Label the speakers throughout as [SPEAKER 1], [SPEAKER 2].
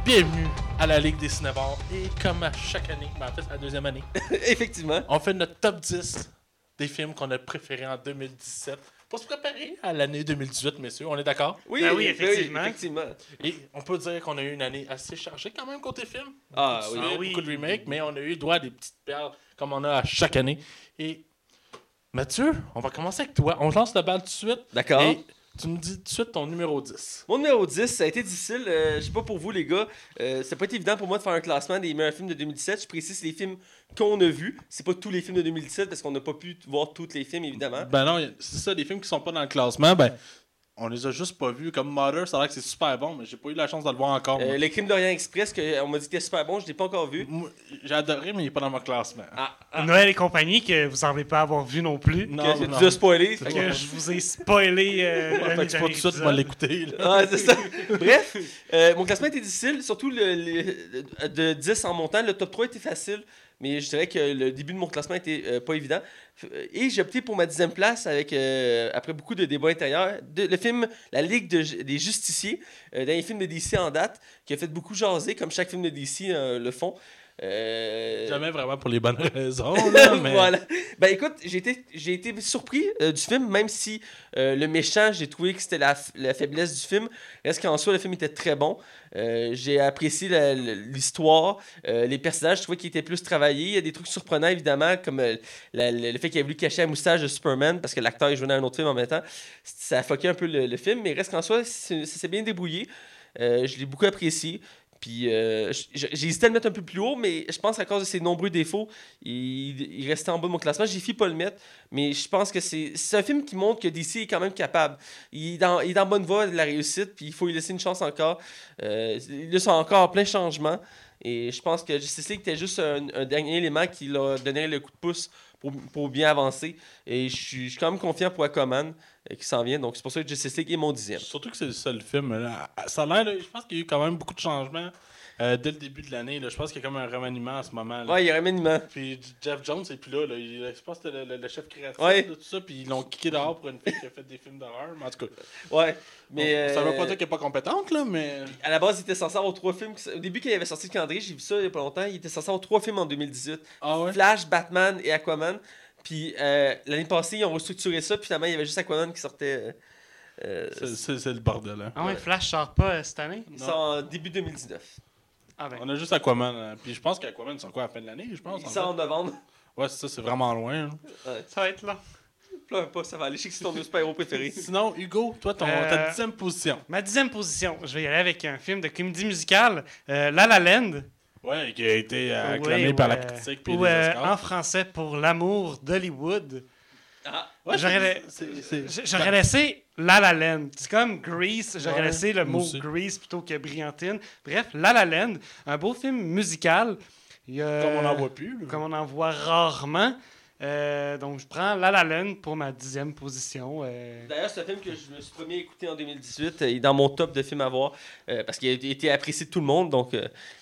[SPEAKER 1] Bienvenue à la Ligue des Cinévores. Et comme à chaque année, en fait, c'est la deuxième année,
[SPEAKER 2] Effectivement.
[SPEAKER 1] on fait notre top 10 des films qu'on a préférés en 2017 pour se préparer à l'année 2018, messieurs. On est d'accord?
[SPEAKER 2] Oui,
[SPEAKER 3] Ben oui, effectivement.
[SPEAKER 1] Et on peut dire qu'on a eu une année assez chargée quand même côté film.
[SPEAKER 2] Ah
[SPEAKER 1] Beaucoup de
[SPEAKER 2] oui.
[SPEAKER 1] suites, beaucoup de remakes, mais on a eu droit à des petites perles comme on a à chaque année. Et Mathieu, on va commencer avec toi. On lance la balle tout de suite.
[SPEAKER 2] D'accord.
[SPEAKER 1] Et tu nous dis tout de suite ton numéro 10.
[SPEAKER 2] Mon numéro 10, ça a été difficile. Je sais pas pour vous, les gars. Ça n'a pas été évident pour moi de faire un classement des meilleurs films de 2017. Je précise, c'est les films qu'on a vus. C'est pas tous les films de 2017 parce qu'on n'a pas pu voir tous les films, évidemment.
[SPEAKER 1] Ben non, c'est ça, les films qui sont pas dans le classement, ben on les a juste pas vus. Comme Mother, ça a l'air que c'est super bon, mais j'ai pas eu la chance de le voir encore. moi.
[SPEAKER 2] Les Crimes d'Orient Express, on m'a dit que c'était super bon, je l'ai pas encore vu.
[SPEAKER 1] Moi, j'ai adoré, mais il est pas dans mon classement.
[SPEAKER 3] Noël et compagnie, que vous n'en avez pas à avoir vu non plus.
[SPEAKER 1] Non,
[SPEAKER 2] Que
[SPEAKER 1] non.
[SPEAKER 2] tu as spoilé.
[SPEAKER 3] Fait que je vous ai spoilé
[SPEAKER 1] Fait que c'est pas tout de suite, moi l'écouter. là.
[SPEAKER 2] Ah, c'est ça. Bref, mon classement était difficile, surtout de 10 en montant. Le top 3 était facile, mais je dirais que le début de mon classement était pas évident. Et j'ai opté pour ma 10e place avec, après beaucoup de débats intérieurs, le film La Ligue des Justiciers, dernier film de DC en date, qui a fait beaucoup jaser, comme chaque film de DC le font.
[SPEAKER 1] Jamais vraiment pour les bonnes raisons. Là, mais...
[SPEAKER 2] Voilà. Ben écoute, j'ai été surpris du film, même si le méchant, j'ai trouvé que c'était la faiblesse du film. Reste qu'en soi, le film était très bon. J'ai apprécié l'histoire, les personnages, je trouvais qu'ils étaient plus travaillés. Il y a des trucs surprenants, évidemment, comme le fait qu'il a voulu cacher la moustache de Superman parce que l'acteur jouait dans un autre film en même temps. Ça a fucké un peu le film, mais reste qu'en soi, ça s'est bien débrouillé. Je l'ai beaucoup apprécié. Puis j'ai hésité à le mettre un peu plus haut, mais je pense qu'à cause de ses nombreux défauts, il restait en bas de mon classement. J'ai failli pas le mettre, mais je pense que c'est un film qui montre que DC est quand même capable. Il est dans bonne voie de la réussite, puis il faut lui laisser une chance encore. Ils sont encore en plein changement. Et je pense que Justice League était juste un dernier élément qui leur donnait le coup de pouce pour bien avancer. Et je suis quand même confiant pour Aquaman qui s'en vient. Donc c'est pour ça que Justice League est mon 10e.
[SPEAKER 1] Surtout que c'est le seul film. Là. Ça a l'air, là, je pense qu'il y a eu quand même beaucoup de changements dès le début de l'année. Là. Je pense qu'il y a comme un remaniement en ce moment. Là.
[SPEAKER 2] Ouais, il y a un remaniement.
[SPEAKER 1] Puis Jeff Jones n'est plus là. Je pense que c'était le chef créatif
[SPEAKER 2] Ouais.
[SPEAKER 1] de tout ça. Puis ils l'ont kické dehors pour une fille qui a fait des films d'horreur. Mais en tout cas,
[SPEAKER 2] Ouais. Mais,
[SPEAKER 1] ça veut pas dire qu'elle n'est pas compétente, là, mais.
[SPEAKER 2] À la base, il était censé avoir 3 films. Au début, quand il avait sorti le calendrier, j'ai vu ça il y a pas longtemps, il était censé avoir 3 films en 2018.
[SPEAKER 1] Ah ouais?
[SPEAKER 2] Flash, Batman et Aquaman. Puis l'année passée, ils ont restructuré ça, puis finalement, il y avait juste Aquaman qui sortait.
[SPEAKER 1] C'est le bordel, hein.
[SPEAKER 3] Ah ouais, Flash sort pas cette année?
[SPEAKER 2] Il sort en début 2019.
[SPEAKER 3] Ah ben.
[SPEAKER 1] On a juste Aquaman. Puis je pense qu'Aquaman, c'est quoi, à la fin de l'année, je pense.
[SPEAKER 2] Il sort en novembre.
[SPEAKER 1] Ouais, c'est ça, c'est vraiment loin. Là.
[SPEAKER 3] Ça va être là.
[SPEAKER 2] Pleure pas, ça va aller. Je sais que c'est ton super-héros préféré.
[SPEAKER 1] Sinon, Hugo, toi, ta 10e position.
[SPEAKER 3] Ma 10e position, je vais y aller avec un film de comédie musicale, La La Land.
[SPEAKER 1] Ouais, qui a été acclamé
[SPEAKER 3] Oui,
[SPEAKER 1] par la
[SPEAKER 3] ouais.
[SPEAKER 1] critique puis
[SPEAKER 3] Ou
[SPEAKER 1] les Oscars.
[SPEAKER 3] en français, Pour l'amour d'Hollywood.
[SPEAKER 1] Ouais,
[SPEAKER 3] J'aurais laissé La La Land. C'est comme Grease. J'aurais
[SPEAKER 1] Ouais,
[SPEAKER 3] laissé le
[SPEAKER 1] moi
[SPEAKER 3] mot
[SPEAKER 1] aussi.
[SPEAKER 3] Grease plutôt que Brillantine. Bref, La La Land, un beau film musical.
[SPEAKER 1] Comme on n'en voit plus. là.
[SPEAKER 3] Comme on en voit rarement. Donc, je prends La La Land pour ma 10e position.
[SPEAKER 2] D'ailleurs, c'est un film que je me suis premier écouté en 2018. Il est dans mon top de films à voir parce qu'il a été apprécié de tout le monde. Donc,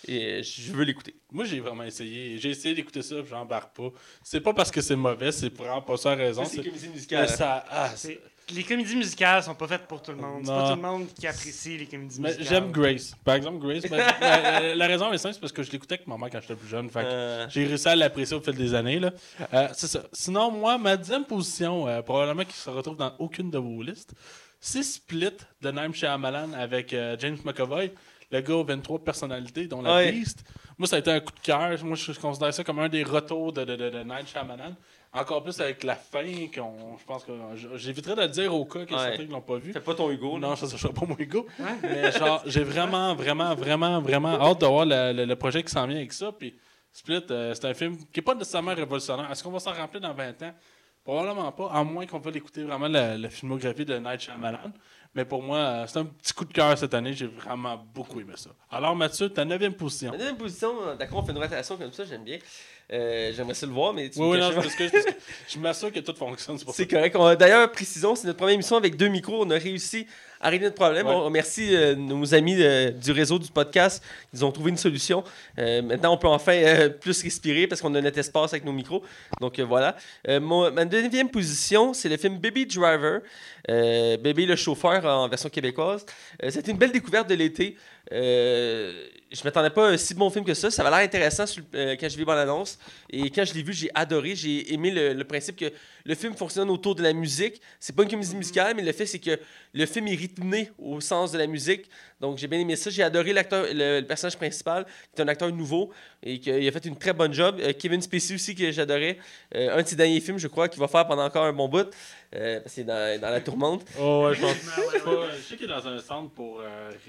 [SPEAKER 2] je veux l'écouter.
[SPEAKER 1] Moi, j'ai vraiment essayé. J'ai essayé d'écouter ça, puis j'embarque pas. C'est pas parce que c'est mauvais, c'est vraiment pas ça la raison.
[SPEAKER 2] C'est comédie
[SPEAKER 1] Mais
[SPEAKER 2] musicale.
[SPEAKER 1] ça,
[SPEAKER 3] Les comédies musicales sont pas faites pour tout le monde. C'est
[SPEAKER 1] Non.
[SPEAKER 3] pas tout le monde qui apprécie les comédies
[SPEAKER 1] mais
[SPEAKER 3] musicales.
[SPEAKER 1] j'aime Grace. Par exemple, Grace, la raison est simple, c'est parce que je l'écoutais avec maman quand j'étais plus jeune. Fait que j'ai réussi à l'apprécier au fil des années. Là. C'est ça. Sinon, moi, ma 10e position, probablement qui se retrouve dans aucune de vos listes, c'est Split de Naim Shyamalan avec James McAvoy, le gars aux 23 personnalités, dont la
[SPEAKER 2] Ouais.
[SPEAKER 1] Beast. Moi, ça a été un coup de cœur. Moi, je considère ça comme un des retours de Night Shyamalan. Encore plus avec la fin, je pense que j'éviterais de le dire au cas qu'il y a certains qui l'ont pas vu.
[SPEAKER 2] Fais pas ton Hugo.
[SPEAKER 1] Non, ça sera pas mon ego. Mais genre, j'ai vraiment hâte de voir le projet qui s'en vient avec ça. Puis Split, c'est un film qui n'est pas nécessairement révolutionnaire. Est-ce qu'on va s'en rappeler dans 20 ans? Probablement pas, à moins qu'on veuille écouter vraiment la filmographie de Night Shyamalan. Mais pour moi, c'est un petit coup de cœur cette année. J'ai vraiment beaucoup aimé ça. Alors Mathieu, ta 9e position.
[SPEAKER 2] Ma deuxième position, d'accord, on fait une rotation comme ça, j'aime bien. J'aimerais ça le voir, mais tu me
[SPEAKER 1] Oui, non,
[SPEAKER 2] caches-
[SPEAKER 1] c'est parce que je m'assure que tout fonctionne. C'est pour ça.
[SPEAKER 2] C'est correct. D'ailleurs, précisons, c'est notre première émission avec 2 micros. On a réussi à régler notre problème.
[SPEAKER 1] Ouais.
[SPEAKER 2] On remercie nos amis du réseau du podcast. Ils ont trouvé une solution. Maintenant, on peut enfin plus respirer parce qu'on a notre espace avec nos micros. Donc voilà. Ma deuxième position, c'est le film Baby Driver. Baby le chauffeur en version québécoise. C'était une belle découverte de l'été. Je m'attendais pas à un si bon film que ça. Ça avait l'air intéressant quand je l'ai vu l'annonce. Et quand je l'ai vu, j'ai adoré. J'ai aimé le principe que le film fonctionne autour de la musique. C'est pas une comédie musicale, mais le fait, c'est que le film est rythmé au sens de la musique. Donc, j'ai bien aimé ça. J'ai adoré le personnage principal, qui est un acteur nouveau et qui a fait une très bonne job. Kevin Spacey aussi, que j'adorais. Un de ses derniers films, je crois, qu'il va faire pendant encore un bon bout. Parce qu'il est dans la tourmente.
[SPEAKER 1] Oh, ouais, je pense. Je sais qu'il est dans un centre pour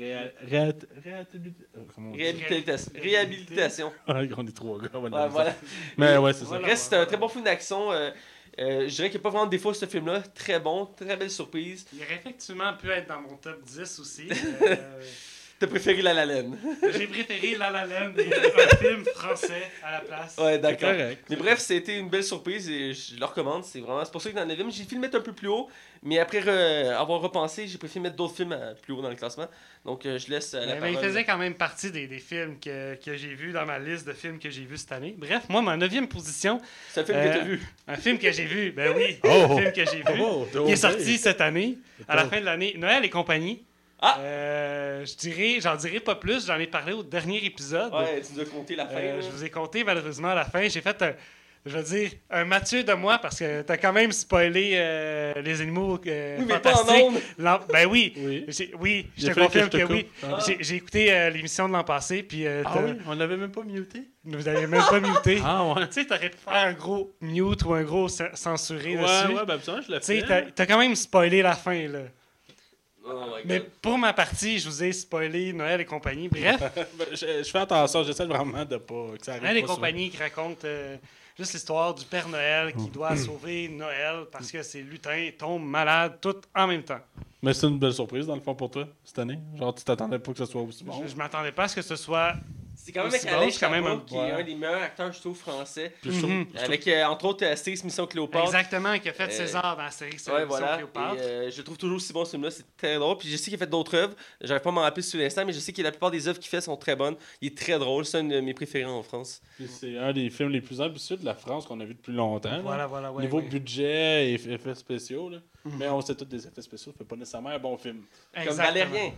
[SPEAKER 2] Réhabilitation.
[SPEAKER 1] On est trois gars.
[SPEAKER 2] Voilà.
[SPEAKER 1] Mais ouais, c'est ça.
[SPEAKER 2] Reste, c'est un très bon film d'action. Je dirais qu'il n'y a pas vraiment de défaut ce film-là. Très bon, très belle surprise.
[SPEAKER 3] Il aurait effectivement pu être dans mon top 10 aussi.
[SPEAKER 2] T'as préféré La La Land?
[SPEAKER 3] J'ai préféré La La Land et un film français à la place.
[SPEAKER 2] Ouais, d'accord.
[SPEAKER 1] Correct.
[SPEAKER 2] Mais bref, c'était une belle surprise et je le recommande. C'est pour ça que dans le 9e, j'ai fait le mettre un peu plus haut. Mais après avoir repensé, j'ai préféré mettre d'autres films plus haut dans le classement. Donc je laisse la parole.
[SPEAKER 3] Il faisait quand même partie des films que j'ai vus dans ma liste de films que j'ai vus cette année. Bref, moi, ma 9e position.
[SPEAKER 2] C'est un film que t'as vu.
[SPEAKER 3] Un film que j'ai vu, ben oui.
[SPEAKER 1] Oh.
[SPEAKER 3] Un film que j'ai vu. Qui est sorti
[SPEAKER 1] Okay.
[SPEAKER 3] cette année, à la fin de l'année. Noël et compagnie.
[SPEAKER 2] Ah!
[SPEAKER 3] J'en dirai pas plus, j'en ai parlé au dernier épisode.
[SPEAKER 2] Ouais, tu nous as compté la fin.
[SPEAKER 3] Je vous ai compté malheureusement à la fin. J'ai fait, je veux dire, un Mathieu de moi parce que t'as quand même spoilé les animaux
[SPEAKER 2] Oui, mais
[SPEAKER 3] fantastiques.
[SPEAKER 2] pas en ondes.
[SPEAKER 3] Ben oui,
[SPEAKER 1] Oui.
[SPEAKER 3] Je
[SPEAKER 1] Il
[SPEAKER 3] te
[SPEAKER 1] a fallu
[SPEAKER 3] confirme
[SPEAKER 1] que je
[SPEAKER 3] que
[SPEAKER 1] te
[SPEAKER 3] oui.
[SPEAKER 1] coupe. Ah.
[SPEAKER 3] J'ai écouté l'émission de l'an passé, puis
[SPEAKER 1] Ah oui, on l'avait même pas muté.
[SPEAKER 3] vous avez même pas muté.
[SPEAKER 1] Ah ouais.
[SPEAKER 3] Tu sais, t'aurais pu faire un gros mute ou un gros censuré
[SPEAKER 1] Ouais,
[SPEAKER 3] dessus.
[SPEAKER 1] ouais, ben absolument, je l'ai
[SPEAKER 3] Tu sais,
[SPEAKER 1] fait.
[SPEAKER 3] t'as quand même spoilé la fin, là.
[SPEAKER 2] Oh my
[SPEAKER 3] Mais
[SPEAKER 2] God.
[SPEAKER 3] pour ma partie, je vous ai spoilé Noël et compagnie. Bref,
[SPEAKER 1] Ben, je fais attention, j'essaie vraiment de pas que ça arrive.
[SPEAKER 3] Noël et
[SPEAKER 1] pas souvent.
[SPEAKER 3] compagnie qui raconte juste l'histoire du Père Noël qui doit sauver Noël parce que ses lutins tombent malades tout en même temps.
[SPEAKER 1] Mais c'est une belle surprise dans le fond pour toi cette année. Genre, tu t'attendais pas que ce soit aussi bon.
[SPEAKER 3] Je m'attendais pas à ce que ce soit.
[SPEAKER 2] C'est quand même
[SPEAKER 3] Aussi
[SPEAKER 2] avec
[SPEAKER 3] bon,
[SPEAKER 2] Alain
[SPEAKER 3] c'est quand même
[SPEAKER 2] Chabat,
[SPEAKER 3] un-
[SPEAKER 2] qui est un des meilleurs acteurs, je trouve, français.
[SPEAKER 1] Puis je trouve-
[SPEAKER 3] Mhm.
[SPEAKER 2] Avec, entre autres, Astérix Mission Cléopâtre.
[SPEAKER 3] Exactement, qui a fait César dans la série
[SPEAKER 2] Ouais, voilà.
[SPEAKER 3] Cléopâtre.
[SPEAKER 2] Et, je le trouve toujours aussi bon ce film-là, c'est très drôle. Puis je sais qu'il a fait d'autres œuvres. J'arrive pas à m'en rappeler sur l'instant, mais je sais que la plupart des œuvres qu'il fait sont très bonnes. Il est très drôle, c'est un de mes préférés en France.
[SPEAKER 1] Puis c'est un des films les plus ambitieux de la France qu'on a vu depuis longtemps. là.
[SPEAKER 3] Voilà, ouais.
[SPEAKER 1] Niveau
[SPEAKER 3] ouais.
[SPEAKER 1] budget et effets spéciaux. Là. Mais on sait tous des effets spéciaux, ça fait pas nécessairement un bon film.
[SPEAKER 2] Comme
[SPEAKER 3] Exactement.
[SPEAKER 2] Valérien.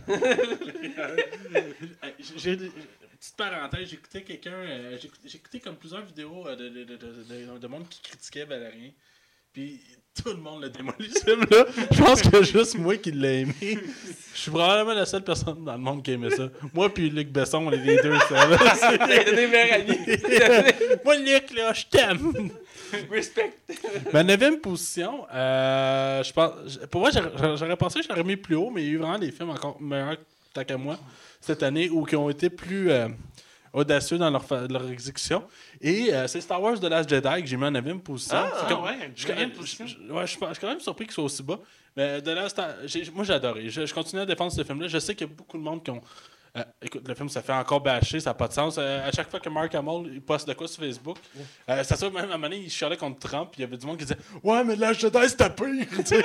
[SPEAKER 1] J'ai petite parenthèse, j'écoutais quelqu'un, j'ai écouté comme plusieurs vidéos de monde qui critiquait Valérien. Puis tout le monde l'a démoli ce film-là. Je pense que juste moi qui l'ai aimé. Je suis probablement la seule personne dans le monde qui aimait ça. Moi puis Luc Besson, on est les deux seuls.
[SPEAKER 2] T'as donné meilleur ami.
[SPEAKER 1] Moi Luc, là, je t'aime.
[SPEAKER 2] Respect.
[SPEAKER 1] Ma 9e position, je pense. Pour moi, j'aurais pensé que je l'aurais mis plus haut, mais il y a eu vraiment des films encore meilleurs tant qu'à moi cette année ou qui ont été plus audacieux dans leur exécution. Et c'est Star Wars The Last Jedi que j'ai mis en 9e position.
[SPEAKER 2] Ah,
[SPEAKER 1] C'est comme-
[SPEAKER 3] ouais, une
[SPEAKER 1] je,
[SPEAKER 3] neuvième position.
[SPEAKER 1] ouais, je suis quand même surpris qu'il soit aussi bas. Mais moi, j'ai adoré. Je continue à défendre ce film-là. Je sais qu'il y a beaucoup de monde qui ont. Écoute, le film, ça fait encore bâcher, ça n'a pas de sens. À chaque fois que Mark Hamill il poste de quoi sur Facebook, ça se fait même à un moment donné, il chialait contre Trump, puis il y avait du monde qui disait ouais, mais Last Jedi, c'était pire. Tu sais.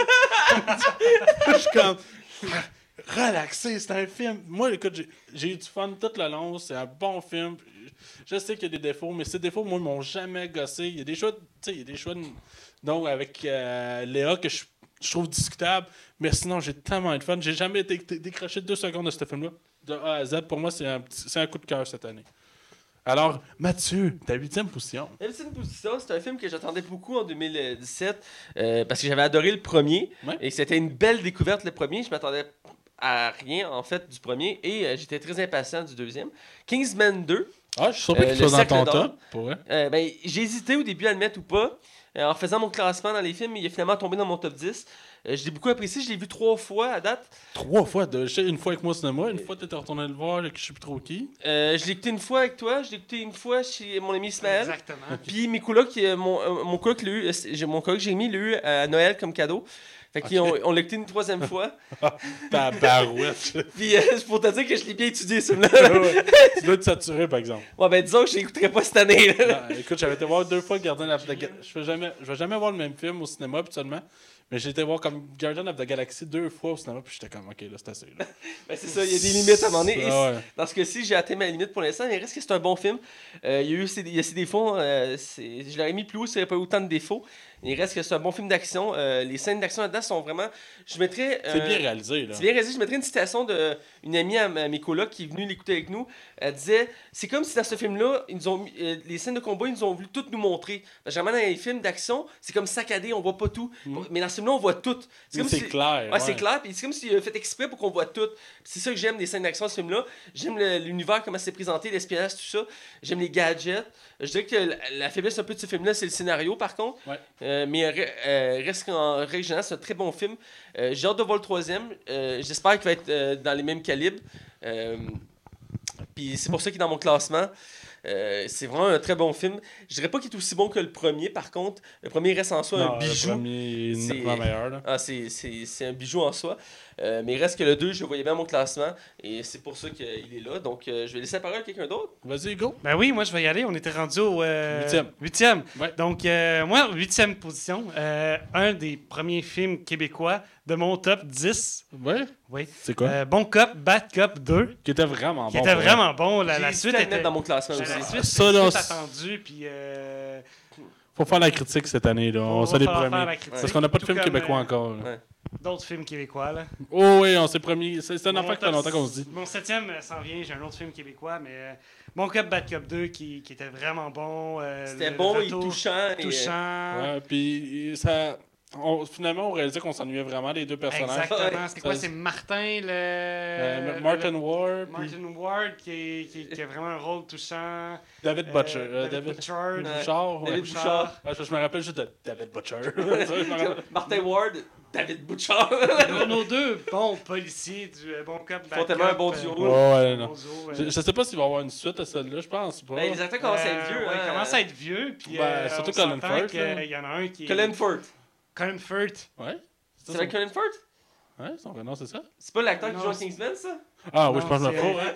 [SPEAKER 1] Je suis comme relaxé, c'est un film. Moi, écoute, j'ai eu du fun tout le long, c'est un bon film. Je sais qu'il y a des défauts, mais ces défauts, moi, ils m'ont jamais gossé. Il y a des choix, tu sais, il y a des choix donc avec Léa que je trouve discutable, mais sinon, j'ai tellement eu de fun. J'ai jamais été décroché 2 secondes de ce film-là. De A à Z, pour moi, c'est un coup de cœur cette année. Alors, Mathieu, ta 8e position.
[SPEAKER 2] La 8e position, c'est un film que j'attendais beaucoup en 2017 parce que j'avais adoré le premier
[SPEAKER 1] Ouais.
[SPEAKER 2] et c'était une belle découverte le premier. Je m'attendais à rien en fait du premier et j'étais très impatient du deuxième. Kingsman 2.
[SPEAKER 1] Ah, je suis surpris que tu
[SPEAKER 2] le
[SPEAKER 1] sois dans ton
[SPEAKER 2] Cercle d'Or.
[SPEAKER 1] top. Pour vrai.
[SPEAKER 2] Ben, j'ai hésité au début à le mettre ou pas. En faisant mon classement dans les films, il est finalement tombé dans mon top 10. Je l'ai beaucoup apprécié, je l'ai vu 3 fois à date.
[SPEAKER 1] 3 fois. Une fois avec moi au cinéma, une fois tu étais retourné le voir, là, que je sais plus trop qui.
[SPEAKER 2] Je l'ai écouté une fois avec toi, je l'ai écouté une fois chez mon ami Ismaël.
[SPEAKER 3] Exactement.
[SPEAKER 2] Puis mes colocs, mon coloc l'a eu, mon coloc Jérémy l'a eu à Noël comme cadeau. Fait qu'on l'a écouté une 3e fois.
[SPEAKER 1] Ta barouette.
[SPEAKER 2] Puis c'est pour te dire que je l'ai bien étudié ce film-là.
[SPEAKER 1] Tu dois être saturé, par exemple.
[SPEAKER 2] Ouais, ben disons que je l'écouterai pas cette année. Là.
[SPEAKER 1] Non, écoute, j'avais été voir 2 fois Guardian of the Galaxy. Je vais jamais voir le même film au cinéma, habituellement. Mais j'ai été voir comme Guardian of the Galaxy 2 fois au cinéma, puis j'étais comme, ok, là, c'est assez. Là.
[SPEAKER 2] Ben c'est ça, il y a des limites à un moment donné. Et
[SPEAKER 1] Ah ouais.
[SPEAKER 2] dans ce cas-ci, j'ai atteint ma limite pour l'instant, mais il reste que c'est un bon film. Il y a ses défauts. Je l'aurais mis plus haut s'il n'y avait pas eu autant de défauts. Il reste que c'est un bon film d'action. Les scènes d'action là-dedans sont vraiment... Je mettrais...
[SPEAKER 1] C'est bien réalisé, là.
[SPEAKER 2] C'est bien réalisé. Je mettrais une citation d'une amie à mes colocs qui est venue l'écouter avec nous. Elle disait, c'est comme si dans ce film-là, ils nous ont les scènes de combat, ils nous ont voulu toutes nous montrer. Généralement, dans les films d'action, c'est comme saccadé, on voit pas tout. Mais dans ce film-là, on voit tout.
[SPEAKER 1] C'est clair.
[SPEAKER 2] Ouais, c'est clair. Puis c'est comme s'il a fait exprès pour qu'on voit tout. Puis c'est ça que j'aime des scènes d'action de ce film-là. J'aime l'univers, comment c'est présenté, l'espionnage, tout ça. J'aime les gadgets. Je dirais que la faiblesse un peu de ce film-là, c'est le scénario, par contre.
[SPEAKER 1] Ouais.
[SPEAKER 2] Mais reste qu'en règle générale, c'est un très bon film. J'ai hâte de voir le troisième. J'espère qu'il va être dans les mêmes calibres. Puis c'est pour ça qu'il est dans mon classement. C'est vraiment un très bon film. Je dirais pas qu'il est aussi bon que le premier, par contre. Le premier reste en soi un bijou.
[SPEAKER 1] Le premier est nettement meilleur. Là.
[SPEAKER 2] Ah, c'est un bijou en soi. Mais il reste que le 2, je le voyais bien dans mon classement. Et c'est pour ça qu'il est là. Donc, je vais laisser la parole à quelqu'un d'autre.
[SPEAKER 1] Vas-y, go.
[SPEAKER 3] Ben oui, moi je vais y aller. On était rendu au 8e.
[SPEAKER 1] Ouais.
[SPEAKER 3] Donc, moi, 8e position. Un des premiers films québécois de mon top 10.
[SPEAKER 1] Ouais.
[SPEAKER 3] Oui.
[SPEAKER 1] C'est quoi?
[SPEAKER 3] Bon Cop, Bad Cop 2.
[SPEAKER 1] Qui était vraiment
[SPEAKER 3] Qui
[SPEAKER 1] bon.
[SPEAKER 3] était vraiment bon. La
[SPEAKER 2] J'ai
[SPEAKER 3] suite
[SPEAKER 2] hésité à le
[SPEAKER 3] était...
[SPEAKER 2] mettre dans mon classement aussi.
[SPEAKER 3] La suite,
[SPEAKER 1] Ça,
[SPEAKER 3] c'était
[SPEAKER 1] là,
[SPEAKER 3] suite attendue. Puis...
[SPEAKER 1] Faut faire la critique cette année, là. On sait les premiers. Parce qu'on n'a pas de film québécois encore. Là.
[SPEAKER 2] Ouais.
[SPEAKER 3] D'autres films québécois, là.
[SPEAKER 1] Oh oui, on s'est promis. C'est un
[SPEAKER 3] Mon
[SPEAKER 1] enfant qui fait
[SPEAKER 3] top-
[SPEAKER 1] longtemps qu'on se dit.
[SPEAKER 3] Mon 7e s'en vient, j'ai un autre film québécois, mais Bon Cop, Bad Cop 2 qui était vraiment bon.
[SPEAKER 2] C'était
[SPEAKER 3] le
[SPEAKER 2] bon et
[SPEAKER 3] retour
[SPEAKER 2] touchant.
[SPEAKER 3] touchant.
[SPEAKER 1] Ouais, puis ça... finalement, on réalisait qu'on s'ennuyait vraiment les deux personnages.
[SPEAKER 3] Exactement.
[SPEAKER 2] Ouais.
[SPEAKER 3] C'était quoi? C'est Martin,
[SPEAKER 1] Martin Ward, puis
[SPEAKER 3] Martin Ward qui a vraiment un rôle touchant.
[SPEAKER 1] David Butcher.
[SPEAKER 3] David Butcher.
[SPEAKER 1] Bouchard.
[SPEAKER 2] David
[SPEAKER 1] ouais.
[SPEAKER 2] Bouchard.
[SPEAKER 1] Ouais, je me rappelle juste de David Butcher. Je me rappelle.
[SPEAKER 2] Martin Ward, David Bouchard.
[SPEAKER 3] Nos deux bons policiers du Bon Cop, Bad
[SPEAKER 2] font tellement un
[SPEAKER 3] Cop,
[SPEAKER 2] bon duo.
[SPEAKER 1] Ouais, non.
[SPEAKER 3] bon duo,
[SPEAKER 1] Je sais pas s'il va y avoir une suite à celle-là, je pense pas.
[SPEAKER 2] Ben, les acteurs commencent à être vieux.
[SPEAKER 3] Ouais,
[SPEAKER 2] hein.
[SPEAKER 3] ils commencent à être vieux. Puis,
[SPEAKER 1] Ben, surtout
[SPEAKER 3] on
[SPEAKER 1] Colin
[SPEAKER 3] s'entend
[SPEAKER 1] Firth,
[SPEAKER 3] que,
[SPEAKER 1] là.
[SPEAKER 3] il y en a un qui est...
[SPEAKER 2] Colin Firth.
[SPEAKER 3] Colin Firth.
[SPEAKER 1] Ouais.
[SPEAKER 2] C'est avec Colin Firth?
[SPEAKER 1] Ouais, son prénom, c'est ça?
[SPEAKER 2] C'est pas l'acteur qui
[SPEAKER 3] Non,
[SPEAKER 2] joue à
[SPEAKER 3] c'est-
[SPEAKER 2] Kingsman, ça?
[SPEAKER 1] Ah oui, je
[SPEAKER 3] Non,
[SPEAKER 1] pense que je me
[SPEAKER 3] c'est-
[SPEAKER 1] fous.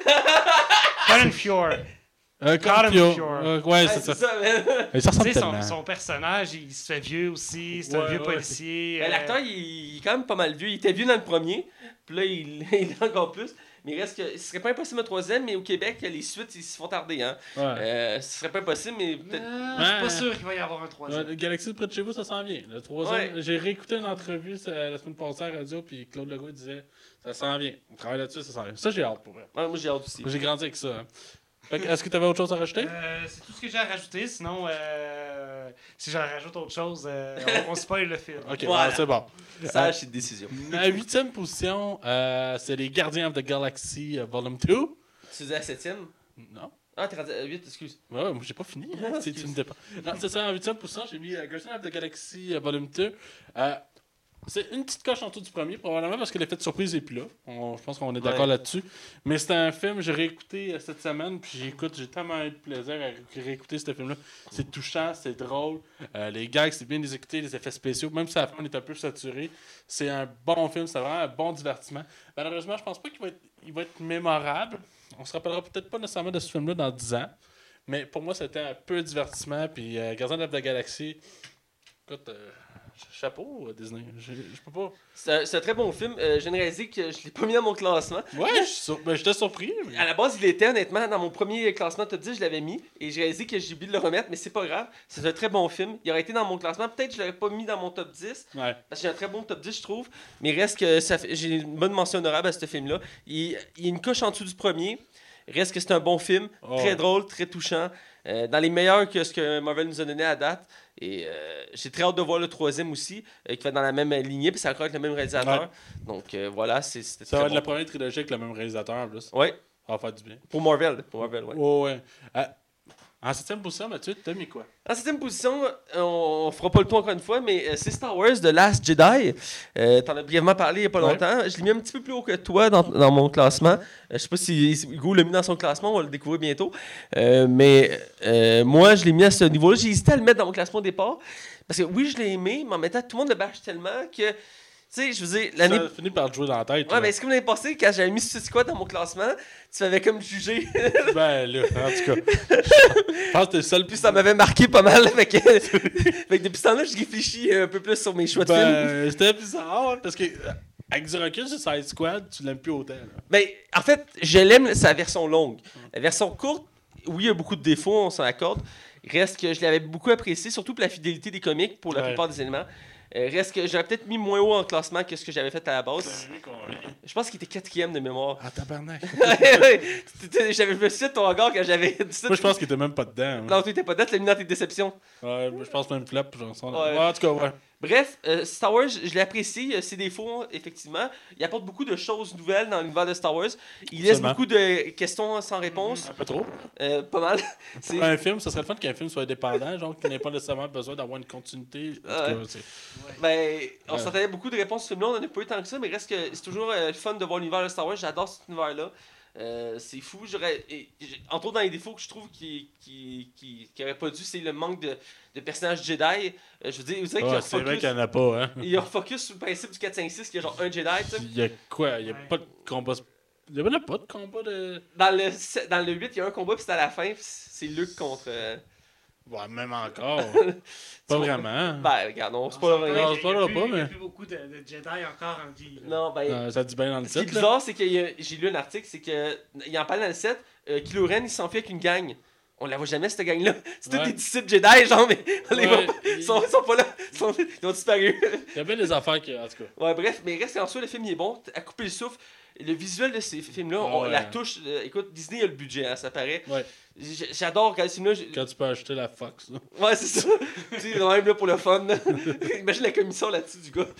[SPEAKER 3] Colin Fjord.
[SPEAKER 1] Colin
[SPEAKER 3] Fjord.
[SPEAKER 1] Fjord. Ouais,
[SPEAKER 2] Ouais,
[SPEAKER 1] c'est ça.
[SPEAKER 2] man.
[SPEAKER 1] Mais ça
[SPEAKER 3] Tu
[SPEAKER 1] ressemble
[SPEAKER 3] sais,
[SPEAKER 1] tellement.
[SPEAKER 3] son personnage, il se fait vieux aussi. C'est un
[SPEAKER 1] Ouais,
[SPEAKER 3] vieux
[SPEAKER 1] ouais.
[SPEAKER 3] policier.
[SPEAKER 2] Ben, l'acteur, il est quand même pas mal vieux. Il était vieux dans le premier, puis là, il est encore plus. Mais il reste que. Ce serait pas impossible au troisième, mais au Québec, les suites, ils se font tarder. Hein.
[SPEAKER 1] Ouais.
[SPEAKER 2] Ce serait pas impossible, mais peut-être.
[SPEAKER 3] Je suis pas sûr qu'il va y avoir un troisième.
[SPEAKER 1] Ouais, Galaxy près de chez vous, ça s'en vient. Le troisième,
[SPEAKER 2] Ouais.
[SPEAKER 1] j'ai réécouté une entrevue la semaine passée à la radio, puis Claude Legault disait ça s'en vient. On travaille là-dessus, ça s'en vient. Ça, j'ai hâte pour vrai.
[SPEAKER 2] Ouais, moi, j'ai hâte aussi.
[SPEAKER 1] J'ai grandi avec ça. Hein. Fait que, est-ce que tu avais autre chose à rajouter?
[SPEAKER 3] C'est tout ce que j'ai à rajouter. Sinon, si j'en rajoute autre chose, on spoil le film.
[SPEAKER 1] Ok,
[SPEAKER 2] Voilà.
[SPEAKER 1] ouais, c'est bon.
[SPEAKER 2] Sage, c'est une décision.
[SPEAKER 1] Ma 8e position, c'est les Guardians of the Galaxy Volume 2.
[SPEAKER 2] Tu disais la 7e?
[SPEAKER 1] Non.
[SPEAKER 2] Ah, t'es rendu à 8, excuse.
[SPEAKER 1] Ouais, moi j'ai pas fini. Hein, tu me dépends. Non, c'est ça, en 8e position, j'ai mis Guardians of the Galaxy Volume 2. C'est une petite coche en dessous du premier, probablement parce que l'effet de surprise est plus là. Je pense qu'on est d'accord
[SPEAKER 2] Ouais.
[SPEAKER 1] là-dessus. Mais c'est un film que j'ai réécouté cette semaine, puis j'ai tellement eu de plaisir à réécouter ce film-là. C'est touchant, c'est drôle. Les gags, c'est bien exécuté, les effets spéciaux, même si à la fin on est un peu saturé. C'est un bon film, c'est vraiment un bon divertissement. Malheureusement, je pense pas qu'il va être mémorable. On se rappellera peut-être pas nécessairement de ce film-là dans 10 ans. Mais pour moi, c'était un peu divertissement. Puis Guardians of the Galaxy, écoute, chapeau Disney. Je peux pas.
[SPEAKER 2] C'est un très bon film. J'ai réalisé que je l'ai pas mis dans mon classement.
[SPEAKER 1] Ouais, j'étais surpris. Mais...
[SPEAKER 2] À la base, il était honnêtement dans mon premier classement top 10, je l'avais mis et j'ai réalisé que j'ai oublié de le remettre, mais c'est pas grave. C'est un très bon film. Il aurait été dans mon classement. Peut-être que je l'aurais pas mis dans mon top 10
[SPEAKER 1] Ouais.
[SPEAKER 2] parce que j'ai un très bon top 10, je trouve. Mais reste que j'ai une bonne mention honorable à ce film-là. Il y a une coche en dessous du premier. Reste que c'est un bon film,
[SPEAKER 1] Oh,
[SPEAKER 2] très
[SPEAKER 1] ouais.
[SPEAKER 2] drôle, très touchant. Dans les meilleurs que ce que Marvel nous a donné à date. Et j'ai très hâte de voir le troisième aussi, qui va être dans la même lignée, puis c'est encore avec le même réalisateur.
[SPEAKER 1] Ouais.
[SPEAKER 2] Donc voilà, c'était
[SPEAKER 1] Ça va
[SPEAKER 2] très
[SPEAKER 1] être la
[SPEAKER 2] bon.
[SPEAKER 1] première trilogie avec le même réalisateur en plus.
[SPEAKER 2] Ouais,
[SPEAKER 1] Ça va faire du bien.
[SPEAKER 2] pour Marvel. Pour Marvel, ouais.
[SPEAKER 1] Oh, ouais. En 7e position, Mathieu, t'as mis quoi?
[SPEAKER 2] En 7e position, on fera pas le tour encore une fois, mais c'est Star Wars The Last Jedi. T'en as brièvement parlé il y a pas
[SPEAKER 1] Ouais.
[SPEAKER 2] longtemps. Je l'ai mis un petit peu plus haut que toi dans mon classement. Je sais pas si Hugo l'a mis dans son classement, on va le découvrir bientôt. Mais moi, je l'ai mis à ce niveau-là. J'ai hésité à le mettre dans mon classement au départ. Parce que oui, je l'ai aimé, mais en mettant, tout le monde le bâche tellement que... Tu sais, je veux dire, l'année...
[SPEAKER 1] Ça a fini par te jouer dans la tête.
[SPEAKER 2] Ouais,
[SPEAKER 1] là.
[SPEAKER 2] mais c'est comme l'année passée, quand j'avais mis Suicide Squad dans mon classement, tu m'avais comme jugé.
[SPEAKER 1] Ben là, en tout cas. Je pense que t'es le seul.
[SPEAKER 2] Puis ça m'avait marqué pas mal. Fait que depuis ce temps-là, je réfléchis un peu plus sur mes choix de films.
[SPEAKER 1] Ben, c'était bizarre, parce que avec du recul sur Side Squad, tu l'aimes plus autant. Là.
[SPEAKER 2] Ben, en fait, je l'aime sa version longue. La version courte, oui, il y a beaucoup de défauts, on s'en accorde. Reste que je l'avais beaucoup apprécié, surtout pour la fidélité des comics, pour la
[SPEAKER 1] Ouais.
[SPEAKER 2] plupart des éléments. Reste que j'aurais peut-être mis moins haut en classement que ce que j'avais fait à la base. Je pense qu'il était 4e de mémoire.
[SPEAKER 1] Ah, tabarnak.
[SPEAKER 2] Je me suis fait ton regard quand j'avais dit ça.
[SPEAKER 1] Moi, je pense qu'il était même pas dedans. hein.
[SPEAKER 2] Non, tu étais pas dedans, tu l'as mis dans tes déceptions.
[SPEAKER 1] Ouais, je pense même flop. Genre, ça,
[SPEAKER 2] Ouais.
[SPEAKER 1] ouais, en tout cas, ouais.
[SPEAKER 2] Bref, Star Wars, je l'apprécie. Ses défauts, effectivement. Il apporte beaucoup de choses nouvelles dans l'univers de Star Wars. Il laisse
[SPEAKER 1] Absolument.
[SPEAKER 2] beaucoup de questions sans réponse.
[SPEAKER 1] Un peu trop.
[SPEAKER 2] Pas mal. C'est-
[SPEAKER 1] Un film, ça serait le fun qu'un film soit indépendant, genre qu'il n'ait pas nécessairement besoin d'avoir une continuité. En tout cas, c'est-
[SPEAKER 2] Ben, on
[SPEAKER 1] Ouais.
[SPEAKER 2] s'attendait beaucoup de réponses à ce film-là, on n'en a pas eu tant que ça, mais reste que c'est toujours fun de voir l'univers de Star Wars. J'adore cet univers-là. C'est fou. Entre autres, dans les défauts que je trouve qui aurait pas dû, c'est le manque de personnages Jedi. Je veux dire, vous savez qu'il y
[SPEAKER 1] Ouais,
[SPEAKER 2] a
[SPEAKER 1] c'est vrai
[SPEAKER 2] focus.
[SPEAKER 1] qu'il n'y en a pas, hein.
[SPEAKER 2] Il y a focus sur le principe du 4-5-6, qu'il y a genre un Jedi, tu sais.
[SPEAKER 1] Il y a quoi? Il n'y a pas de combat. Il n'y a pas de combat de.
[SPEAKER 2] Dans le 8, il y a un combat, puis c'est à la fin, puis c'est Luke contre.
[SPEAKER 1] Ouais, même encore. Pas vraiment.
[SPEAKER 2] Ben, regarde, non, c'est pas vrai.
[SPEAKER 1] Non, c'est pas là,
[SPEAKER 3] Il
[SPEAKER 1] pas,
[SPEAKER 3] n'y a
[SPEAKER 1] mais-
[SPEAKER 3] plus beaucoup de Jedi encore en vie. là.
[SPEAKER 2] Non, ben.
[SPEAKER 1] Ça dit bien dans le
[SPEAKER 2] Ce qui est
[SPEAKER 1] titre. là.
[SPEAKER 2] bizarre, c'est que j'ai lu un article, c'est que il en parle dans le 7, Kylo Ren, il s'enfuit avec une gang. On la voit jamais, cette gang-là. C'est tous
[SPEAKER 1] Ouais.
[SPEAKER 2] des disciples Jedi, genre, mais on les voit
[SPEAKER 1] Ouais,
[SPEAKER 2] pas. Ils sont pas là. Ils ont disparu.
[SPEAKER 1] Il y a bien des affaires qui. En tout cas.
[SPEAKER 2] Ouais, bref, mais reste en soi, le film il est bon. À couper le souffle. Le visuel de ces films-là,
[SPEAKER 1] Ouais.
[SPEAKER 2] la touche. Écoute, Disney a le budget, hein, ça paraît.
[SPEAKER 1] Ouais.
[SPEAKER 2] J'adore regarder ce film-là.
[SPEAKER 1] Quand tu peux acheter la Fox. là.
[SPEAKER 2] Ouais, c'est ça. Tu sais, même là pour le fun. Imagine la commission là-dessus du gars.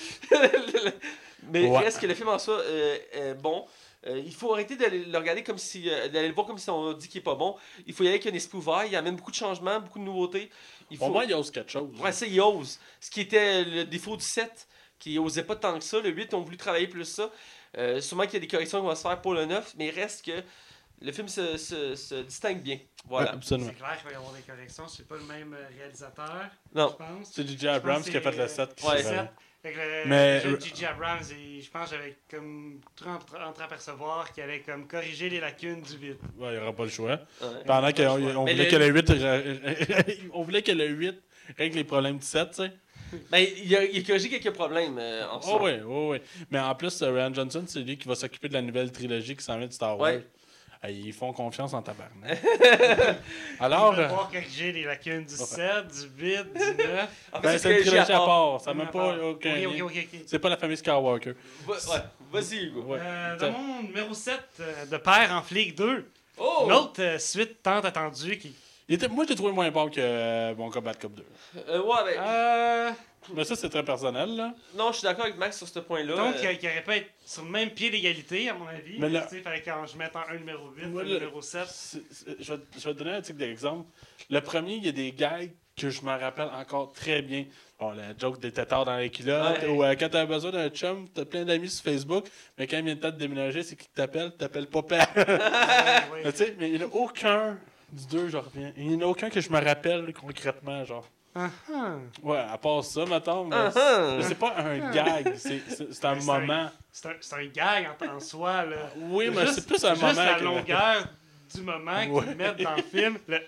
[SPEAKER 2] Mais
[SPEAKER 1] Ouais.
[SPEAKER 2] reste que le film en soi est bon. Il faut arrêter de le regarder comme si. D'aller le voir comme si on dit qu'il est pas bon. Il faut y aller avec un esprit ouvert. Il amène beaucoup de changements, beaucoup de nouveautés. Il faut...
[SPEAKER 1] Au moins, il ose quelque chose.
[SPEAKER 2] Ouais, ça, il ose. Ce qui était le défaut du 7, qui osait pas tant que ça. Le 8, ils ont voulu travailler plus ça. Sûrement qu'il y a des corrections qui vont se faire pour le 9, mais il reste que le film se distingue bien. Voilà.
[SPEAKER 1] Ouais, absolument.
[SPEAKER 3] C'est clair qu'il va y avoir des corrections. C'est pas le même réalisateur,
[SPEAKER 2] Non.
[SPEAKER 3] je pense.
[SPEAKER 1] C'est J.J. Abrams qui a fait le 7.
[SPEAKER 2] Ouais.
[SPEAKER 3] Le 7. Fait que
[SPEAKER 1] Mais-
[SPEAKER 3] le J.J. Abrams, je pense que j'avais comme entreapercevoir qu'il allait comme corriger les lacunes du 8.
[SPEAKER 1] Ouais, il n'y aura pas le choix.
[SPEAKER 2] Ouais.
[SPEAKER 1] Pendant qu'on
[SPEAKER 2] Mais
[SPEAKER 1] voulait
[SPEAKER 2] le-
[SPEAKER 1] que le 8. On voulait que le 8 règle les problèmes du 7, tu sais.
[SPEAKER 2] Ben, il a corrigé quelques problèmes en soi.
[SPEAKER 1] Oh oui, oh oui. Mais en plus, Ryan Johnson, c'est lui qui va s'occuper de la nouvelle trilogie qui s'en vient de Star Wars.
[SPEAKER 2] Ouais.
[SPEAKER 1] Ils font confiance en tabarnak.
[SPEAKER 3] Il
[SPEAKER 1] Alors,
[SPEAKER 3] va pouvoir corriger les lacunes du 7, du 8, du 9.
[SPEAKER 2] En fait,
[SPEAKER 1] ben, c'est une trilogie à part. Ça n'a même pas aucun
[SPEAKER 3] Ok,
[SPEAKER 1] lien.
[SPEAKER 3] ok.
[SPEAKER 1] C'est pas la famille Skywalker.
[SPEAKER 2] Ouais, vas-y, Hugo.
[SPEAKER 1] Ouais.
[SPEAKER 3] Dans mon numéro 7, de Père en flic 2,
[SPEAKER 2] Oh!
[SPEAKER 3] une autre suite tant attendue qui.
[SPEAKER 1] Moi, je l'ai trouvé moins bon que Bon Cop Bad Cop 2.
[SPEAKER 2] Ouais, ben,
[SPEAKER 1] Mais ça, c'est très personnel, là.
[SPEAKER 2] non, je suis d'accord avec Max sur ce point-là.
[SPEAKER 3] Donc, qui aurait pas être sur le même pied d'égalité, à mon avis.
[SPEAKER 1] Mais là-
[SPEAKER 3] Il fallait que je mette en un numéro 8,
[SPEAKER 1] Moi,
[SPEAKER 3] un
[SPEAKER 1] le-
[SPEAKER 3] numéro 7.
[SPEAKER 1] Je vais te donner un type d'exemple. Le premier, il y a des gags que je me rappelle encore très bien. Bon, la joke des tétards dans les culottes,
[SPEAKER 2] Ouais.
[SPEAKER 1] ou quand t'as besoin d'un chum, t'as plein d'amis sur Facebook, mais quand il vient le temps de déménager, c'est qui t'appelle pas père.
[SPEAKER 3] Ouais.
[SPEAKER 1] Mais tu sais, mais il n'y en a aucun du 2, je reviens. Il n'y en a aucun que je me rappelle concrètement, genre. Ouais, à part ça, mettons. Mais mais c'est pas un gag, c'est un
[SPEAKER 3] Mais
[SPEAKER 1] moment.
[SPEAKER 3] C'est un gag en soi, là.
[SPEAKER 1] Oui, mais
[SPEAKER 3] Juste-
[SPEAKER 1] c'est plus un
[SPEAKER 3] juste
[SPEAKER 1] moment.
[SPEAKER 3] la
[SPEAKER 1] que-
[SPEAKER 3] longueur du moment
[SPEAKER 1] Ouais.
[SPEAKER 3] qu'ils mettent dans le film. Le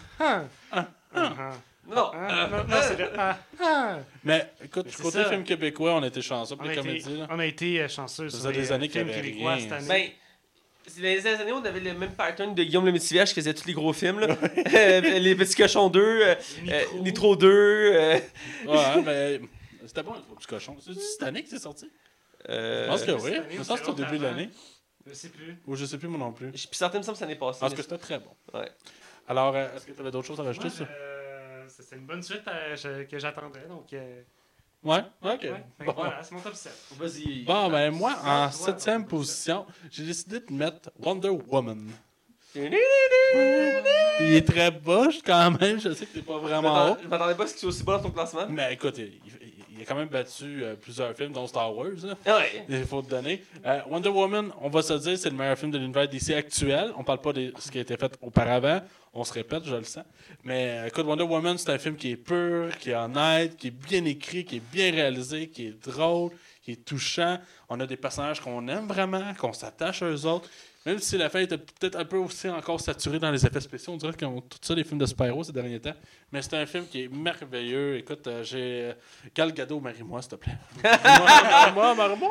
[SPEAKER 2] Non.
[SPEAKER 3] Non, c'est le
[SPEAKER 1] Mais écoute,
[SPEAKER 3] Mais c'est
[SPEAKER 1] côté
[SPEAKER 3] ça.
[SPEAKER 1] film québécois, on était chanceux pour
[SPEAKER 3] On
[SPEAKER 1] les
[SPEAKER 3] a été,
[SPEAKER 1] comédies. Là.
[SPEAKER 3] on a été chanceux
[SPEAKER 1] Ça
[SPEAKER 3] sur
[SPEAKER 1] faisait
[SPEAKER 3] les
[SPEAKER 1] des années qu'il y
[SPEAKER 3] films
[SPEAKER 1] avait
[SPEAKER 3] québécois
[SPEAKER 1] rien.
[SPEAKER 3] cette année.
[SPEAKER 2] Ben, c'est dans les années, on avait le même pattern de Guillaume le Métivier qui faisait tous les gros films. Là. Les Petits Cochons 2, Nitro 2.
[SPEAKER 1] Ouais, mais c'était bon, le petit cochon. C'est cette année que c'est sorti? Je pense que
[SPEAKER 3] cette
[SPEAKER 1] oui.
[SPEAKER 3] année
[SPEAKER 1] Je
[SPEAKER 3] ou
[SPEAKER 1] pense que
[SPEAKER 3] c'est
[SPEAKER 1] c'est au début de
[SPEAKER 3] l'autre
[SPEAKER 1] l'année.
[SPEAKER 3] Je sais plus.
[SPEAKER 1] Ou je sais plus moi non plus.
[SPEAKER 2] Puis certains me semble que ça n'est passé.
[SPEAKER 1] Parce que c'était très bon.
[SPEAKER 2] Ouais.
[SPEAKER 1] Alors, est-ce que tu avais d'autres choses à rajouter
[SPEAKER 3] Moi,
[SPEAKER 1] ça?
[SPEAKER 3] c'est une bonne suite que j'attendais. Donc,
[SPEAKER 1] Ouais, ok.
[SPEAKER 3] ouais. Fait que
[SPEAKER 1] Bon.
[SPEAKER 3] voilà, c'est mon top 7.
[SPEAKER 2] Vas-y.
[SPEAKER 1] Bon, ben moi, en
[SPEAKER 3] Toi,
[SPEAKER 1] 7e position, j'ai décidé de mettre Wonder Woman.
[SPEAKER 2] Je
[SPEAKER 1] Il est très bas quand même, je sais que t'es pas vraiment haut.
[SPEAKER 2] m'attendais pas à ce qu'il soit aussi bon dans ton classement.
[SPEAKER 1] Mais écoute, il a quand même battu plusieurs films, dont Star Wars. Là.
[SPEAKER 2] Ouais.
[SPEAKER 1] Il faut te donner. Wonder Woman, on va se dire, c'est le meilleur film de l'univers DC actuel. On parle pas de ce qui a été fait auparavant. On se répète, je le sens. Mais écoute, Wonder Woman, c'est un film qui est pur, qui est honnête, qui est bien écrit, qui est bien réalisé, qui est drôle, qui est touchant. On a des personnages qu'on aime vraiment, qu'on s'attache à eux autres. Même si la fin était peut-être un peu aussi encore saturée dans les effets spéciaux, on dirait qu'ils ont tout ça, les films de Spyro ces derniers temps. Mais c'est un film qui est merveilleux. Écoute, j'ai Gal Gadot, marie-moi, s'il te plaît. Marie-moi.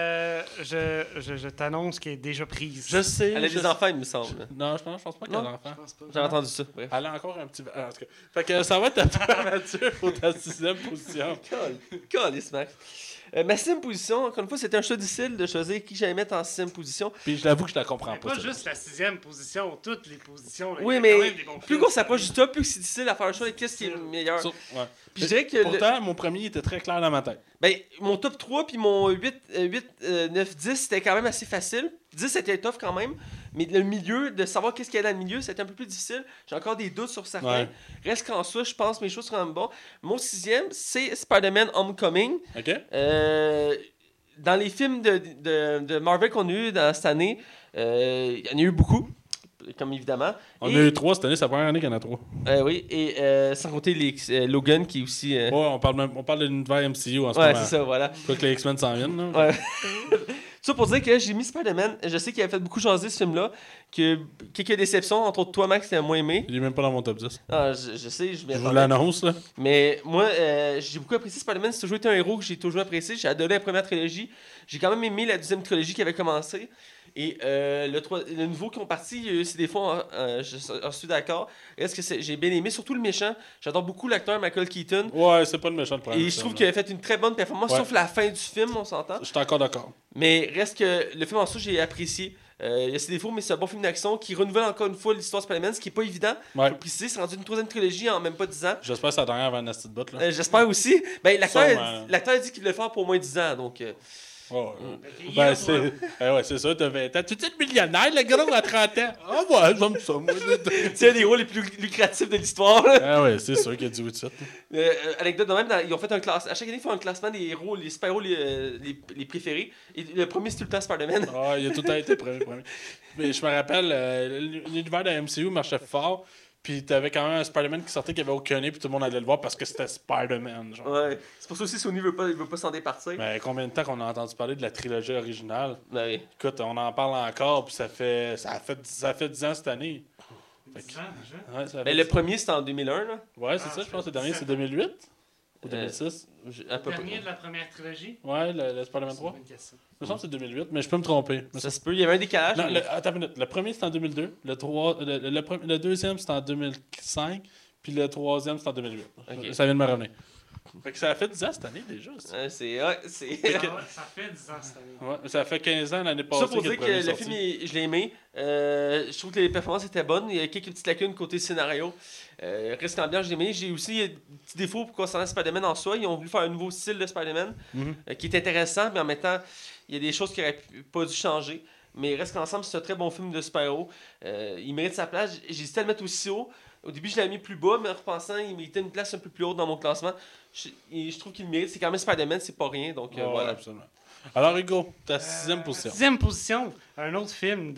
[SPEAKER 3] Je t'annonce qu'elle est déjà prise.
[SPEAKER 1] Je sais.
[SPEAKER 2] Elle a des enfants, il me semble.
[SPEAKER 1] Non, je pense pas qu'elle a
[SPEAKER 2] Non.
[SPEAKER 1] d'enfant.
[SPEAKER 2] J'avais entendu ça. Bref.
[SPEAKER 1] Elle a encore un petit. En tout cas. Fait que ça va être à toi, Mathieu, pour ta 6e position.
[SPEAKER 2] Calice, Max. Ma 6e position, encore une fois, c'était un choix difficile de choisir qui j'allais mettre en 6e position.
[SPEAKER 1] Puis je l'avoue que je la comprends
[SPEAKER 3] Mais
[SPEAKER 1] pas.
[SPEAKER 3] pas
[SPEAKER 1] celle-là.
[SPEAKER 3] juste la 6e position, toutes les positions. Là. Il y
[SPEAKER 2] Oui,
[SPEAKER 3] a quand
[SPEAKER 2] mais
[SPEAKER 3] même des bons
[SPEAKER 2] plus
[SPEAKER 3] films.
[SPEAKER 2] qu'on s'approche du top, plus c'est difficile à faire un choix et qu'est-ce qui est le meilleur.
[SPEAKER 1] Ouais.
[SPEAKER 2] Puis je dirais que
[SPEAKER 1] Pourtant, mon premier était très clair dans ma tête.
[SPEAKER 2] ben, mon top 3 puis mon 8, 9, 10, c'était quand même assez facile. 10, c'était tough quand même. Mais le milieu, de savoir qu'est-ce qu'il y a dans le milieu, c'était un peu plus difficile. J'ai encore des doutes sur certains.
[SPEAKER 1] Ouais.
[SPEAKER 2] Reste qu'en soi, je pense que mes choses seront quand même bonnes. Mon 6e, c'est Spider-Man Homecoming.
[SPEAKER 1] OK?
[SPEAKER 2] Dans les films de Marvel qu'on a eu dans cette année, il y en a eu beaucoup, comme évidemment.
[SPEAKER 1] On a eu 3 cette année, c'est la première année qu'il y en a 3.
[SPEAKER 2] Oui, et sans compter Logan qui est aussi.
[SPEAKER 1] Ouais, on parle de l'univers MCU en ce
[SPEAKER 2] Ouais,
[SPEAKER 1] moment.
[SPEAKER 2] c'est ça, voilà.
[SPEAKER 1] Quoi que les X-Men s'en viennent. Là.
[SPEAKER 2] Ouais. Ça pour dire que j'ai mis Spider-Man. Je sais qu'il a fait beaucoup jaser ce film-là. Que quelques déceptions, entre autres toi, Max, t'as moins aimé.
[SPEAKER 1] Il est même pas dans mon top 10.
[SPEAKER 2] Ah, je sais, je m'y
[SPEAKER 1] Je vous
[SPEAKER 2] attendais.
[SPEAKER 1] l'annonce, là.
[SPEAKER 2] Mais moi, j'ai beaucoup apprécié Spider-Man. C'est toujours été un héros que j'ai toujours apprécié. J'ai adoré la première trilogie. J'ai quand même aimé la deuxième trilogie qui avait commencé. Et le nouveau qui ont parti, il y a eu ses défauts, je suis d'accord. Est-ce que j'ai bien aimé, surtout le méchant. J'adore beaucoup l'acteur Michael Keaton.
[SPEAKER 1] Ouais, c'est pas le méchant de problème.
[SPEAKER 2] Et je trouve qu'il a fait une très bonne performance,
[SPEAKER 1] Ouais.
[SPEAKER 2] sauf la fin du film, on s'entend.
[SPEAKER 1] Je suis encore d'accord.
[SPEAKER 2] Mais reste que le film en soi, j'ai apprécié. Il y a ses défauts, mais c'est un bon film d'action qui renouvelle encore une fois l'histoire de Spider-Man, ce qui est pas évident.
[SPEAKER 1] Ouais.
[SPEAKER 2] Faut préciser, c'est rendu une troisième trilogie en même pas 10 ans.
[SPEAKER 1] J'espère que c'est la dernière avant Nasty de bout, là.
[SPEAKER 2] J'espère aussi. Ben,
[SPEAKER 1] Sûrement.
[SPEAKER 2] l'acteur a dit qu'il voulait le faire pour au moins 10 ans. Donc,
[SPEAKER 1] Ouais.
[SPEAKER 3] Il
[SPEAKER 1] Ben,
[SPEAKER 3] est
[SPEAKER 1] c'est. Ouais, c'est ça, t'as 20 ans. Tu es millionnaire, le gars, à 30 ans. Ah, ouais, j'aime ça, moi.
[SPEAKER 2] c'est un des rôles les plus lucratifs de l'histoire. là.
[SPEAKER 1] Ah, ouais, c'est sûr qu'il a dit oui de suite.
[SPEAKER 2] Anecdote de même, ils ont fait un classement. À chaque année, ils font un classement des héros, les super-héros les préférés. Et le premier, c'est tout le temps Spider-Man.
[SPEAKER 1] Ah, il a tout le temps été premier. Mais je me rappelle, l'univers de la MCU marchait fort. Puis t'avais quand même un Spider-Man qui sortait qui avait aucun nez, puis tout le monde allait le voir parce que c'était Spider-Man. Genre.
[SPEAKER 2] Ouais. C'est pour ça aussi Sony veut pas s'en départir.
[SPEAKER 1] Mais combien de temps qu'on a entendu parler de la trilogie originale?
[SPEAKER 2] Ben oui.
[SPEAKER 1] Écoute, on en parle encore, puis ça fait 10 ans cette année. Fait que-
[SPEAKER 3] 10 ans déjà.
[SPEAKER 1] Ouais, ça fait
[SPEAKER 2] Mais le premier, c'était en 2001. Là.
[SPEAKER 1] Ouais, c'est ça, je pense que le dernier, c'est 2008 ou
[SPEAKER 2] Euh,
[SPEAKER 1] 2006.
[SPEAKER 2] À peu
[SPEAKER 3] Le
[SPEAKER 2] près.
[SPEAKER 3] dernier de la première trilogie.
[SPEAKER 1] Ouais, le Spider-Man 3.
[SPEAKER 3] C'est une bonne question.
[SPEAKER 1] Je me semble que c'est 2008, mais je peux me tromper.
[SPEAKER 2] Ça se peut, il y avait un décalage.
[SPEAKER 1] Non,
[SPEAKER 2] mais-
[SPEAKER 1] attends une minute. Le premier, c'était en 2002. Le deuxième, c'était en 2005. Puis le troisième, c'était en 2008.
[SPEAKER 2] Ok.
[SPEAKER 1] Ça vient de me revenir. Fait que ça a fait 10 ans cette année déjà. Ça,
[SPEAKER 2] Ouais, c'est.
[SPEAKER 3] Ça fait 10 ans cette année.
[SPEAKER 1] ouais, ça fait 15 ans l'année passée.
[SPEAKER 2] Ça pour dire
[SPEAKER 1] le
[SPEAKER 2] que
[SPEAKER 1] premier
[SPEAKER 2] le
[SPEAKER 1] est sorti.
[SPEAKER 2] film, je l'ai aimé. Je trouve que les performances étaient bonnes. Il y a quelques petites lacunes côté scénario. Reste qu'ambiance, je l'ai aimé. J'ai aussi des petits défauts concernant Spider-Man en soi. Ils ont voulu faire un nouveau style de Spider-Man
[SPEAKER 1] Mhm.
[SPEAKER 2] qui est intéressant, mais en même temps, il y a des choses qui n'auraient pas dû changer. Mais reste qu'ensemble, c'est un très bon film de super-héros. Il mérite sa place. J'ai hésité à le mettre aussi haut. Au début, je l'avais mis plus bas, mais en repensant, il méritait une place un peu plus haute dans mon classement. Je trouve qu'il le mérite. C'est quand même Spider-Man, c'est pas rien. Donc
[SPEAKER 1] Ouais,
[SPEAKER 2] voilà.
[SPEAKER 1] absolument. Alors, Hugo, ta 6e position.
[SPEAKER 3] 6e position, un autre film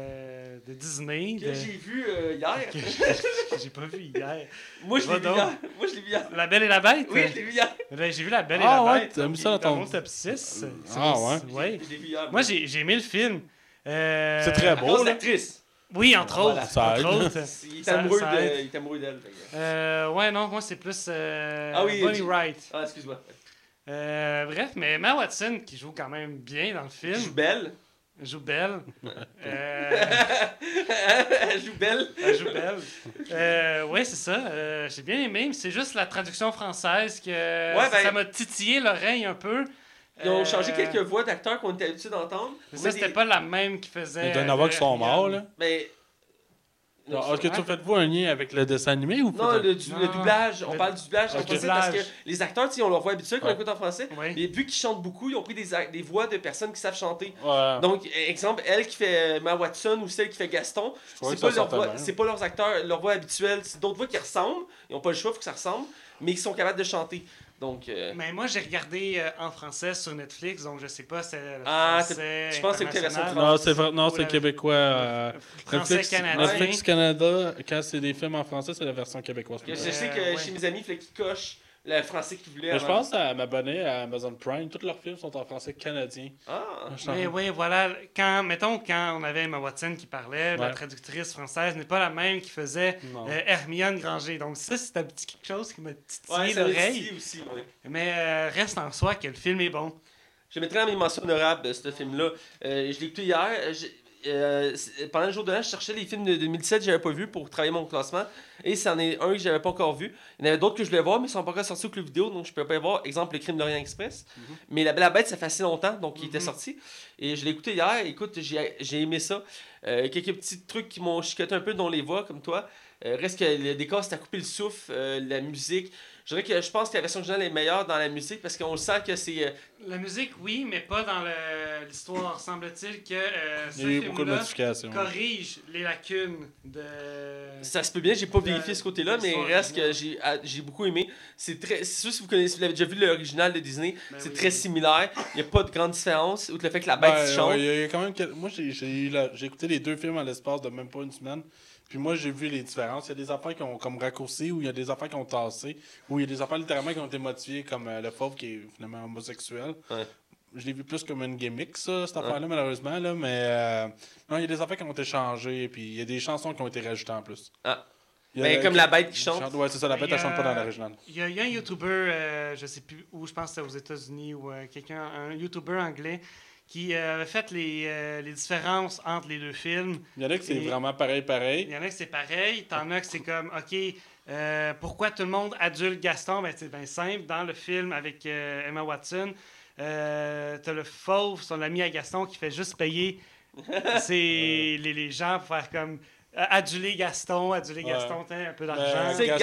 [SPEAKER 3] de Disney.
[SPEAKER 2] Que j'ai vu hier.
[SPEAKER 3] que j'ai pas vu hier.
[SPEAKER 2] Moi, je l'ai
[SPEAKER 3] Va
[SPEAKER 2] vu
[SPEAKER 3] donc.
[SPEAKER 2] hier. Moi, je l'ai vu hier.
[SPEAKER 3] La Belle et la Bête.
[SPEAKER 2] Oui, je l'ai vu hier.
[SPEAKER 3] J'ai vu La Belle et
[SPEAKER 1] Ah
[SPEAKER 3] la
[SPEAKER 1] ouais,
[SPEAKER 3] Bête.
[SPEAKER 1] t'as mis ça dans ton-
[SPEAKER 3] mon top 6.
[SPEAKER 1] Ah
[SPEAKER 3] ouais.
[SPEAKER 2] Je l'ai vu hier.
[SPEAKER 3] Moi, j'ai aimé le film.
[SPEAKER 1] C'est très beau, là.
[SPEAKER 2] l'actrice.
[SPEAKER 3] Oui, entre
[SPEAKER 2] Voilà.
[SPEAKER 3] autres.
[SPEAKER 1] Ça aide.
[SPEAKER 3] Entre autres.
[SPEAKER 2] Il est
[SPEAKER 3] Ça-
[SPEAKER 2] amoureux
[SPEAKER 3] ça
[SPEAKER 2] de-
[SPEAKER 3] aide.
[SPEAKER 2] il est amoureux d'elle. fait que-
[SPEAKER 3] Ouais, non, moi, c'est plus
[SPEAKER 2] oui,
[SPEAKER 3] Bonnie
[SPEAKER 2] tu-
[SPEAKER 3] Wright.
[SPEAKER 2] Ah, excuse-moi.
[SPEAKER 3] Bref, mais Emma Watson, qui joue quand même bien dans le
[SPEAKER 2] Elle joue
[SPEAKER 3] film,
[SPEAKER 2] belle.
[SPEAKER 3] joue belle.
[SPEAKER 2] Elle joue belle.
[SPEAKER 3] Elle joue belle. Ouais, c'est ça. J'ai bien aimé, mais c'est juste la traduction française que
[SPEAKER 2] ben-
[SPEAKER 3] ça m'a titillé l'oreille un peu.
[SPEAKER 2] Ils ont changé quelques voix d'acteurs qu'on était habitués d'entendre.
[SPEAKER 3] Mais
[SPEAKER 2] Mais
[SPEAKER 3] ça, c'était pas la même qui faisait.
[SPEAKER 1] Il doit y en avoir qui sont morts, là.
[SPEAKER 2] Mais.
[SPEAKER 1] Alors, est-ce que tu faites-vous un lien avec le dessin animé ou
[SPEAKER 2] Non,
[SPEAKER 1] peut-être-
[SPEAKER 2] le doublage. On
[SPEAKER 3] Le-
[SPEAKER 2] parle du doublage en
[SPEAKER 1] Ok.
[SPEAKER 2] français parce que les acteurs, tu sais, on leur voix habituelle qu'on
[SPEAKER 1] Ouais.
[SPEAKER 2] écoute en français.
[SPEAKER 3] Oui.
[SPEAKER 2] Mais vu qu'ils chantent beaucoup, ils ont pris des voix de personnes qui savent chanter.
[SPEAKER 1] Ouais.
[SPEAKER 2] Donc, exemple, elle qui fait Emma Watson ou celle qui fait Gaston,
[SPEAKER 1] trouvais
[SPEAKER 2] c'est
[SPEAKER 1] que
[SPEAKER 2] pas,
[SPEAKER 1] ça
[SPEAKER 2] leur
[SPEAKER 1] sortait
[SPEAKER 2] voix,
[SPEAKER 1] bien.
[SPEAKER 2] c'est pas leurs acteurs, leur voix habituelle. C'est d'autres voix qui ressemblent. Ils ont pas le choix, il faut que ça ressemble. Mais ils sont capables de chanter. Donc,
[SPEAKER 3] Mais moi, j'ai regardé en français sur Netflix, donc je sais pas si c'est le
[SPEAKER 2] Ah,
[SPEAKER 3] français
[SPEAKER 2] je pense que c'est peut-être la
[SPEAKER 3] international.
[SPEAKER 1] Non, c'est vrai, non, c'est
[SPEAKER 3] Ouais.
[SPEAKER 1] québécois.
[SPEAKER 3] Français
[SPEAKER 1] Netflix,
[SPEAKER 3] canadien.
[SPEAKER 1] Netflix Canada, quand c'est des films en français, c'est la version québécoise.
[SPEAKER 2] je sais que
[SPEAKER 3] ouais.
[SPEAKER 2] chez mes amis, il fallait qu'ils cochent Le français qu'ils voulaient.
[SPEAKER 1] Mais je pense à m'abonner à Amazon Prime. Tous leurs films sont en français canadien.
[SPEAKER 2] Ah!
[SPEAKER 3] Mais oui, voilà. Mettons, quand on avait Emma Watson qui parlait, la traductrice française n'est pas la même qui faisait Hermione Granger. Donc ça, c'est un petit quelque chose qui m'a titillé l'oreille.
[SPEAKER 2] Aussi, ouais.
[SPEAKER 3] Mais reste en soi que le film est bon.
[SPEAKER 2] Je mettrais dans mes mentions honorables ce film-là. Je l'ai écouté hier. Pendant le jour de l'an, je cherchais les films de 2017 que j'avais pas vus pour travailler mon classement. Et c'en est un que j'avais pas encore vu. Il y en avait d'autres que je voulais voir, mais ils sont pas encore sortis au club vidéo, donc je peux pas y voir. Exemple, Le Crime d'Orient Express. Mais La Belle et la Bête, ça fait assez longtemps, donc il était sorti. Et je l'ai écouté hier. Écoute, j'ai aimé ça. Quelques petits trucs qui m'ont chicoté un peu, dont les voix, comme toi. Reste que le décor, c'est à couper le souffle, la musique. Je pense que la version originale est meilleure dans la musique parce qu'on sent que c'est.
[SPEAKER 3] La musique, oui, mais pas dans l'histoire. Semble-t-il que ce
[SPEAKER 1] Il y a eu beaucoup de
[SPEAKER 3] film-là
[SPEAKER 1] modifications.
[SPEAKER 3] corrige les lacunes de.
[SPEAKER 2] Ça se peut bien, j'ai pas vérifié ce côté-là, mais reste que j'ai beaucoup aimé. C'est sûr, si vous l'avez déjà vu l'original de Disney, c'est très similaire. Il n'y a pas de grande différence, outre le fait que la bête chante.
[SPEAKER 1] Il y a quand même moi, j'ai écouté les deux films à l'espace de même pas une semaine. Puis moi, j'ai vu les différences. Il y a des affaires qui ont comme raccourci, ou il y a des affaires qui ont tassé, ou il y a des affaires littéralement qui ont été modifiées, comme le fauve qui est finalement homosexuel.
[SPEAKER 2] Ouais.
[SPEAKER 1] Je l'ai vu plus comme une gimmick, ça, cette affaire-là, malheureusement. Là, mais non, il y a des affaires qui ont été changées, puis il y a des chansons qui ont été rajoutées en plus.
[SPEAKER 2] Ah. Comme la bête qui chante.
[SPEAKER 1] Ouais, c'est ça, la bête, elle chante pas dans l'original.
[SPEAKER 3] Il y a un YouTuber, je sais plus où, je pense que c'était aux États-Unis, ou un YouTuber anglais qui avait fait les différences entre les deux films.
[SPEAKER 1] Il y en a que c'est vraiment pareil.
[SPEAKER 3] Il y en a que c'est pareil. T'en as que c'est comme, OK, pourquoi tout le monde adule Gaston? Ben, c'est bien simple. Dans le film avec Emma Watson, t'as le fauve, son ami à Gaston, qui fait juste payer les gens pour faire comme... aduler Gaston, un peu d'argent.
[SPEAKER 2] C'est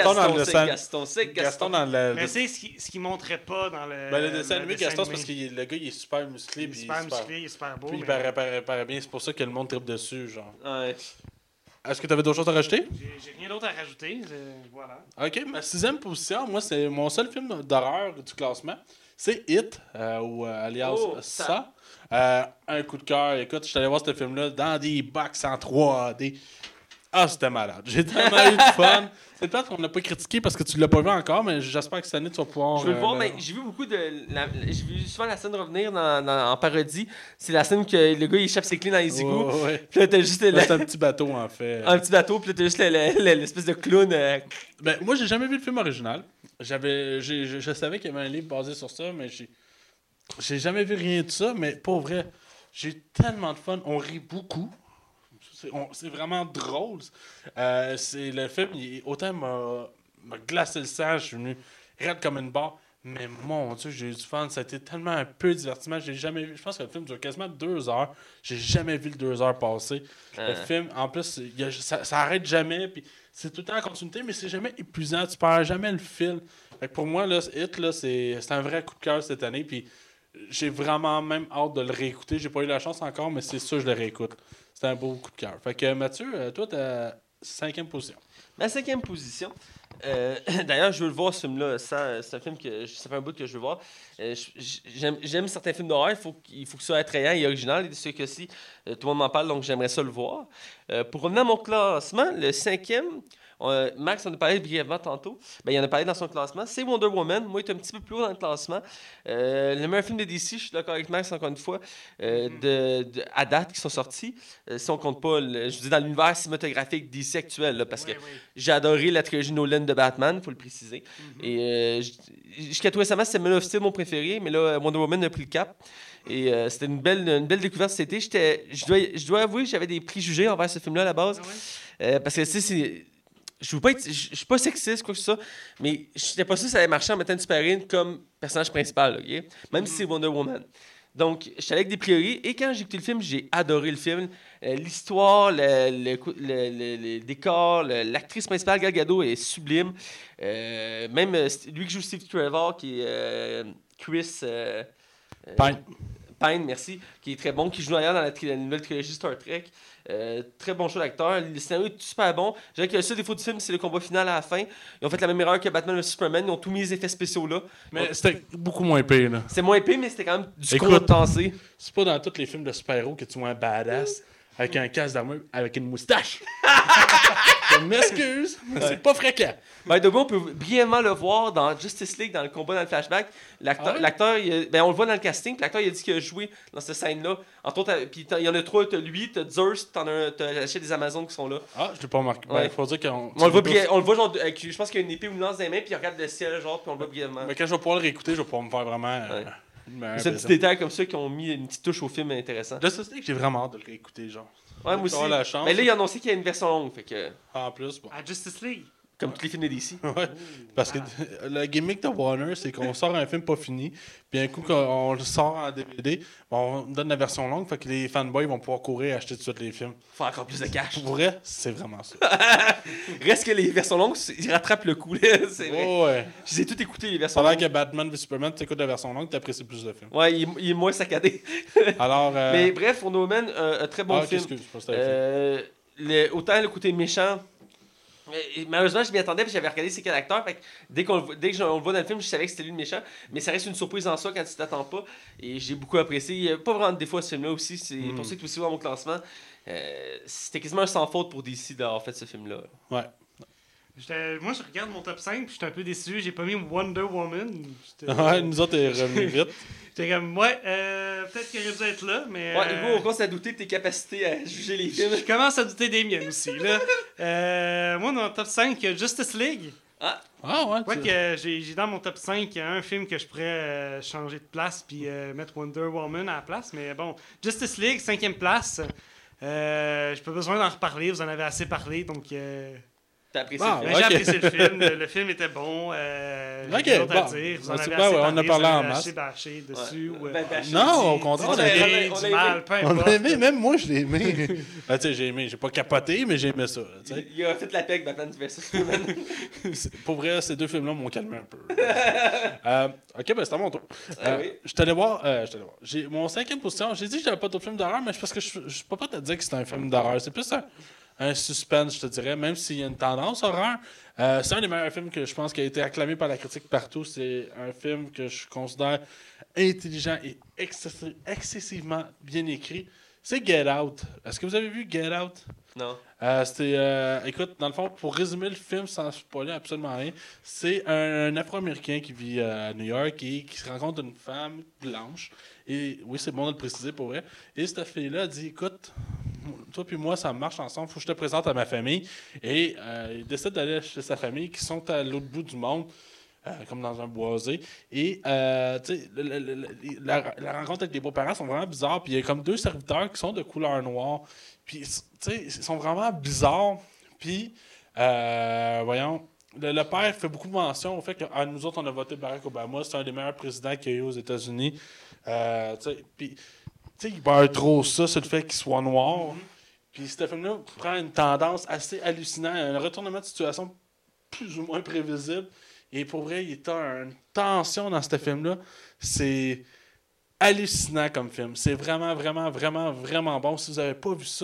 [SPEAKER 2] Gaston
[SPEAKER 1] dans le...
[SPEAKER 3] Mais c'est ce qu'il montrait pas dans le.
[SPEAKER 1] Le dessin animé Gaston, c'est parce que le gars, il est super musclé.
[SPEAKER 3] Il est super beau.
[SPEAKER 1] Puis il paraît bien, c'est pour ça que le monde tripe dessus, genre.
[SPEAKER 2] Ouais.
[SPEAKER 1] Est-ce que tu avais d'autres choses à rajouter?
[SPEAKER 3] J'ai rien d'autre à rajouter. Voilà.
[SPEAKER 1] Ok, ma 6e position, moi, c'est mon seul film d'horreur du classement. C'est It, ou alias Ça. Un coup de cœur. Écoute, je suis allé voir ce film-là dans des box en 3D. Ah, c'était malade. J'ai tellement eu de fun. C'est peut-être qu'on n'a pas critiqué parce que tu l'as pas vu encore, mais j'espère que cette année, tu vas pouvoir...
[SPEAKER 2] Je veux le voir, mais j'ai vu beaucoup j'ai vu souvent la scène revenir en parodie. C'est la scène que le gars, il échappe ses clés dans les égouts.
[SPEAKER 1] Ouais.
[SPEAKER 2] Puis là, t'as juste...
[SPEAKER 1] C'est un petit bateau, en fait.
[SPEAKER 2] Un petit bateau, puis là, t'as juste l'espèce de clown.
[SPEAKER 1] Ben, moi, j'ai jamais vu le film original. Je savais qu'il y avait un livre basé sur ça, mais j'ai jamais vu rien de ça. Mais pour vrai, j'ai tellement de fun. On rit beaucoup. C'est vraiment drôle. Le film, autant m'a glacé le sang, je suis venu raide comme une barre. Mais mon Dieu, j'ai eu du fun. Ça a été tellement un peu divertissement. J'ai jamais vu. Je pense que le film dure quasiment 2 heures. J'ai jamais vu le 2 heures passer. Le film, en plus, ça arrête jamais. Puis c'est tout le temps en continuité, mais c'est jamais épuisant. Tu perds jamais le fil. Fait que pour moi, là, Hit, là, c'est un vrai coup de cœur cette année. Puis j'ai vraiment même hâte de le réécouter. J'ai pas eu la chance encore, mais c'est sûr que je le réécoute. C'est un beau coup de cœur. Fait que Mathieu, toi, t'as 5e position.
[SPEAKER 2] Ma 5e position. D'ailleurs, je veux le voir, ce film-là. C'est un film que ça fait un bout que je veux voir. J'aime certains films d'horreur. Il faut que ce soit attrayant et original. Et ce que-ci, tout le monde m'en parle, donc j'aimerais ça le voir. Pour revenir à mon classement, le 5e, Max en a parlé brièvement tantôt. Ben, il en a parlé dans son classement. C'est Wonder Woman. Moi, il est un petit peu plus haut dans le classement. Le meilleur film de DC, je suis d'accord avec Max encore une fois, à date, qui sont sortis. Si on compte pas, je dis dans l'univers cinématographique DC actuel, là, parce que j'ai adoré la trilogie Nolan de Batman, il faut le préciser. Et jusqu'à tout récemment, c'était Man of Steel mon préféré, mais là, Wonder Woman a pris le cap. Et c'était une belle découverte cet été. Je dois avouer que j'avais des préjugés envers ce film-là à la base. Parce que c'est... Je suis pas sexiste, quoi que ce soit, mais je n'étais pas sûr que ça allait marcher en mettant une super-héroïne comme personnage principal, okay? Même si c'est Wonder Woman. Donc, je suis allé avec des priorités, et quand j'ai écouté le film, j'ai adoré le film. L'histoire, le décor, l'actrice principale, Gal Gadot, est sublime. Même lui qui joue Steve Trevor, qui est Chris... Pine, merci, qui est très bon, qui joue d'ailleurs dans la nouvelle trilogie Star Trek. Très bon show d'acteur. Le scénario est super bon. Je dirais que le seul défaut du film, c'est le combat final à la fin. Ils ont fait la même erreur que Batman vs Superman. Ils ont tout mis les effets spéciaux là.
[SPEAKER 1] Mais c'était beaucoup moins épais, là.
[SPEAKER 2] C'est moins épais, mais c'était quand même du condensé.
[SPEAKER 1] C'est pas dans tous les films de super-héros que tu vois un badass avec un casque d'armure, avec une moustache. Je m'excuse, mais c'est pas fréquent.
[SPEAKER 2] By the way, on peut brièvement le voir dans Justice League, dans le combat dans le flashback. L'acteur,
[SPEAKER 1] Ah ouais?
[SPEAKER 2] on le voit dans le casting, puis l'acteur il a dit qu'il a joué dans cette scène-là. Entre autres, puis il y en a 3, t'as lui, t'as Zeus, t'as acheté des Amazones qui sont là.
[SPEAKER 1] Ah, je l'ai pas remarqué.
[SPEAKER 2] Ouais.
[SPEAKER 1] Ben, faut dire qu'on...
[SPEAKER 2] On le voit genre, je pense qu'il y a une épée ou une lance dans les mains, puis il regarde le ciel, genre, puis on le voit brièvement.
[SPEAKER 1] Mais quand je vais pouvoir le réécouter, je vais pouvoir me faire vraiment...
[SPEAKER 2] Ouais.
[SPEAKER 1] une meilleure
[SPEAKER 2] C'est des petits
[SPEAKER 1] impression.
[SPEAKER 2] détails comme ça qui ont mis une petite touche au film intéressant.
[SPEAKER 1] Justice League, j'ai vraiment hâte de le réécouter, genre.
[SPEAKER 2] Ouais, moi aussi.
[SPEAKER 1] Avoir la chance.
[SPEAKER 2] Mais là, il a annoncé qu'il y a une version longue, fait que.
[SPEAKER 1] En plus, bon.
[SPEAKER 3] À Justice League.
[SPEAKER 2] Comme tous les films de DC.
[SPEAKER 1] Ouais, parce que le gimmick de Warner, c'est qu'on sort un film pas fini, puis un coup qu'on le sort en DVD, on donne la version longue, fait que les fanboys vont pouvoir courir et acheter tout de suite les films.
[SPEAKER 2] Faut encore plus de cash.
[SPEAKER 1] Pour vrai, c'est vraiment ça.
[SPEAKER 2] Reste que les versions longues, ils rattrapent le coup, là. C'est vrai.
[SPEAKER 1] Ouais.
[SPEAKER 2] Je les ai toutes écoutées, les versions
[SPEAKER 1] Pendant
[SPEAKER 2] longues.
[SPEAKER 1] que Batman v Superman, tu écoutes la version longue, tu apprécies plus le film.
[SPEAKER 2] Ouais, il est moins saccadé.
[SPEAKER 1] Alors.
[SPEAKER 2] Mais bref, Wonder Woman, un très bon film.
[SPEAKER 1] Excuse, je pense que c'était
[SPEAKER 2] Autant le côté méchant. Et malheureusement, je m'y attendais parce que j'avais regardé c'est quel acteur. Fait que dès que on le voit dans le film, je savais que c'était lui le méchant. Mais ça reste une surprise en soi quand tu t'attends pas. Et j'ai beaucoup apprécié. Il n'y a pas vraiment de défaut à ce film-là aussi. C'est pour ça que tu aussi voir mon classement. C'était quasiment un sans faute pour DC d'avoir fait ce film-là.
[SPEAKER 1] Ouais.
[SPEAKER 3] Moi, je regarde mon top 5 puis je suis un peu déçu. J'ai pas mis Wonder Woman.
[SPEAKER 1] Ouais, nous autres, est revenu vite.
[SPEAKER 3] J'étais comme, ouais, peut-être qu'il aurait dû être là, mais.
[SPEAKER 2] Ouais, Hugo, on commence à douter de tes capacités à juger les films.
[SPEAKER 3] Je commence à douter des miennes aussi. Là. Moi, dans mon top 5, il y a Justice League.
[SPEAKER 1] Ah ouais,
[SPEAKER 3] Ouais, que j'ai dans mon top 5 un film que je pourrais changer de place puis mettre Wonder Woman à la place. Mais bon, Justice League, 5e place. J'ai pas besoin d'en reparler, vous en avez assez parlé, donc.
[SPEAKER 2] T'as apprécié
[SPEAKER 1] Ah,
[SPEAKER 2] le
[SPEAKER 3] Mais
[SPEAKER 2] film.
[SPEAKER 3] j'ai
[SPEAKER 1] ok.
[SPEAKER 3] apprécié le film. Le film était bon. J'ai
[SPEAKER 1] Ok,
[SPEAKER 3] rien d'autre à
[SPEAKER 1] bon.
[SPEAKER 3] dire. Vous en
[SPEAKER 1] C'est
[SPEAKER 3] avez
[SPEAKER 1] pas,
[SPEAKER 3] assez
[SPEAKER 1] ouais, on
[SPEAKER 3] parlé,
[SPEAKER 1] a parlé
[SPEAKER 3] vous en
[SPEAKER 1] en
[SPEAKER 3] avez
[SPEAKER 1] masse.
[SPEAKER 3] assez bâché dessus.
[SPEAKER 2] Ouais.
[SPEAKER 3] Ouais.
[SPEAKER 2] Ben,
[SPEAKER 1] Non, au contraire.
[SPEAKER 3] On
[SPEAKER 2] On
[SPEAKER 3] a
[SPEAKER 2] a-
[SPEAKER 3] bien,
[SPEAKER 2] on a
[SPEAKER 3] du
[SPEAKER 2] aimé.
[SPEAKER 3] mal, peu
[SPEAKER 1] On
[SPEAKER 3] importe.
[SPEAKER 1] l'a aimé, même moi, je l'ai aimé. Ben, tu sais, j'ai aimé. J'ai pas capoté, mais j'ai aimé ça. Tu sais.
[SPEAKER 2] Il a fait la paix avec Batman vs Superman.
[SPEAKER 1] Pour vrai, ces deux films-là m'ont calmé un peu. Ok, ben c'est à mon tour.
[SPEAKER 2] Ah oui.
[SPEAKER 1] Je t'allais voir. J'ai mon 5e position. J'ai dit que j'avais pas d'autres films d'horreur, mais c'est parce que je suis pas prêt à te dire que c'est un film d'horreur. C'est plus un suspense, je te dirais, même s'il y a une tendance horreur. C'est un des meilleurs films que je pense qui a été acclamé par la critique partout. C'est un film que je considère intelligent et excessivement bien écrit. C'est Get Out. Est-ce que vous avez vu Get Out?
[SPEAKER 2] Non.
[SPEAKER 1] Écoute, dans le fond, pour résumer le film sans spoiler absolument rien, c'est un Afro-Américain qui vit à New York et qui se rencontre une femme blanche. Et oui, c'est bon de le préciser pour vrai. Et cette fille-là dit, écoute, toi puis moi, ça marche ensemble, faut que je te présente à ma famille. Et il décide d'aller chez sa famille qui sont à l'autre bout du monde. Comme dans un boisé. Et tu sais, la rencontre avec les beaux-parents sont vraiment bizarres. Puis il y a comme deux serviteurs qui sont de couleur noire. Puis tu sais, ils sont vraiment bizarres. Puis, voyons, le père fait beaucoup de mention au fait que nous autres, on a voté Barack Obama. C'est un des meilleurs présidents qu'il y a eu aux États-Unis. Tu sais, puis, tu sais, il perd trop ça sur le fait qu'il soit noir. Puis ce film-là prend une tendance assez hallucinante, un retournement de situation plus ou moins prévisible. Et pour vrai, il y a une tension dans ce film-là. C'est hallucinant comme film. C'est vraiment, vraiment, vraiment, vraiment bon. Si vous n'avez pas vu ça,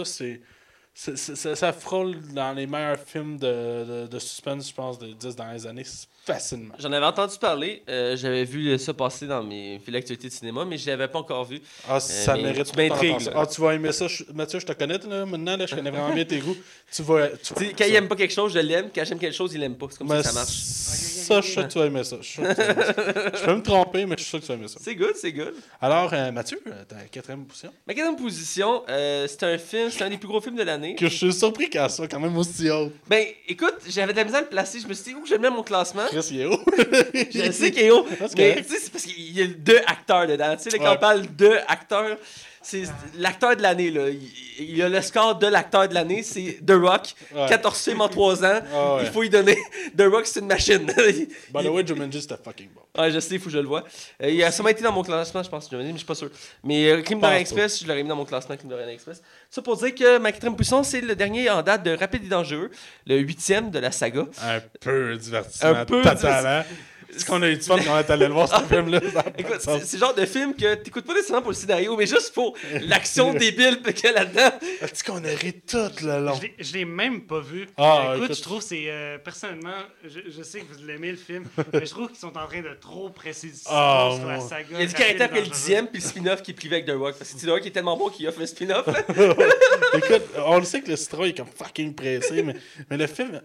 [SPEAKER 1] ça frôle dans les meilleurs films de suspense, je pense, des 10 dernières années, facilement.
[SPEAKER 2] J'en avais entendu parler. J'avais vu ça passer dans mes fils d'actualité de cinéma, mais je l'avais pas encore vu.
[SPEAKER 1] Ah, ça
[SPEAKER 2] mais
[SPEAKER 1] mérite
[SPEAKER 2] tu
[SPEAKER 1] toute ton
[SPEAKER 2] m'intrigues,
[SPEAKER 1] attention.
[SPEAKER 2] là.
[SPEAKER 1] Ah, tu vas aimer ça. Mathieu, je te connais là, maintenant. Là, je connais vraiment bien tes goûts. Tu vas
[SPEAKER 2] Tu sais, quand il aime pas quelque chose, je l'aime. Quand j'aime quelque chose, il l'aime pas. C'est comme ça que ça marche.
[SPEAKER 1] Ça, je suis sûr que tu vas aimer ça. Je suis sûr que tu vas aimer ça. Je peux me tromper, mais je suis sûr que tu vas aimer ça.
[SPEAKER 2] C'est good, c'est good.
[SPEAKER 1] Alors, Mathieu, ta 4e position.
[SPEAKER 2] Ma 4e position, c'est un des plus gros films de l'année.
[SPEAKER 1] Que je suis surpris qu'elle soit quand même aussi haute.
[SPEAKER 2] Ben, écoute, j'avais de la misère à le placer. Je me suis dit, où je le mets mon classement?
[SPEAKER 1] Chris, il est haut.
[SPEAKER 2] Je sais qu'il est haut,
[SPEAKER 1] Parce que-
[SPEAKER 2] mais tu sais, c'est parce qu'il y a deux acteurs dedans. Tu sais, là, quand
[SPEAKER 1] Ouais.
[SPEAKER 2] on parle de acteurs, c'est l'acteur de l'année, là. Il a le score de l'acteur de l'année, c'est The Rock.
[SPEAKER 1] Ouais.
[SPEAKER 2] 14 films en 3 ans.
[SPEAKER 1] Ah ouais.
[SPEAKER 2] Il faut y donner. The Rock, c'est une machine.
[SPEAKER 1] By the way, Jumanji, c'était fucking bon.
[SPEAKER 2] Ouais, je sais, il faut que je le vois. Il a sûrement été dans mon classement, je pense, mais je suis pas sûr. Mais Crime d'Orient Express, je l'aurais mis dans mon classement, Crime d'Orient Express. Ça pour dire que ma 4e position, c'est le dernier en date de Rapide et Dangereux, le 8e de la saga.
[SPEAKER 1] Un peu divertissement.
[SPEAKER 2] Un peu
[SPEAKER 1] total, hein? Est-ce qu'on a eu du fun quand on est allé le voir, ce film-là? Ça a pas de
[SPEAKER 2] Écoute,
[SPEAKER 1] sens.
[SPEAKER 2] c'est le genre de film que t'écoutes pas nécessairement pour le scénario, mais juste pour l'action débile qu'il y a là-dedans.
[SPEAKER 1] Est-ce qu'on a ri tout le long?
[SPEAKER 3] Je l'ai même pas vu.
[SPEAKER 1] Ah,
[SPEAKER 3] Écoute,
[SPEAKER 1] écoute.
[SPEAKER 3] je trouve que c'est. Personnellement, je sais que vous l'aimez le film, mais je trouve qu'ils sont en train de trop préciser
[SPEAKER 1] Ah,
[SPEAKER 3] sur la
[SPEAKER 1] moi.
[SPEAKER 3] saga.
[SPEAKER 2] Il y a du
[SPEAKER 3] Rapide
[SPEAKER 2] caractère
[SPEAKER 3] et
[SPEAKER 2] après le
[SPEAKER 3] Dangereux.
[SPEAKER 2] 10e, puis le spin-off qui est privé avec The Rock. Parce que The Rock est tellement bon qu'il offre le spin-off.
[SPEAKER 1] Écoute, on le sait que le citron est comme fucking pressé, mais le film,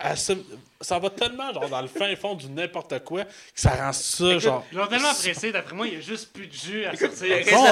[SPEAKER 1] ça va tellement genre dans le fin fond du n'importe quoi que ça rend ça genre.
[SPEAKER 3] Ils l'ont tellement pressé, d'après moi, il n'y a juste plus de jus à sortir.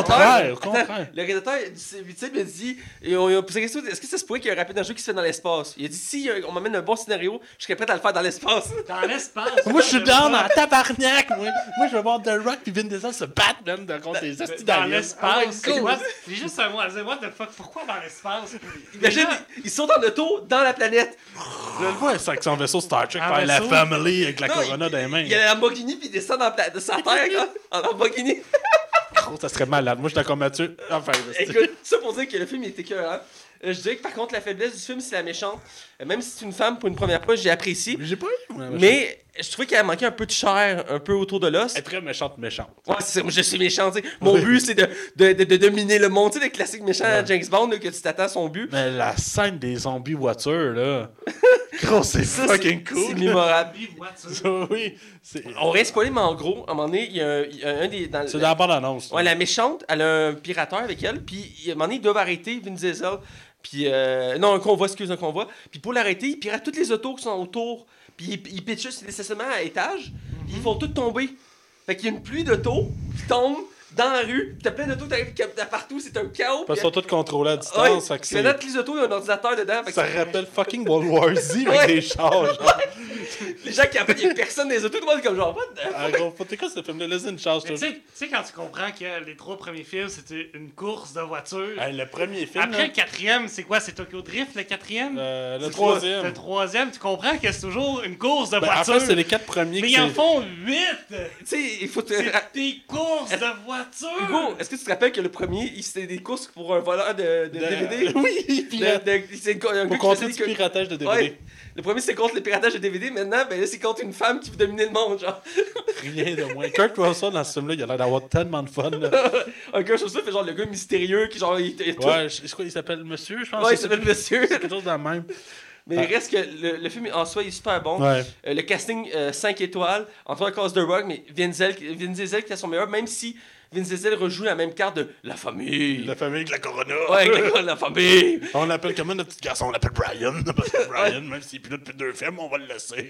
[SPEAKER 1] Au contraire.
[SPEAKER 2] Le réalisateur du type il a dit, et on a posé la question, est-ce que ça se pourrait qu'il y ait un rapide d'un jeu qui se fait dans l'espace? Il a dit, si on m'amène un bon scénario, je serais prêt à le faire dans l'espace.
[SPEAKER 3] Dans l'espace.
[SPEAKER 1] Moi, je suis down en tabarnak, moi. Moi, je veux voir The Rock puis Vin Diesel se battre, man, contre les hosties
[SPEAKER 3] Dans
[SPEAKER 1] d'aliens.
[SPEAKER 3] l'espace.
[SPEAKER 2] cool.
[SPEAKER 3] Moi, j'ai juste un mot à dire. What the fuck? Pourquoi dans l'espace?
[SPEAKER 2] Imagine, ils sont en auto dans la planète.
[SPEAKER 1] Je le vois, c'est avec son vaisseau Star Trek,
[SPEAKER 3] Un
[SPEAKER 1] par la
[SPEAKER 3] vaisseau?
[SPEAKER 1] family avec la
[SPEAKER 2] Non,
[SPEAKER 1] Corona dans les mains.
[SPEAKER 2] Il y a la Lamborghini puis il descend de sa terre, là, en Lamborghini.
[SPEAKER 1] Oh, ça serait malade. Moi, je suis d'accord, Mathieu. Enfin,
[SPEAKER 2] Écoute, ça pour dire que le film il était écœurant. Je dirais que par contre, la faiblesse du film, c'est la méchante. Même si c'est une femme pour une première fois, j'ai apprécié.
[SPEAKER 1] j'ai pas eu. moi,
[SPEAKER 2] Mais je trouvais qu'elle manquait un peu de chair, un peu autour de l'os.
[SPEAKER 1] Elle est très méchante.
[SPEAKER 2] Ouais, c'est ça, moi je suis méchant, tu sais. Mon but, c'est de dominer le monde. Tu sais, le classique méchant à James Bond, là, que tu t'attends à son but.
[SPEAKER 1] Mais la scène des zombies voitures, là. Gros, c'est
[SPEAKER 2] Ça,
[SPEAKER 1] fucking
[SPEAKER 2] c'est
[SPEAKER 1] cool.
[SPEAKER 2] mémorable.
[SPEAKER 1] Ça, oui.
[SPEAKER 2] On reste spoilé, mais en gros, à un moment donné, il y a un des.
[SPEAKER 1] C'est dans la bande-annonce.
[SPEAKER 2] Ouais, la méchante, elle a un pirateur avec elle, puis à un moment donné, ils doivent arrêter Vin Diesel. Puis, non, un convoi, un convoi. Puis pour l'arrêter, ils piratent toutes les autos qui sont autour. Puis ils pitchent juste nécessairement à étage. Puis ils font toutes tomber. Fait qu'il y a une pluie d'autos qui tombent dans la rue. Puis t'as plein d'autos qui arrivent partout, c'est un chaos.
[SPEAKER 1] Parce qu'ils sont tous contrôlés à distance.
[SPEAKER 2] Ouais,
[SPEAKER 1] Fait que
[SPEAKER 2] puis
[SPEAKER 1] c'est...
[SPEAKER 2] maintenant, toutes les autos, il y a un ordinateur dedans. Fait que
[SPEAKER 1] Ça rappelle fucking World War Z avec
[SPEAKER 2] Ouais.
[SPEAKER 1] des chars, genre.
[SPEAKER 2] les gens qui appellent, il n'y a personne dans les autos, tout le monde est comme genre, what the-
[SPEAKER 1] Ah, gros, t'es quoi ce film-là? Laisse une chance,
[SPEAKER 3] Mais
[SPEAKER 1] toi.
[SPEAKER 3] tu sais, quand tu comprends que les 3 premiers films, c'était une course de voiture.
[SPEAKER 1] Hey, le premier film,
[SPEAKER 3] Après
[SPEAKER 1] là,
[SPEAKER 3] le 4e, c'est quoi? C'est Tokyo Drift, le 4e?
[SPEAKER 1] le
[SPEAKER 3] Le
[SPEAKER 1] troisième.
[SPEAKER 3] 3e, tu comprends que c'est toujours une course de
[SPEAKER 1] Ben, en
[SPEAKER 3] voiture.
[SPEAKER 1] fait, c'est les 4 premiers
[SPEAKER 3] Mais
[SPEAKER 1] que
[SPEAKER 3] ils en
[SPEAKER 1] c'est...
[SPEAKER 3] font 8!
[SPEAKER 2] Tu sais, il faut te.
[SPEAKER 3] C'est des courses de voiture!
[SPEAKER 2] Hugo, est-ce que tu te rappelles que le premier, c'était des courses pour un voleur de DVD?
[SPEAKER 1] Oui, puis là,
[SPEAKER 2] C'est un gars
[SPEAKER 1] pour
[SPEAKER 2] qui
[SPEAKER 1] contrer
[SPEAKER 2] faisait
[SPEAKER 1] du piratage de DVD.
[SPEAKER 2] Ouais. Le premier, c'est contre le piratage de DVD. Maintenant, ben là, c'est contre une femme qui veut dominer le monde, genre.
[SPEAKER 1] Rien de moins. Kurt Russell, dans ce film-là, il a l'air d'avoir tellement de fun, là.
[SPEAKER 2] Un gars chose ça fait genre le gars mystérieux qui, genre, il est tout-
[SPEAKER 1] Ouais, c'est quoi, il s'appelle Monsieur, je pense?
[SPEAKER 2] Ouais, il
[SPEAKER 1] c'est
[SPEAKER 2] s'appelle Monsieur.
[SPEAKER 1] quelque chose dans le même.
[SPEAKER 2] Mais il reste que le film en soi il est super bon.
[SPEAKER 1] Ouais.
[SPEAKER 2] Le casting 5 étoiles, Antoine Cause de Rock, mais Vin Diesel qui a son meilleur, même si Vin Diesel rejoue la même carte de la famille.
[SPEAKER 1] La famille avec la Corona.
[SPEAKER 2] Ouais, la famille.
[SPEAKER 1] On l'appelle comment notre petit garçon? On l'appelle Brian. Parce que Brian, même s'il est plus là depuis 2 films, on va le laisser.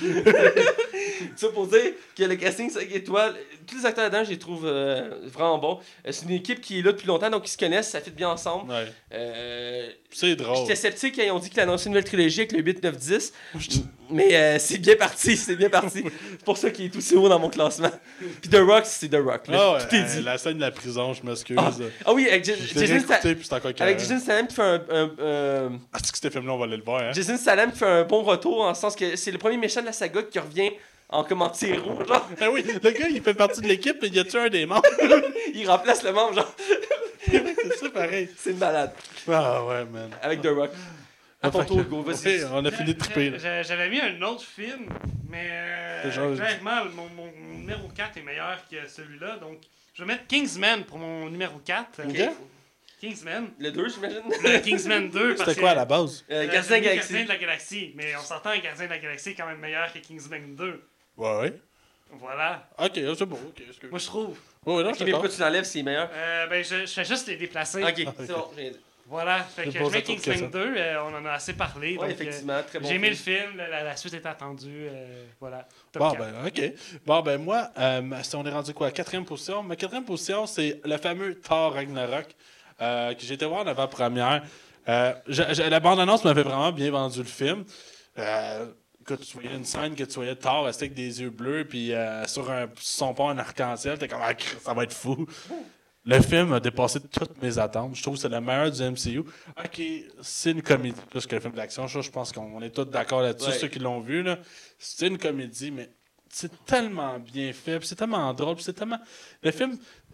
[SPEAKER 2] Ça pour dire que le casting 5 étoiles, tous les acteurs là-dedans, je les trouve vraiment bons. C'est une équipe qui est là depuis longtemps, donc ils se connaissent, ça fit bien ensemble.
[SPEAKER 1] Ouais. C'est drôle.
[SPEAKER 2] J'étais sceptique quand ils ont dit qu'ils annonçaient une nouvelle trilogie avec le 8, 9, 10. Mais c'est bien parti, c'est bien parti. C'est pour ça qu'il est aussi haut dans mon classement. Puis The Rock, c'est The Rock. Là.
[SPEAKER 1] Ah ouais,
[SPEAKER 2] Tout est dit.
[SPEAKER 1] la scène de la prison, je m'excuse.
[SPEAKER 2] Ah oui, avec
[SPEAKER 1] Je l'ai
[SPEAKER 2] Jason
[SPEAKER 1] réécouté, puis c'est encore
[SPEAKER 2] avec
[SPEAKER 1] carré.
[SPEAKER 2] Jason Statham qui fait
[SPEAKER 1] Ah, c'est que ce film-là, on va aller le voir, hein?
[SPEAKER 2] Jason Statham qui fait un bon retour en sens que c'est le premier méchant de la saga qui revient en commentaire genre.
[SPEAKER 1] Ah oui, le gars, il fait partie de l'équipe, mais il y a-tu un des membres?
[SPEAKER 2] Il remplace le membre, genre.
[SPEAKER 1] C'est ça, pareil.
[SPEAKER 2] C'est une balade.
[SPEAKER 1] Ah ouais, man.
[SPEAKER 2] Avec The Rock. À ton
[SPEAKER 1] Fait
[SPEAKER 2] tour,
[SPEAKER 1] que-
[SPEAKER 2] Hugo, vas-y.
[SPEAKER 1] Oui, on a fini de triper, là.
[SPEAKER 3] J'avais mis un autre film, mais
[SPEAKER 1] C'est genre-
[SPEAKER 3] clairement, mon numéro 4 est meilleur que celui-là. Donc, je vais mettre Kingsman pour mon numéro 4.
[SPEAKER 1] Ok.
[SPEAKER 3] Kingsman.
[SPEAKER 2] Le 2, j'imagine.
[SPEAKER 3] Le Kingsman 2. parce
[SPEAKER 1] C'était quoi à
[SPEAKER 3] que-
[SPEAKER 1] la base?
[SPEAKER 2] Gardien de la Galaxie.
[SPEAKER 3] Gardien de la Galaxie. Mais on s'entend, Gardien de la Galaxie est quand même meilleur que Kingsman 2.
[SPEAKER 1] Ouais.
[SPEAKER 3] Voilà.
[SPEAKER 1] Ok, c'est bon, ok. excuse.
[SPEAKER 3] Moi, je trouve.
[SPEAKER 1] Ouais, non,
[SPEAKER 2] Ok,
[SPEAKER 1] je
[SPEAKER 2] mais
[SPEAKER 1] suis
[SPEAKER 2] pourquoi tu l'enlèves s'il est meilleur?
[SPEAKER 3] Ben, je fais juste les déplacer.
[SPEAKER 2] Ok,
[SPEAKER 1] ok.
[SPEAKER 2] c'est bon. j'ai-
[SPEAKER 3] Voilà. Fait que
[SPEAKER 1] Je
[SPEAKER 3] je
[SPEAKER 1] pose
[SPEAKER 3] mets
[SPEAKER 1] la question.
[SPEAKER 3] Kingsman 2. On en a assez parlé.
[SPEAKER 2] Ouais,
[SPEAKER 3] donc,
[SPEAKER 2] effectivement, très bon.
[SPEAKER 3] j'ai aimé le
[SPEAKER 2] film.
[SPEAKER 3] film. La suite est attendue. Voilà. Top
[SPEAKER 1] Bon,
[SPEAKER 3] 4.
[SPEAKER 1] ben, ok. Bon, ben, moi, si on est rendu quoi? 4e position. Ma 4e position, c'est le fameux Thor Ragnarok, que j'ai été voir en avant-première. La bande-annonce m'avait vraiment bien vendu le film. Écoute, tu voyais une scène que tu voyais Thor resté avec des yeux bleus, puis sur son pont en arc-en-ciel, t'es comme, ah, ça va être fou. Le film a dépassé toutes mes attentes. Je trouve que c'est le meilleur du MCU. Ok, c'est une comédie plus que le film d'action. Je pense qu'on est tous d'accord là-dessus,
[SPEAKER 2] Ouais.
[SPEAKER 1] ceux qui l'ont vu. Là. C'est une comédie, mais c'est tellement bien fait, puis c'est tellement drôle, puis c'est tellement... Le film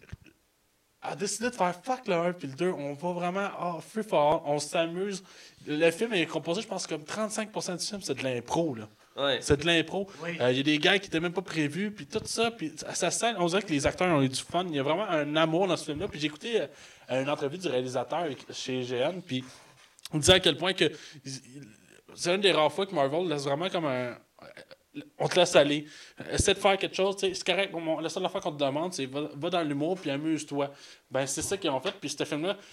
[SPEAKER 1] a décidé de faire fuck le 1 puis le 2. On va vraiment free for all, on s'amuse. Le film est composé, je pense, comme 35% du film, c'est de l'impro, là.
[SPEAKER 2] Ouais.
[SPEAKER 1] C'est de l'impro.
[SPEAKER 3] Oui.
[SPEAKER 1] Il y a des gars qui n'étaient même pas prévus, puis tout ça. Puis ça scène, on dirait que les acteurs ont eu du fun. Il y a vraiment un amour dans ce film-là. Puis j'ai écouté une entrevue du réalisateur chez IGN, puis on disait à quel point que c'est une des rares fois que Marvel laisse vraiment comme un... On te laisse aller. Essaie de faire quelque chose. Tu sais, c'est correct. La seule affaire qu'on te demande, c'est va dans l'humour puis amuse-toi. Ben, c'est ça qu'ils ont fait. Puis ce film-là,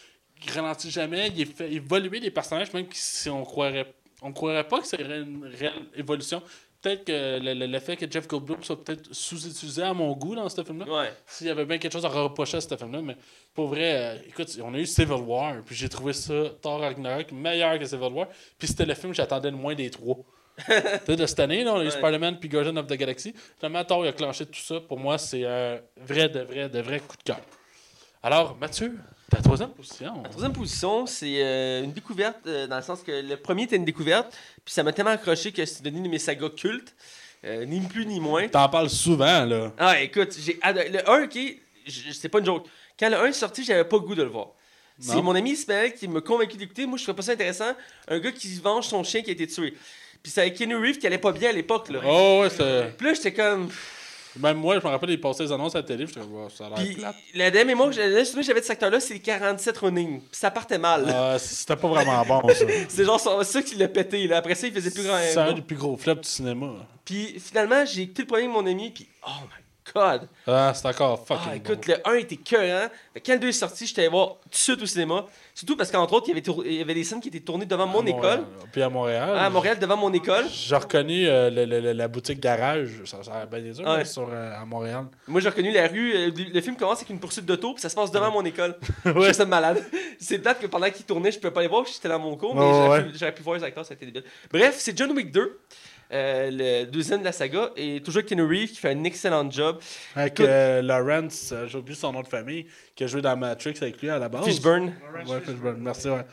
[SPEAKER 1] ralentit jamais, il fait évoluer les personnages, même si on croirait pas que c'est une réelle évolution. Peut-être que le fait que Jeff Goldblum soit peut-être sous-utilisé à mon goût dans ce film-là.
[SPEAKER 2] Ouais.
[SPEAKER 1] S'il y avait bien quelque chose à reprocher à ce film-là, mais pour vrai, écoute, on a eu Civil War, puis j'ai trouvé ça, Thor Ragnarok, meilleur que Civil War, puis c'était le film que j'attendais le moins des trois. Tu sais, de cette année, là, on a eu Spider-Man puis Guardians of the Galaxy. Finalement, Thor il a clenché tout ça. Pour moi, c'est un de vrai coup de cœur. Alors, Mathieu, ta troisième position.
[SPEAKER 2] La troisième position, c'est une découverte, dans le sens que le premier était une découverte, puis ça m'a tellement accroché que c'est devenu une de mes sagas cultes, ni plus ni moins.
[SPEAKER 1] T'en parles souvent, là.
[SPEAKER 2] Ah, écoute, j'ai adoré. Le 1, ok, c'est pas une joke. Quand le 1 est sorti, j'avais pas le goût de le voir. C'est
[SPEAKER 1] Non.
[SPEAKER 2] mon ami Ismaël qui m'a convaincu d'écouter. Moi, je trouvais pas ça intéressant. Un gars qui venge son chien qui a été tué. Puis c'est avec Keanu Reeves qui allait pas bien à l'époque, là.
[SPEAKER 1] Oh, ouais, c'est.
[SPEAKER 2] Puis là, j'étais comme.
[SPEAKER 1] Même moi, je me rappelle, il passait les annonces à la télé, je te vois, ça a l'air
[SPEAKER 2] Puis
[SPEAKER 1] plate.
[SPEAKER 2] la dernière mémoire que j'avais de cet acteur-là, c'est 47 running. Puis ça partait mal.
[SPEAKER 1] C'était pas vraiment bon, ça.
[SPEAKER 2] C'est genre ça qui l'a pété. Là. Après ça, il faisait plus grand.
[SPEAKER 1] C'est un des plus gros flops du cinéma.
[SPEAKER 2] Puis finalement, j'ai écouté le premier de mon ami, puis oh my god!
[SPEAKER 1] Ah, c'est encore fucking
[SPEAKER 2] Ah,
[SPEAKER 1] bon.
[SPEAKER 2] écoute, le 1 était écœurant. Quand le 2 est sorti, j'étais allé voir tout de suite au cinéma. Surtout parce qu'entre autres, il y avait des scènes qui étaient tournées devant mon école.
[SPEAKER 1] Puis à Montréal.
[SPEAKER 2] À Montréal, devant mon école.
[SPEAKER 1] J'ai reconnu la boutique garage, ça a bien des heures,
[SPEAKER 2] Ouais.
[SPEAKER 1] mais à Montréal.
[SPEAKER 2] Moi, j'ai reconnu la rue. Le film commence avec une poursuite d'auto, puis ça se passe devant mon école.
[SPEAKER 1] Ouais.
[SPEAKER 2] Je suis ça malade. C'est plate que pendant qu'il tournait, je pouvais pas les voir, j'étais dans mon cours, mais
[SPEAKER 1] Ouais,
[SPEAKER 2] j'aurais pu voir les acteurs, ça a été débile. Bref, c'est John Wick 2. Le deuxième de la saga, et toujours Keanu Reeves qui fait un excellent job.
[SPEAKER 1] Avec
[SPEAKER 2] Écoute-
[SPEAKER 1] Lawrence, j'ai oublié son nom de famille, qui a joué dans Matrix avec lui à la base.
[SPEAKER 2] Fishburne,
[SPEAKER 1] Ouais, Fishburne, merci, ouais.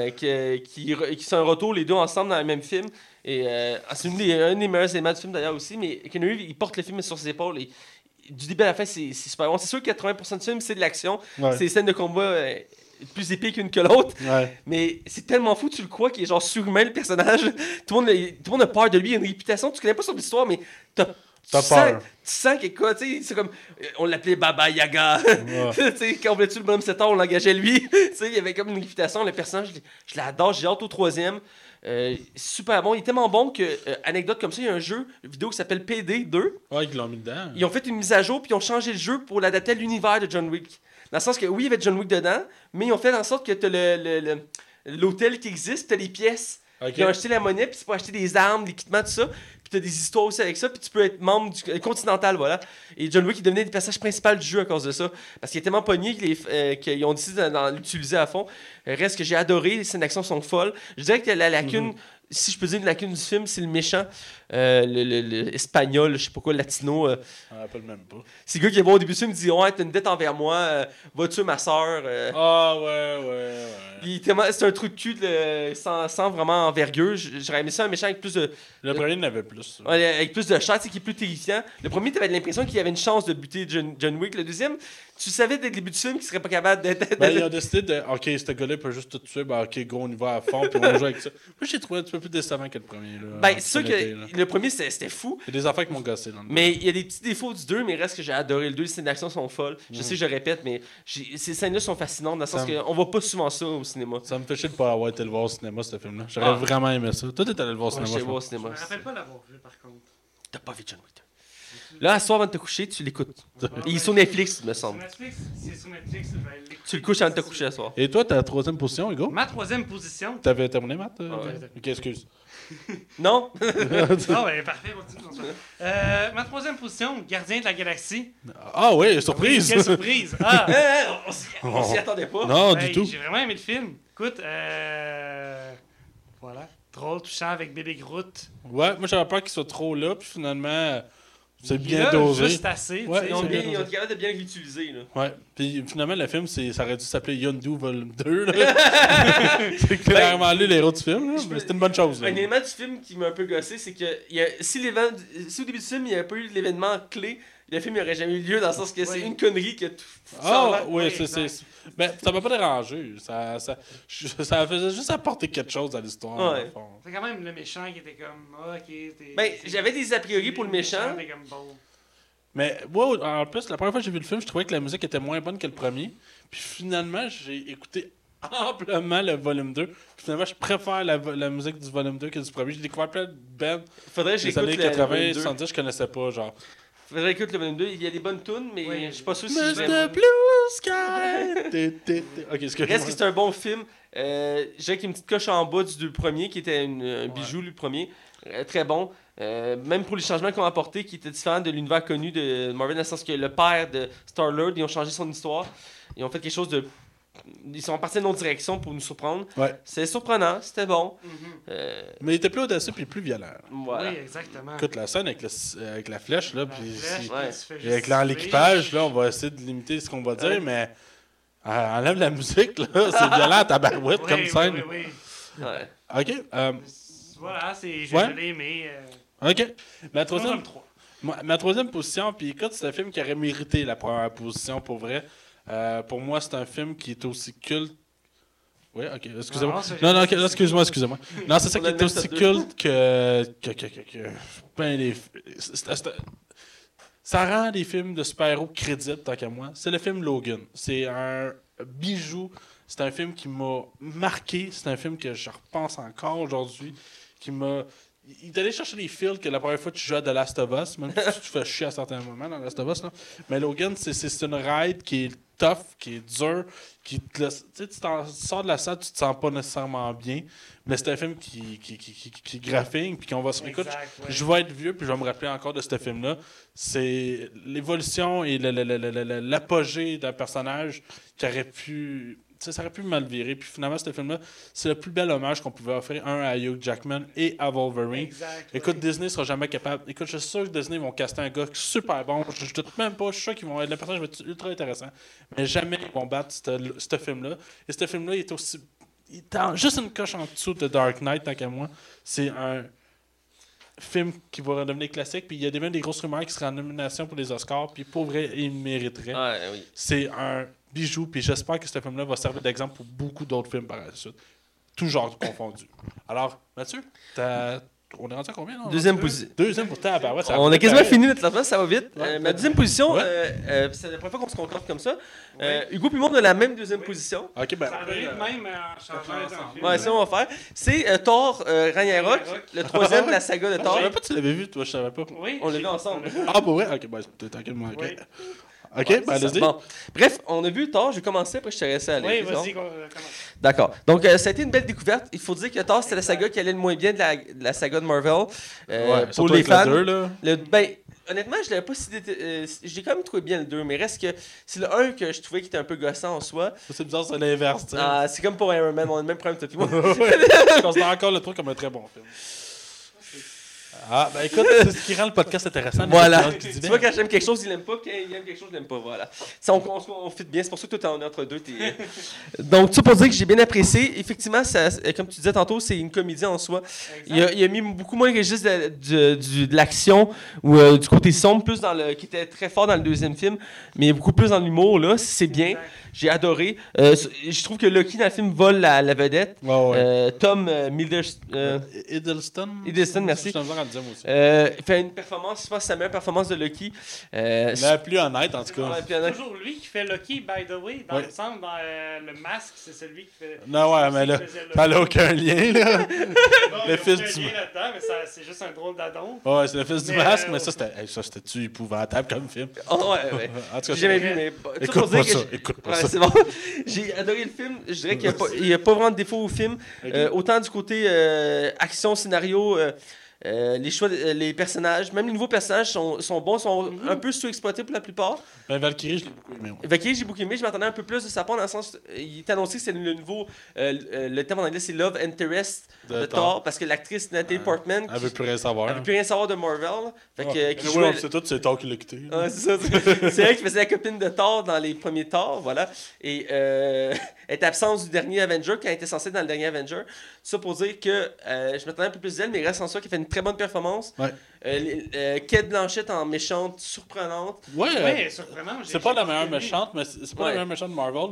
[SPEAKER 2] qui sont un retour les deux ensemble dans le même film. Et c'est un des meilleurs éléments du film d'ailleurs aussi, mais Keanu Reeves, il porte le film sur ses épaules et du début à la fin, c'est super bon. C'est sûr que 80% du film, c'est de l'action.
[SPEAKER 1] Ouais.
[SPEAKER 2] C'est des scènes de combat plus épiques qu'une que l'autre.
[SPEAKER 1] Ouais.
[SPEAKER 2] Mais c'est tellement fou, tu le crois, qu'il est genre surhumain le personnage. Tout le monde a peur de lui, il a une réputation. Tu connais pas son histoire, mais
[SPEAKER 1] T'as
[SPEAKER 2] tu
[SPEAKER 1] peur.
[SPEAKER 2] sens qu'il quoi, tu sais, c'est comme. On l'appelait Baba Yaga.
[SPEAKER 1] Ouais.
[SPEAKER 2] Tu sais, quand on voulait tuer le bonhomme 7 ans, on l'engageait lui. Tu sais, il y avait comme une réputation. Le personnage, je l'adore, j'ai hâte au troisième. Super bon. Il est tellement bon que, anecdote comme ça, il y a un jeu vidéo qui s'appelle PD2.
[SPEAKER 1] Ouais, ils l'ont mis dedans.
[SPEAKER 2] Ils ont fait une mise à jour, puis ils ont changé le jeu pour l'adapter à l'univers de John Wick. Dans le sens que, oui, il y avait John Wick dedans, mais ils ont fait en sorte que tu as l'hôtel qui existe, tu as les pièces.
[SPEAKER 1] Ok.
[SPEAKER 2] Ils ont acheté la monnaie, puis tu peux acheter des armes, l'équipement, tout ça. Puis tu as des histoires aussi avec ça, puis tu peux être membre du Continental, voilà. Et John Wick, il devenait le personnage principal du jeu à cause de ça. Parce qu'il est tellement pogné qu'ils ont décidé d'en l'utiliser à fond. Reste que j'ai adoré, les scènes d'action sont folles. Je dirais que la lacune, si je peux dire une lacune du film, c'est le méchant, le espagnol, je sais pas quoi, latino.
[SPEAKER 1] Je me rappelle même pas.
[SPEAKER 2] C'est le gars qui est bon au début du film, il dit ouais, t'as une dette envers moi, va tuer ma soeur.
[SPEAKER 1] Ah, ouais.
[SPEAKER 2] C'est un trou de cul sans vraiment envergure. J'aurais aimé ça un méchant avec plus de.
[SPEAKER 1] Le premier n'avait plus.
[SPEAKER 2] Ouais, avec plus de chair, tu sais, qui est plus terrifiant. Le premier, t'avais l'impression qu'il y avait une chance de buter John Wick. Le deuxième, tu savais dès le début du film qu'il serait pas capable d'être.
[SPEAKER 1] Ben, ils ont décidé de. Ok, ce gars-là peut juste tout tuer. Ben, ok, go, on y va à fond, puis on joue avec ça. Moi, j'ai trouvé un petit peu plus décevant que le premier. Là,
[SPEAKER 2] Ben,
[SPEAKER 1] en
[SPEAKER 2] c'est sûr
[SPEAKER 1] honnêteté, là.
[SPEAKER 2] que le premier, c'était fou.
[SPEAKER 1] Il y a des affaires qui m'ont gossé dans le
[SPEAKER 2] Mais il y a des petits défauts du 2, mais reste que j'ai adoré le 2. Les scènes d'action sont folles. Je sais que je répète, mais ces scènes-là sont fascinantes dans le sens qu'on voit pas souvent ça au cinéma.
[SPEAKER 1] Ça me fait chier de pas avoir été le voir au cinéma, ce film-là. J'aurais vraiment aimé ça. Toi, t'es allé le voir au
[SPEAKER 2] Ouais,
[SPEAKER 1] cinéma,
[SPEAKER 2] je
[SPEAKER 1] je
[SPEAKER 2] vois au
[SPEAKER 1] pense.
[SPEAKER 3] Je
[SPEAKER 2] cinéma.
[SPEAKER 3] me rappelle pas l'avoir vu, par contre.
[SPEAKER 2] T'as pas vu John Wick 2. Là, à soir avant de te coucher, tu l'écoutes. Il est sur Netflix, me
[SPEAKER 3] Sur
[SPEAKER 2] semble.
[SPEAKER 3] Netflix, c'est sur Netflix, je vais l'écouter.
[SPEAKER 2] Tu le couches avant de te coucher à soir.
[SPEAKER 1] Et toi, ta troisième position, Hugo?
[SPEAKER 3] Ma troisième position.
[SPEAKER 1] T'avais terminé, Matt?
[SPEAKER 2] Ouais.
[SPEAKER 1] Ok, excuse.
[SPEAKER 2] Non?
[SPEAKER 3] Ah, ben parfait, continue. Ma troisième position, Gardien de la Galaxie.
[SPEAKER 1] Ah oui, surprise!
[SPEAKER 3] Quelle surprise! Ah!
[SPEAKER 2] On s'y attendait pas.
[SPEAKER 1] Non,
[SPEAKER 3] Ben,
[SPEAKER 1] du tout.
[SPEAKER 3] J'ai vraiment aimé le film. Écoute, voilà. Drôle, touchant avec Bébé Groot.
[SPEAKER 1] Ouais, moi j'avais peur qu'il soit trop là, puis finalement, c'est
[SPEAKER 3] Il est
[SPEAKER 1] bien
[SPEAKER 3] là,
[SPEAKER 1] dosé.
[SPEAKER 3] juste assez.
[SPEAKER 1] Ouais,
[SPEAKER 3] tu sais.
[SPEAKER 2] Ils ont
[SPEAKER 1] c'est
[SPEAKER 2] été capables de bien l'utiliser. Là.
[SPEAKER 1] Ouais, puis finalement, le film, ça aurait dû s'appeler Yondu Volume 2. Là. C'est clairement lui l'héros du film, là, mais c'est une bonne chose. Là.
[SPEAKER 2] Un élément du film qui m'a un peu gossé, c'est que si au début du film, il n'y avait pas eu l'événement clé, le film n'aurait jamais eu lieu dans le sens que c'est
[SPEAKER 3] Oui.
[SPEAKER 2] une connerie que tout.
[SPEAKER 1] Ah, oui,
[SPEAKER 3] Oui,
[SPEAKER 1] c'est.
[SPEAKER 3] exact.
[SPEAKER 1] Ben, ça m'a pas dérangé. Ça faisait juste apporter quelque chose à l'histoire.
[SPEAKER 2] Ouais.
[SPEAKER 1] dans le fond.
[SPEAKER 3] C'est quand même le méchant qui était comme, ah, ok.
[SPEAKER 2] Ben, j'avais des a priori pour le méchant.
[SPEAKER 3] était comme bon.
[SPEAKER 1] Mais moi, en plus, la première fois que j'ai vu le film, je trouvais que la musique était moins bonne que le premier. Puis finalement, j'ai écouté amplement le volume 2. Puis finalement, je préfère la musique du volume 2 que du premier. J'ai découvert plein de bands
[SPEAKER 2] Faudrait que
[SPEAKER 1] des
[SPEAKER 2] j'écoute
[SPEAKER 1] années
[SPEAKER 2] le
[SPEAKER 1] 80,
[SPEAKER 2] volume 2.
[SPEAKER 1] 70, je connaissais pas, genre.
[SPEAKER 2] Faudrait que j'écoute le volume 2. Il y a des bonnes tunes, mais
[SPEAKER 3] Oui.
[SPEAKER 2] je suis pas sûr si
[SPEAKER 1] Mr.
[SPEAKER 2] j'aime.
[SPEAKER 1] Blue sky. Ok,
[SPEAKER 2] Reste que c'est un bon film. Je dirais qu'il y a une petite coche en bas du premier, qui était un bijou, le premier. Très bon. Même pour les changements qu'ils ont apportés, qui étaient différents de l'univers connu de Marvel, dans le sens que le père de Star-Lord, ils ont changé son histoire. Ils ont fait quelque chose de... Ils sont partis dans une autre direction pour nous surprendre.
[SPEAKER 1] Ouais.
[SPEAKER 2] C'est surprenant, c'était bon.
[SPEAKER 1] Mais il était plus audacieux puis plus violent.
[SPEAKER 2] Voilà.
[SPEAKER 3] Oui, exactement.
[SPEAKER 1] Écoute, la scène avec la flèche, là,
[SPEAKER 3] La
[SPEAKER 1] puis
[SPEAKER 3] flèche,
[SPEAKER 2] ouais.
[SPEAKER 3] qui se fait
[SPEAKER 1] et
[SPEAKER 3] juste
[SPEAKER 1] avec l'équipage,
[SPEAKER 3] tuer.
[SPEAKER 1] là, on va essayer de limiter ce qu'on va dire,
[SPEAKER 2] Ouais.
[SPEAKER 1] mais enlève la musique, là, c'est violent à tabarouette
[SPEAKER 3] Oui,
[SPEAKER 1] comme
[SPEAKER 3] oui,
[SPEAKER 1] scène.
[SPEAKER 3] oui, oui.
[SPEAKER 2] Ouais.
[SPEAKER 1] Ok,
[SPEAKER 3] Voilà,
[SPEAKER 1] Ouais.
[SPEAKER 3] je l'ai aimé.
[SPEAKER 1] ok. Ma troisième,
[SPEAKER 3] Comme 3.
[SPEAKER 1] ma troisième position, puis écoute, c'est un film qui aurait mérité la première position, pour vrai. Pour moi, c'est un film qui est aussi culte. Oui, ok, excusez-moi.
[SPEAKER 3] Non, c'est-
[SPEAKER 1] Non, ok, là, excusez-moi. Non, c'est ça
[SPEAKER 2] On
[SPEAKER 1] qui
[SPEAKER 2] a
[SPEAKER 1] est
[SPEAKER 2] le même
[SPEAKER 1] aussi
[SPEAKER 2] top
[SPEAKER 1] culte que ben, ça rend les films de super-héros crédibles, tant qu'à moi. C'est le film Logan. C'est un bijou. C'est un film qui m'a marqué. C'est un film que je repense encore aujourd'hui. Qui m'a... Il est allé chercher les fils que la première fois que tu joues à The Last of Us, même si tu te fais chier à certains moments dans The Last of Us. Là. Mais Logan, c'est une ride qui est tough, qui est dure, qui te laisse... Tu sais, tu sors de la salle, tu te sens pas nécessairement bien. Mais c'est un film qui graphine, puis qu'on va se... Écoute,
[SPEAKER 3] Exact, ouais.
[SPEAKER 1] je vais être vieux, puis je vais me rappeler encore de ce film-là. C'est l'évolution et l'apogée d'un personnage qui aurait pu... Tu sais, ça aurait pu mal virer. Puis finalement, ce film-là, c'est le plus bel hommage qu'on pouvait offrir, à Hugh Jackman et à Wolverine.
[SPEAKER 3] Exact,
[SPEAKER 1] Écoute,
[SPEAKER 3] ouais.
[SPEAKER 1] Disney sera jamais capable. Écoute, je suis sûr que Disney vont caster un gars super bon. Je doute même pas. Je suis sûr qu'ils vont être le personnage va être ultra intéressant. Mais jamais ils vont battre ce film-là. Et ce film-là, il est aussi... Il est juste une coche en dessous de Dark Knight, tant qu'à moi. C'est un film qui va redevenir classique. Puis il y a même des grosses rumeurs qui seraient en nomination pour les Oscars. Puis pour vrai, il mériterait.
[SPEAKER 2] Ouais, oui.
[SPEAKER 1] C'est un bijou. Puis j'espère que ce film-là va servir d'exemple pour beaucoup d'autres films par la suite. Tout genre confondu. Alors, Mathieu, on est rendu à combien? Là?
[SPEAKER 2] Deuxième position.
[SPEAKER 1] Deuxième pour ta ouais, ça
[SPEAKER 2] On a
[SPEAKER 1] fait
[SPEAKER 2] quasiment
[SPEAKER 1] pareil.
[SPEAKER 2] fini notre classement, ça va vite.
[SPEAKER 1] Ouais.
[SPEAKER 2] Ma deuxième position,
[SPEAKER 1] Ouais.
[SPEAKER 2] c'est la première fois qu'on se concorde comme ça. Hugo puis moi, on a la même deuxième position.
[SPEAKER 1] Ok, ben.
[SPEAKER 3] Ça a donné de même en changeant
[SPEAKER 1] ensemble.
[SPEAKER 3] un film.
[SPEAKER 2] Ouais, ça, on va faire. C'est Thor Ragnarok, le troisième de la saga de
[SPEAKER 1] Je
[SPEAKER 2] Thor.
[SPEAKER 1] savais pas que tu l'avais vu, toi, je savais pas.
[SPEAKER 3] Oui,
[SPEAKER 2] On l'a vu ensemble.
[SPEAKER 1] Ah, pour vrai? Ok, ben, tranquille-moi. Ok,
[SPEAKER 3] Oui.
[SPEAKER 1] ok,
[SPEAKER 2] Ouais,
[SPEAKER 1] ben,
[SPEAKER 2] c'est ça.
[SPEAKER 1] allez-y.
[SPEAKER 2] Bon. Bref, on a vu Thor, j'ai commencé, après je te laissé aller.
[SPEAKER 3] Oui,
[SPEAKER 2] c'est bon?
[SPEAKER 3] vas-y, commence.
[SPEAKER 2] D'accord. Donc, ça a été une belle découverte. Il faut dire que Thor, c'était la saga qui allait le moins bien de la saga de Marvel.
[SPEAKER 1] Ouais,
[SPEAKER 2] pour
[SPEAKER 1] surtout
[SPEAKER 2] les
[SPEAKER 1] avec le
[SPEAKER 2] fans.
[SPEAKER 1] 2, là.
[SPEAKER 2] Ben, honnêtement, je l'avais pas si... j'ai quand même trouvé bien le 2, mais reste que c'est le 1 que je trouvais qui était un peu gossant en soi.
[SPEAKER 1] C'est bizarre, c'est l'inverse, tu sais.
[SPEAKER 2] Ah, c'est comme pour Iron Man, on a le même problème, toi puis moi.
[SPEAKER 1] Je considère encore le truc comme un très bon film. Ah, ben écoute, c'est ce qui rend le podcast intéressant.
[SPEAKER 2] Voilà.
[SPEAKER 1] Les gens qui disent,
[SPEAKER 2] Tu vois, quand j'aime quelque chose, il l'aime pas. Quand il aime quelque chose, je l'aime pas. Voilà. Ça, on fit bien. C'est pour ça que toi, t'es en entre deux. Donc, tout ça pour dire que j'ai bien apprécié. Effectivement, ça, comme tu disais tantôt, c'est une comédie en soi. Il a mis beaucoup moins registre de l'action ou du côté sombre, plus dans le, qui était très fort dans le deuxième film, mais beaucoup plus dans l'humour. Là, c'est bien.
[SPEAKER 3] Exact.
[SPEAKER 2] J'ai adoré. Je trouve que Loki dans le film vole la vedette.
[SPEAKER 1] Ouais, ouais.
[SPEAKER 2] Tom Hiddleston.
[SPEAKER 1] Hiddleston,
[SPEAKER 2] merci.
[SPEAKER 1] Je suis en train de le dire, moi aussi.
[SPEAKER 2] Fait une performance, je pense que c'est la meilleure performance de Loki.
[SPEAKER 1] La plus honnête, en tout cas.
[SPEAKER 2] Ouais, puis
[SPEAKER 3] C'est toujours lui qui fait Loki, by the way. Dans
[SPEAKER 1] Oui.
[SPEAKER 3] le centre, dans le masque, c'est celui qui fait.
[SPEAKER 1] Non, ouais, mais là,
[SPEAKER 3] qui faisait Loki.
[SPEAKER 1] ça n'a aucun lien, là.
[SPEAKER 3] Non,
[SPEAKER 1] Le
[SPEAKER 3] il y a
[SPEAKER 1] fils
[SPEAKER 3] aucun
[SPEAKER 1] du-
[SPEAKER 3] lien là-dedans, mais c'est juste un drôle d'adon.
[SPEAKER 1] Ouais, c'est le fils du
[SPEAKER 3] Mais,
[SPEAKER 1] masque, mais ça, c'était-tu épouvantable comme film?
[SPEAKER 2] Oh, ouais.
[SPEAKER 1] En tout cas,
[SPEAKER 2] J'ai jamais vu, mais tout pour
[SPEAKER 1] Écoute
[SPEAKER 2] dire
[SPEAKER 1] pas
[SPEAKER 2] que
[SPEAKER 1] ça,
[SPEAKER 2] j'ai-
[SPEAKER 1] écoute pas
[SPEAKER 2] Ouais,
[SPEAKER 1] ça.
[SPEAKER 2] c'est bon. J'ai adoré le film. Je dirais qu'il n'y a pas vraiment de défaut au film.
[SPEAKER 1] Ok.
[SPEAKER 2] Autant du côté action, scénario, les choix, les personnages, même les nouveaux personnages sont bons, sont un peu sous-exploités pour la plupart.
[SPEAKER 1] Ben, Valkyrie, je l'ai beaucoup aimé. Ouais.
[SPEAKER 2] Valkyrie, j'ai beaucoup aimé. Je m'attendais un peu plus de sa part dans le sens. Il est annoncé que c'est le nouveau. Le terme en anglais, c'est Love Interest
[SPEAKER 1] De
[SPEAKER 2] de
[SPEAKER 1] Thor.
[SPEAKER 2] Thor, parce que l'actrice Natalie Portman.
[SPEAKER 1] Elle veut plus rien savoir.
[SPEAKER 2] Elle veut plus rien savoir de Marvel. Là. Fait que,
[SPEAKER 1] Ouais.
[SPEAKER 2] qui
[SPEAKER 1] Ouais,
[SPEAKER 2] jouait-
[SPEAKER 1] c'est tout, c'est Thor qui l'a quitté.
[SPEAKER 2] Ouais, c'est ça. C'est elle qui faisait la copine de Thor dans les premiers Thor, voilà. Et elle est absente du dernier Avenger quand elle était censée être dans le dernier Avenger. Ça pour dire que je m'attendais un peu plus d'elle, mais il reste en soi qu'elle fait une très bonne performance.
[SPEAKER 1] Ouais.
[SPEAKER 2] Kate Blanchett en méchante, surprenante.
[SPEAKER 1] Ouais,
[SPEAKER 3] Ouais, surprenant.
[SPEAKER 1] c'est pas la meilleure méchante, mais c'est pas
[SPEAKER 2] Ouais.
[SPEAKER 1] la meilleure méchante de Marvel, mais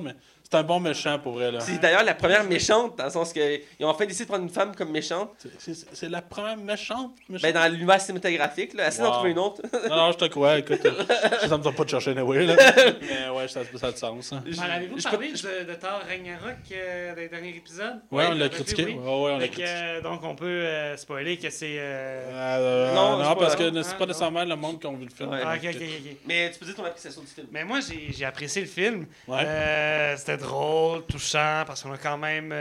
[SPEAKER 1] C'est un bon méchant pour vrai, là.
[SPEAKER 2] C'est d'ailleurs la première méchante, dans le sens qu'ils ont enfin décidé de prendre une femme comme méchante.
[SPEAKER 1] C'est la première méchante.
[SPEAKER 2] Ben, dans l'univers cinématographique, là. Essaye d'en
[SPEAKER 1] Wow.
[SPEAKER 2] trouver une autre.
[SPEAKER 1] Non, je te crois, écoute. Ça me tente pas de chercher anyway, là. Mais ouais, ça a du sens. Hein.
[SPEAKER 3] En avez-vous
[SPEAKER 2] Je
[SPEAKER 3] parlé de Thor Ragnarok dans les derniers épisodes?
[SPEAKER 1] Ouais, on l'a
[SPEAKER 3] vous avez
[SPEAKER 1] critiqué.
[SPEAKER 3] vu, oui.
[SPEAKER 1] Ouais, on l'a
[SPEAKER 3] Fait
[SPEAKER 1] critiqué.
[SPEAKER 3] que, donc, on peut spoiler que c'est.
[SPEAKER 2] Non,
[SPEAKER 1] Non,
[SPEAKER 2] c'est
[SPEAKER 1] parce
[SPEAKER 2] pas-
[SPEAKER 1] que c'est pas nécessairement le monde qui a vu le film.
[SPEAKER 2] Ouais.
[SPEAKER 3] Ah, ok.
[SPEAKER 2] Mais tu peux dire ton appréciation du film.
[SPEAKER 3] Mais moi, j'ai apprécié le film.
[SPEAKER 1] Ouais.
[SPEAKER 3] C'était drôle, touchant, parce qu'on a quand même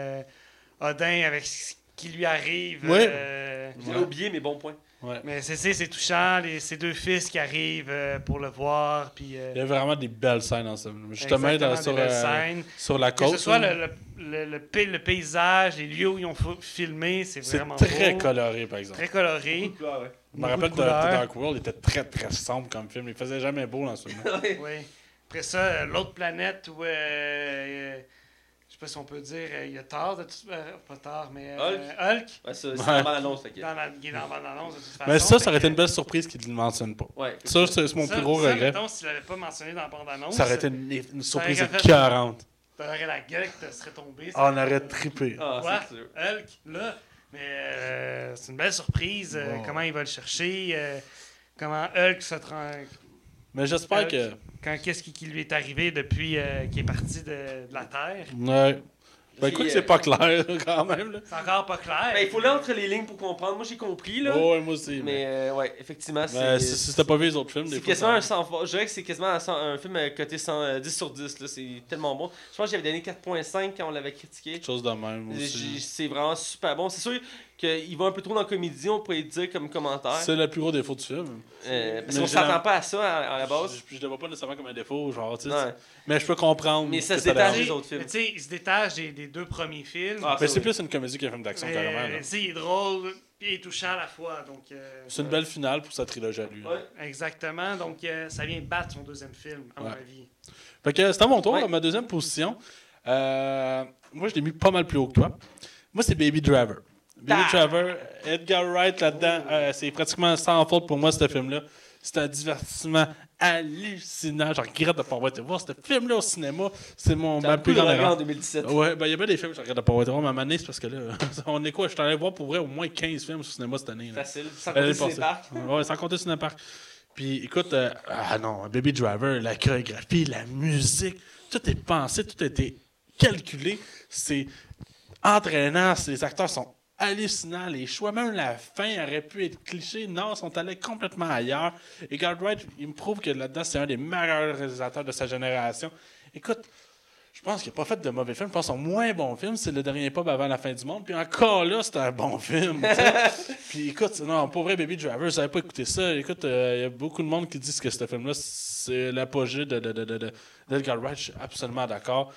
[SPEAKER 3] Odin avec ce qui lui arrive.
[SPEAKER 1] Ouais.
[SPEAKER 2] J'ai
[SPEAKER 1] Ouais.
[SPEAKER 2] oublié mes bons points.
[SPEAKER 1] Ouais.
[SPEAKER 3] Mais c'est touchant, ces deux fils qui arrivent pour le voir. Puis,
[SPEAKER 1] Il y a vraiment des belles scènes dans ce film. Justement,
[SPEAKER 3] exactement, des belles scènes.
[SPEAKER 1] sur la
[SPEAKER 3] Que
[SPEAKER 1] côte.
[SPEAKER 3] ce soit
[SPEAKER 1] là,
[SPEAKER 3] le paysage, les lieux où ils ont filmé, c'est
[SPEAKER 1] c'est
[SPEAKER 3] vraiment
[SPEAKER 1] très
[SPEAKER 3] beau,
[SPEAKER 1] coloré, par exemple.
[SPEAKER 3] très coloré.
[SPEAKER 1] Je me
[SPEAKER 3] beaucoup
[SPEAKER 1] rappelle
[SPEAKER 3] de
[SPEAKER 1] de
[SPEAKER 3] couleurs.
[SPEAKER 1] Dark World, il était très très sombre comme film. Il faisait jamais beau dans ce film.
[SPEAKER 3] Oui. Après ça, l'autre planète où, je sais pas si on peut dire, il y a Thor, pas Thor, mais Hulk,
[SPEAKER 2] Ouais, ça, c'est
[SPEAKER 1] Ouais.
[SPEAKER 2] dans l'annonce. Fait que-
[SPEAKER 3] qui est dans la bande-annonce de toute façon.
[SPEAKER 1] Mais ça
[SPEAKER 3] Fait
[SPEAKER 1] aurait été
[SPEAKER 3] que-
[SPEAKER 1] une belle surprise qu'il ne le mentionne pas.
[SPEAKER 2] Ouais.
[SPEAKER 1] Ça, c'est mon plus gros
[SPEAKER 3] ça,
[SPEAKER 1] regret.
[SPEAKER 3] mettons, s'il l'avait pas mentionné dans la bande-annonce,
[SPEAKER 1] Ça aurait été une surprise
[SPEAKER 3] aurait fait-
[SPEAKER 1] écœurante.
[SPEAKER 3] t'aurais la gueule qui te serait tombée.
[SPEAKER 1] Ah, on aurait trippé.
[SPEAKER 2] Ah,
[SPEAKER 3] Quoi?
[SPEAKER 2] c'est sûr.
[SPEAKER 3] Hulk, là. Mais c'est une belle surprise.
[SPEAKER 1] Wow.
[SPEAKER 3] Comment il va le chercher. Comment Hulk se
[SPEAKER 1] Mais j'espère
[SPEAKER 3] Hulk.
[SPEAKER 1] que.
[SPEAKER 3] qu'est-ce qui lui est arrivé depuis qu'il est parti de la Terre.
[SPEAKER 1] Ouais. Ben écoute,
[SPEAKER 2] Puis,
[SPEAKER 1] c'est pas clair quand même. Là.
[SPEAKER 3] C'est encore pas clair.
[SPEAKER 2] Ben, il faut lire entre les lignes pour comprendre. Moi, j'ai compris, là.
[SPEAKER 1] Oh, ouais, moi aussi.
[SPEAKER 2] Mais, ouais, effectivement,
[SPEAKER 1] Mais si t'as pas vu les autres films,
[SPEAKER 2] c'est
[SPEAKER 1] des fois.
[SPEAKER 2] quasiment un
[SPEAKER 1] ça-
[SPEAKER 2] 100 je dirais que c'est quasiment un film coté 10 sur 10. Là. C'est tellement bon. Je pense que j'avais donné 4.5 quand on l'avait critiqué.
[SPEAKER 1] Quelque chose de même aussi.
[SPEAKER 2] C'est vraiment super bon. C'est sûr qu'il va un peu trop dans la comédie, on pourrait dire comme commentaire.
[SPEAKER 1] C'est le plus gros défaut du film.
[SPEAKER 2] Parce
[SPEAKER 1] Mais
[SPEAKER 2] qu'on
[SPEAKER 1] j'ai
[SPEAKER 2] s'attend
[SPEAKER 1] la-
[SPEAKER 2] pas à ça à la base.
[SPEAKER 1] Je le vois pas nécessairement comme un défaut, genre, tu sais.
[SPEAKER 2] Ouais.
[SPEAKER 1] Mais je peux comprendre.
[SPEAKER 2] Mais ça
[SPEAKER 1] que
[SPEAKER 2] se détache
[SPEAKER 1] dérange.
[SPEAKER 2] des autres films.
[SPEAKER 3] Mais tu sais, il se détache des deux premiers films.
[SPEAKER 2] Ah,
[SPEAKER 1] Mais
[SPEAKER 2] ça,
[SPEAKER 1] c'est
[SPEAKER 2] oui.
[SPEAKER 1] plus une comédie qu'un film d'action, carrément. là.
[SPEAKER 3] Tu sais, il est drôle et il est touchant à la fois. Donc,
[SPEAKER 1] C'est une belle finale pour sa trilogie à lui. là.
[SPEAKER 2] Ouais.
[SPEAKER 3] exactement. Donc, ça vient battre son deuxième film, à mon
[SPEAKER 1] Ouais.
[SPEAKER 3] avis.
[SPEAKER 1] Fait que c'est à mon tour,
[SPEAKER 2] Ouais.
[SPEAKER 1] à ma deuxième position. Moi, je l'ai mis pas mal plus haut que toi. Moi, c'est Baby Driver. Baby
[SPEAKER 2] Ah!
[SPEAKER 1] Driver, Edgar Wright là-dedans, c'est pratiquement sans faute pour moi, ce film-là. C'est un divertissement hallucinant. Je regrette de ne pas avoir été voir ce film-là au cinéma. C'est ma
[SPEAKER 2] T'as
[SPEAKER 1] plus
[SPEAKER 2] beaucoup de
[SPEAKER 1] grande
[SPEAKER 2] regrets en
[SPEAKER 1] erreur.
[SPEAKER 2] 2017.
[SPEAKER 1] Ouais, ben il y a bien des films que je regrette de ne pas avoir été voir, mais à un moment donné, c'est parce que là, on est quoi? Je suis allé voir pour vrai au moins 15 films au cinéma cette année. là.
[SPEAKER 2] Facile. Sans
[SPEAKER 1] Elle
[SPEAKER 2] compter
[SPEAKER 1] est
[SPEAKER 2] les
[SPEAKER 1] passée.
[SPEAKER 2] parcs.
[SPEAKER 1] Ouais, sans compter Cinépark. Puis écoute, ah non, Baby Driver, la chorégraphie, la musique, tout est pensé, tout a été calculé. C'est entraînant, les acteurs sont hallucinants, les choix, même la fin aurait pu être cliché. Non, ils sont allés complètement ailleurs. Et Edgar Wright, il me prouve que là-dedans, c'est un des meilleurs réalisateurs de sa génération. Écoute, je pense qu'il n'a pas fait de mauvais films. Je pense que son moins bon film, c'est Le Dernier Pub avant la fin du monde. Puis encore là, c'est un bon film. tu sais. Puis écoute, non, pour vrai, Baby Driver, je n'avais pas écouté ça. Écoute, il y a beaucoup de monde qui disent que ce film-là, c'est l'apogée d'Edgar Wright. Je suis absolument d'accord.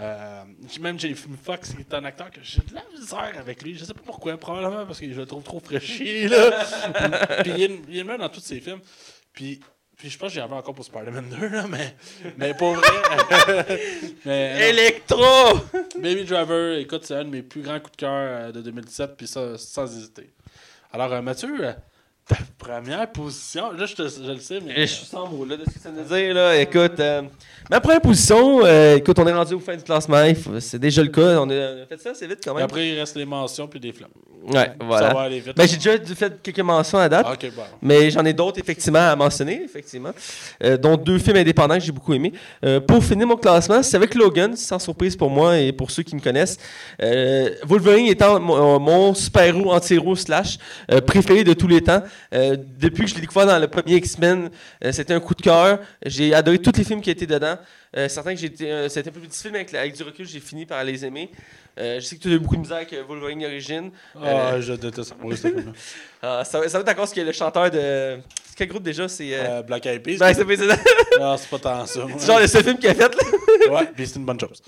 [SPEAKER 1] Même Jamie Foxx, qui est un acteur que j'ai de la misère avec lui. Je sais pas pourquoi. Probablement parce que je le trouve trop fraîchi. Là. Puis il est le même dans tous ses films. Puis je pense que j'y avais encore pour Spider-Man 2, là, mais pour vrai. mais, non.
[SPEAKER 2] Electro!
[SPEAKER 1] Baby Driver, écoute, c'est un de mes plus grands coups de cœur de 2017, puis ça, sans hésiter. Alors, Mathieu, ta première position, là, je le sais, mais.
[SPEAKER 2] Je suis sans mots là, de ce que ça veut dire. Là. Écoute, ma première position, écoute, on est rendu au fin du classement. C'est déjà le cas. On a fait ça assez vite quand même.
[SPEAKER 1] Après, il reste les mentions puis des flammes.
[SPEAKER 2] Ouais,
[SPEAKER 1] Ça va
[SPEAKER 2] voilà.
[SPEAKER 1] aller vite.
[SPEAKER 2] Ben, j'ai déjà fait quelques mentions à date.
[SPEAKER 1] Ah, ok, bon.
[SPEAKER 2] Mais j'en ai d'autres, effectivement, à mentionner, effectivement. Dont 2 films indépendants que j'ai beaucoup aimés. Pour finir mon classement, c'est avec Logan, sans surprise pour moi et pour ceux qui me connaissent. Wolverine étant mon super-héros, anti-héros slash préféré de tous les temps. Depuis que je l'ai découvert dans le premier X-Men, c'était un coup de cœur. J'ai adoré tous les films qui étaient dedans. Certains que c'était un peu plus difficile, mais avec du recul, j'ai fini par les aimer. Je sais que tu as eu beaucoup de misère avec Wolverine Origin.
[SPEAKER 1] Ah, je déteste pour ce film-là.
[SPEAKER 2] Ça va être encore ce que le chanteur de. C'est quel groupe déjà? C'est.
[SPEAKER 1] Black Eyed Peas.
[SPEAKER 2] Ben, c'est
[SPEAKER 1] Non, c'est pas tant ça. moi.
[SPEAKER 2] genre le seul film qu'il a fait. Là.
[SPEAKER 1] Ouais, puis c'est une bonne chose.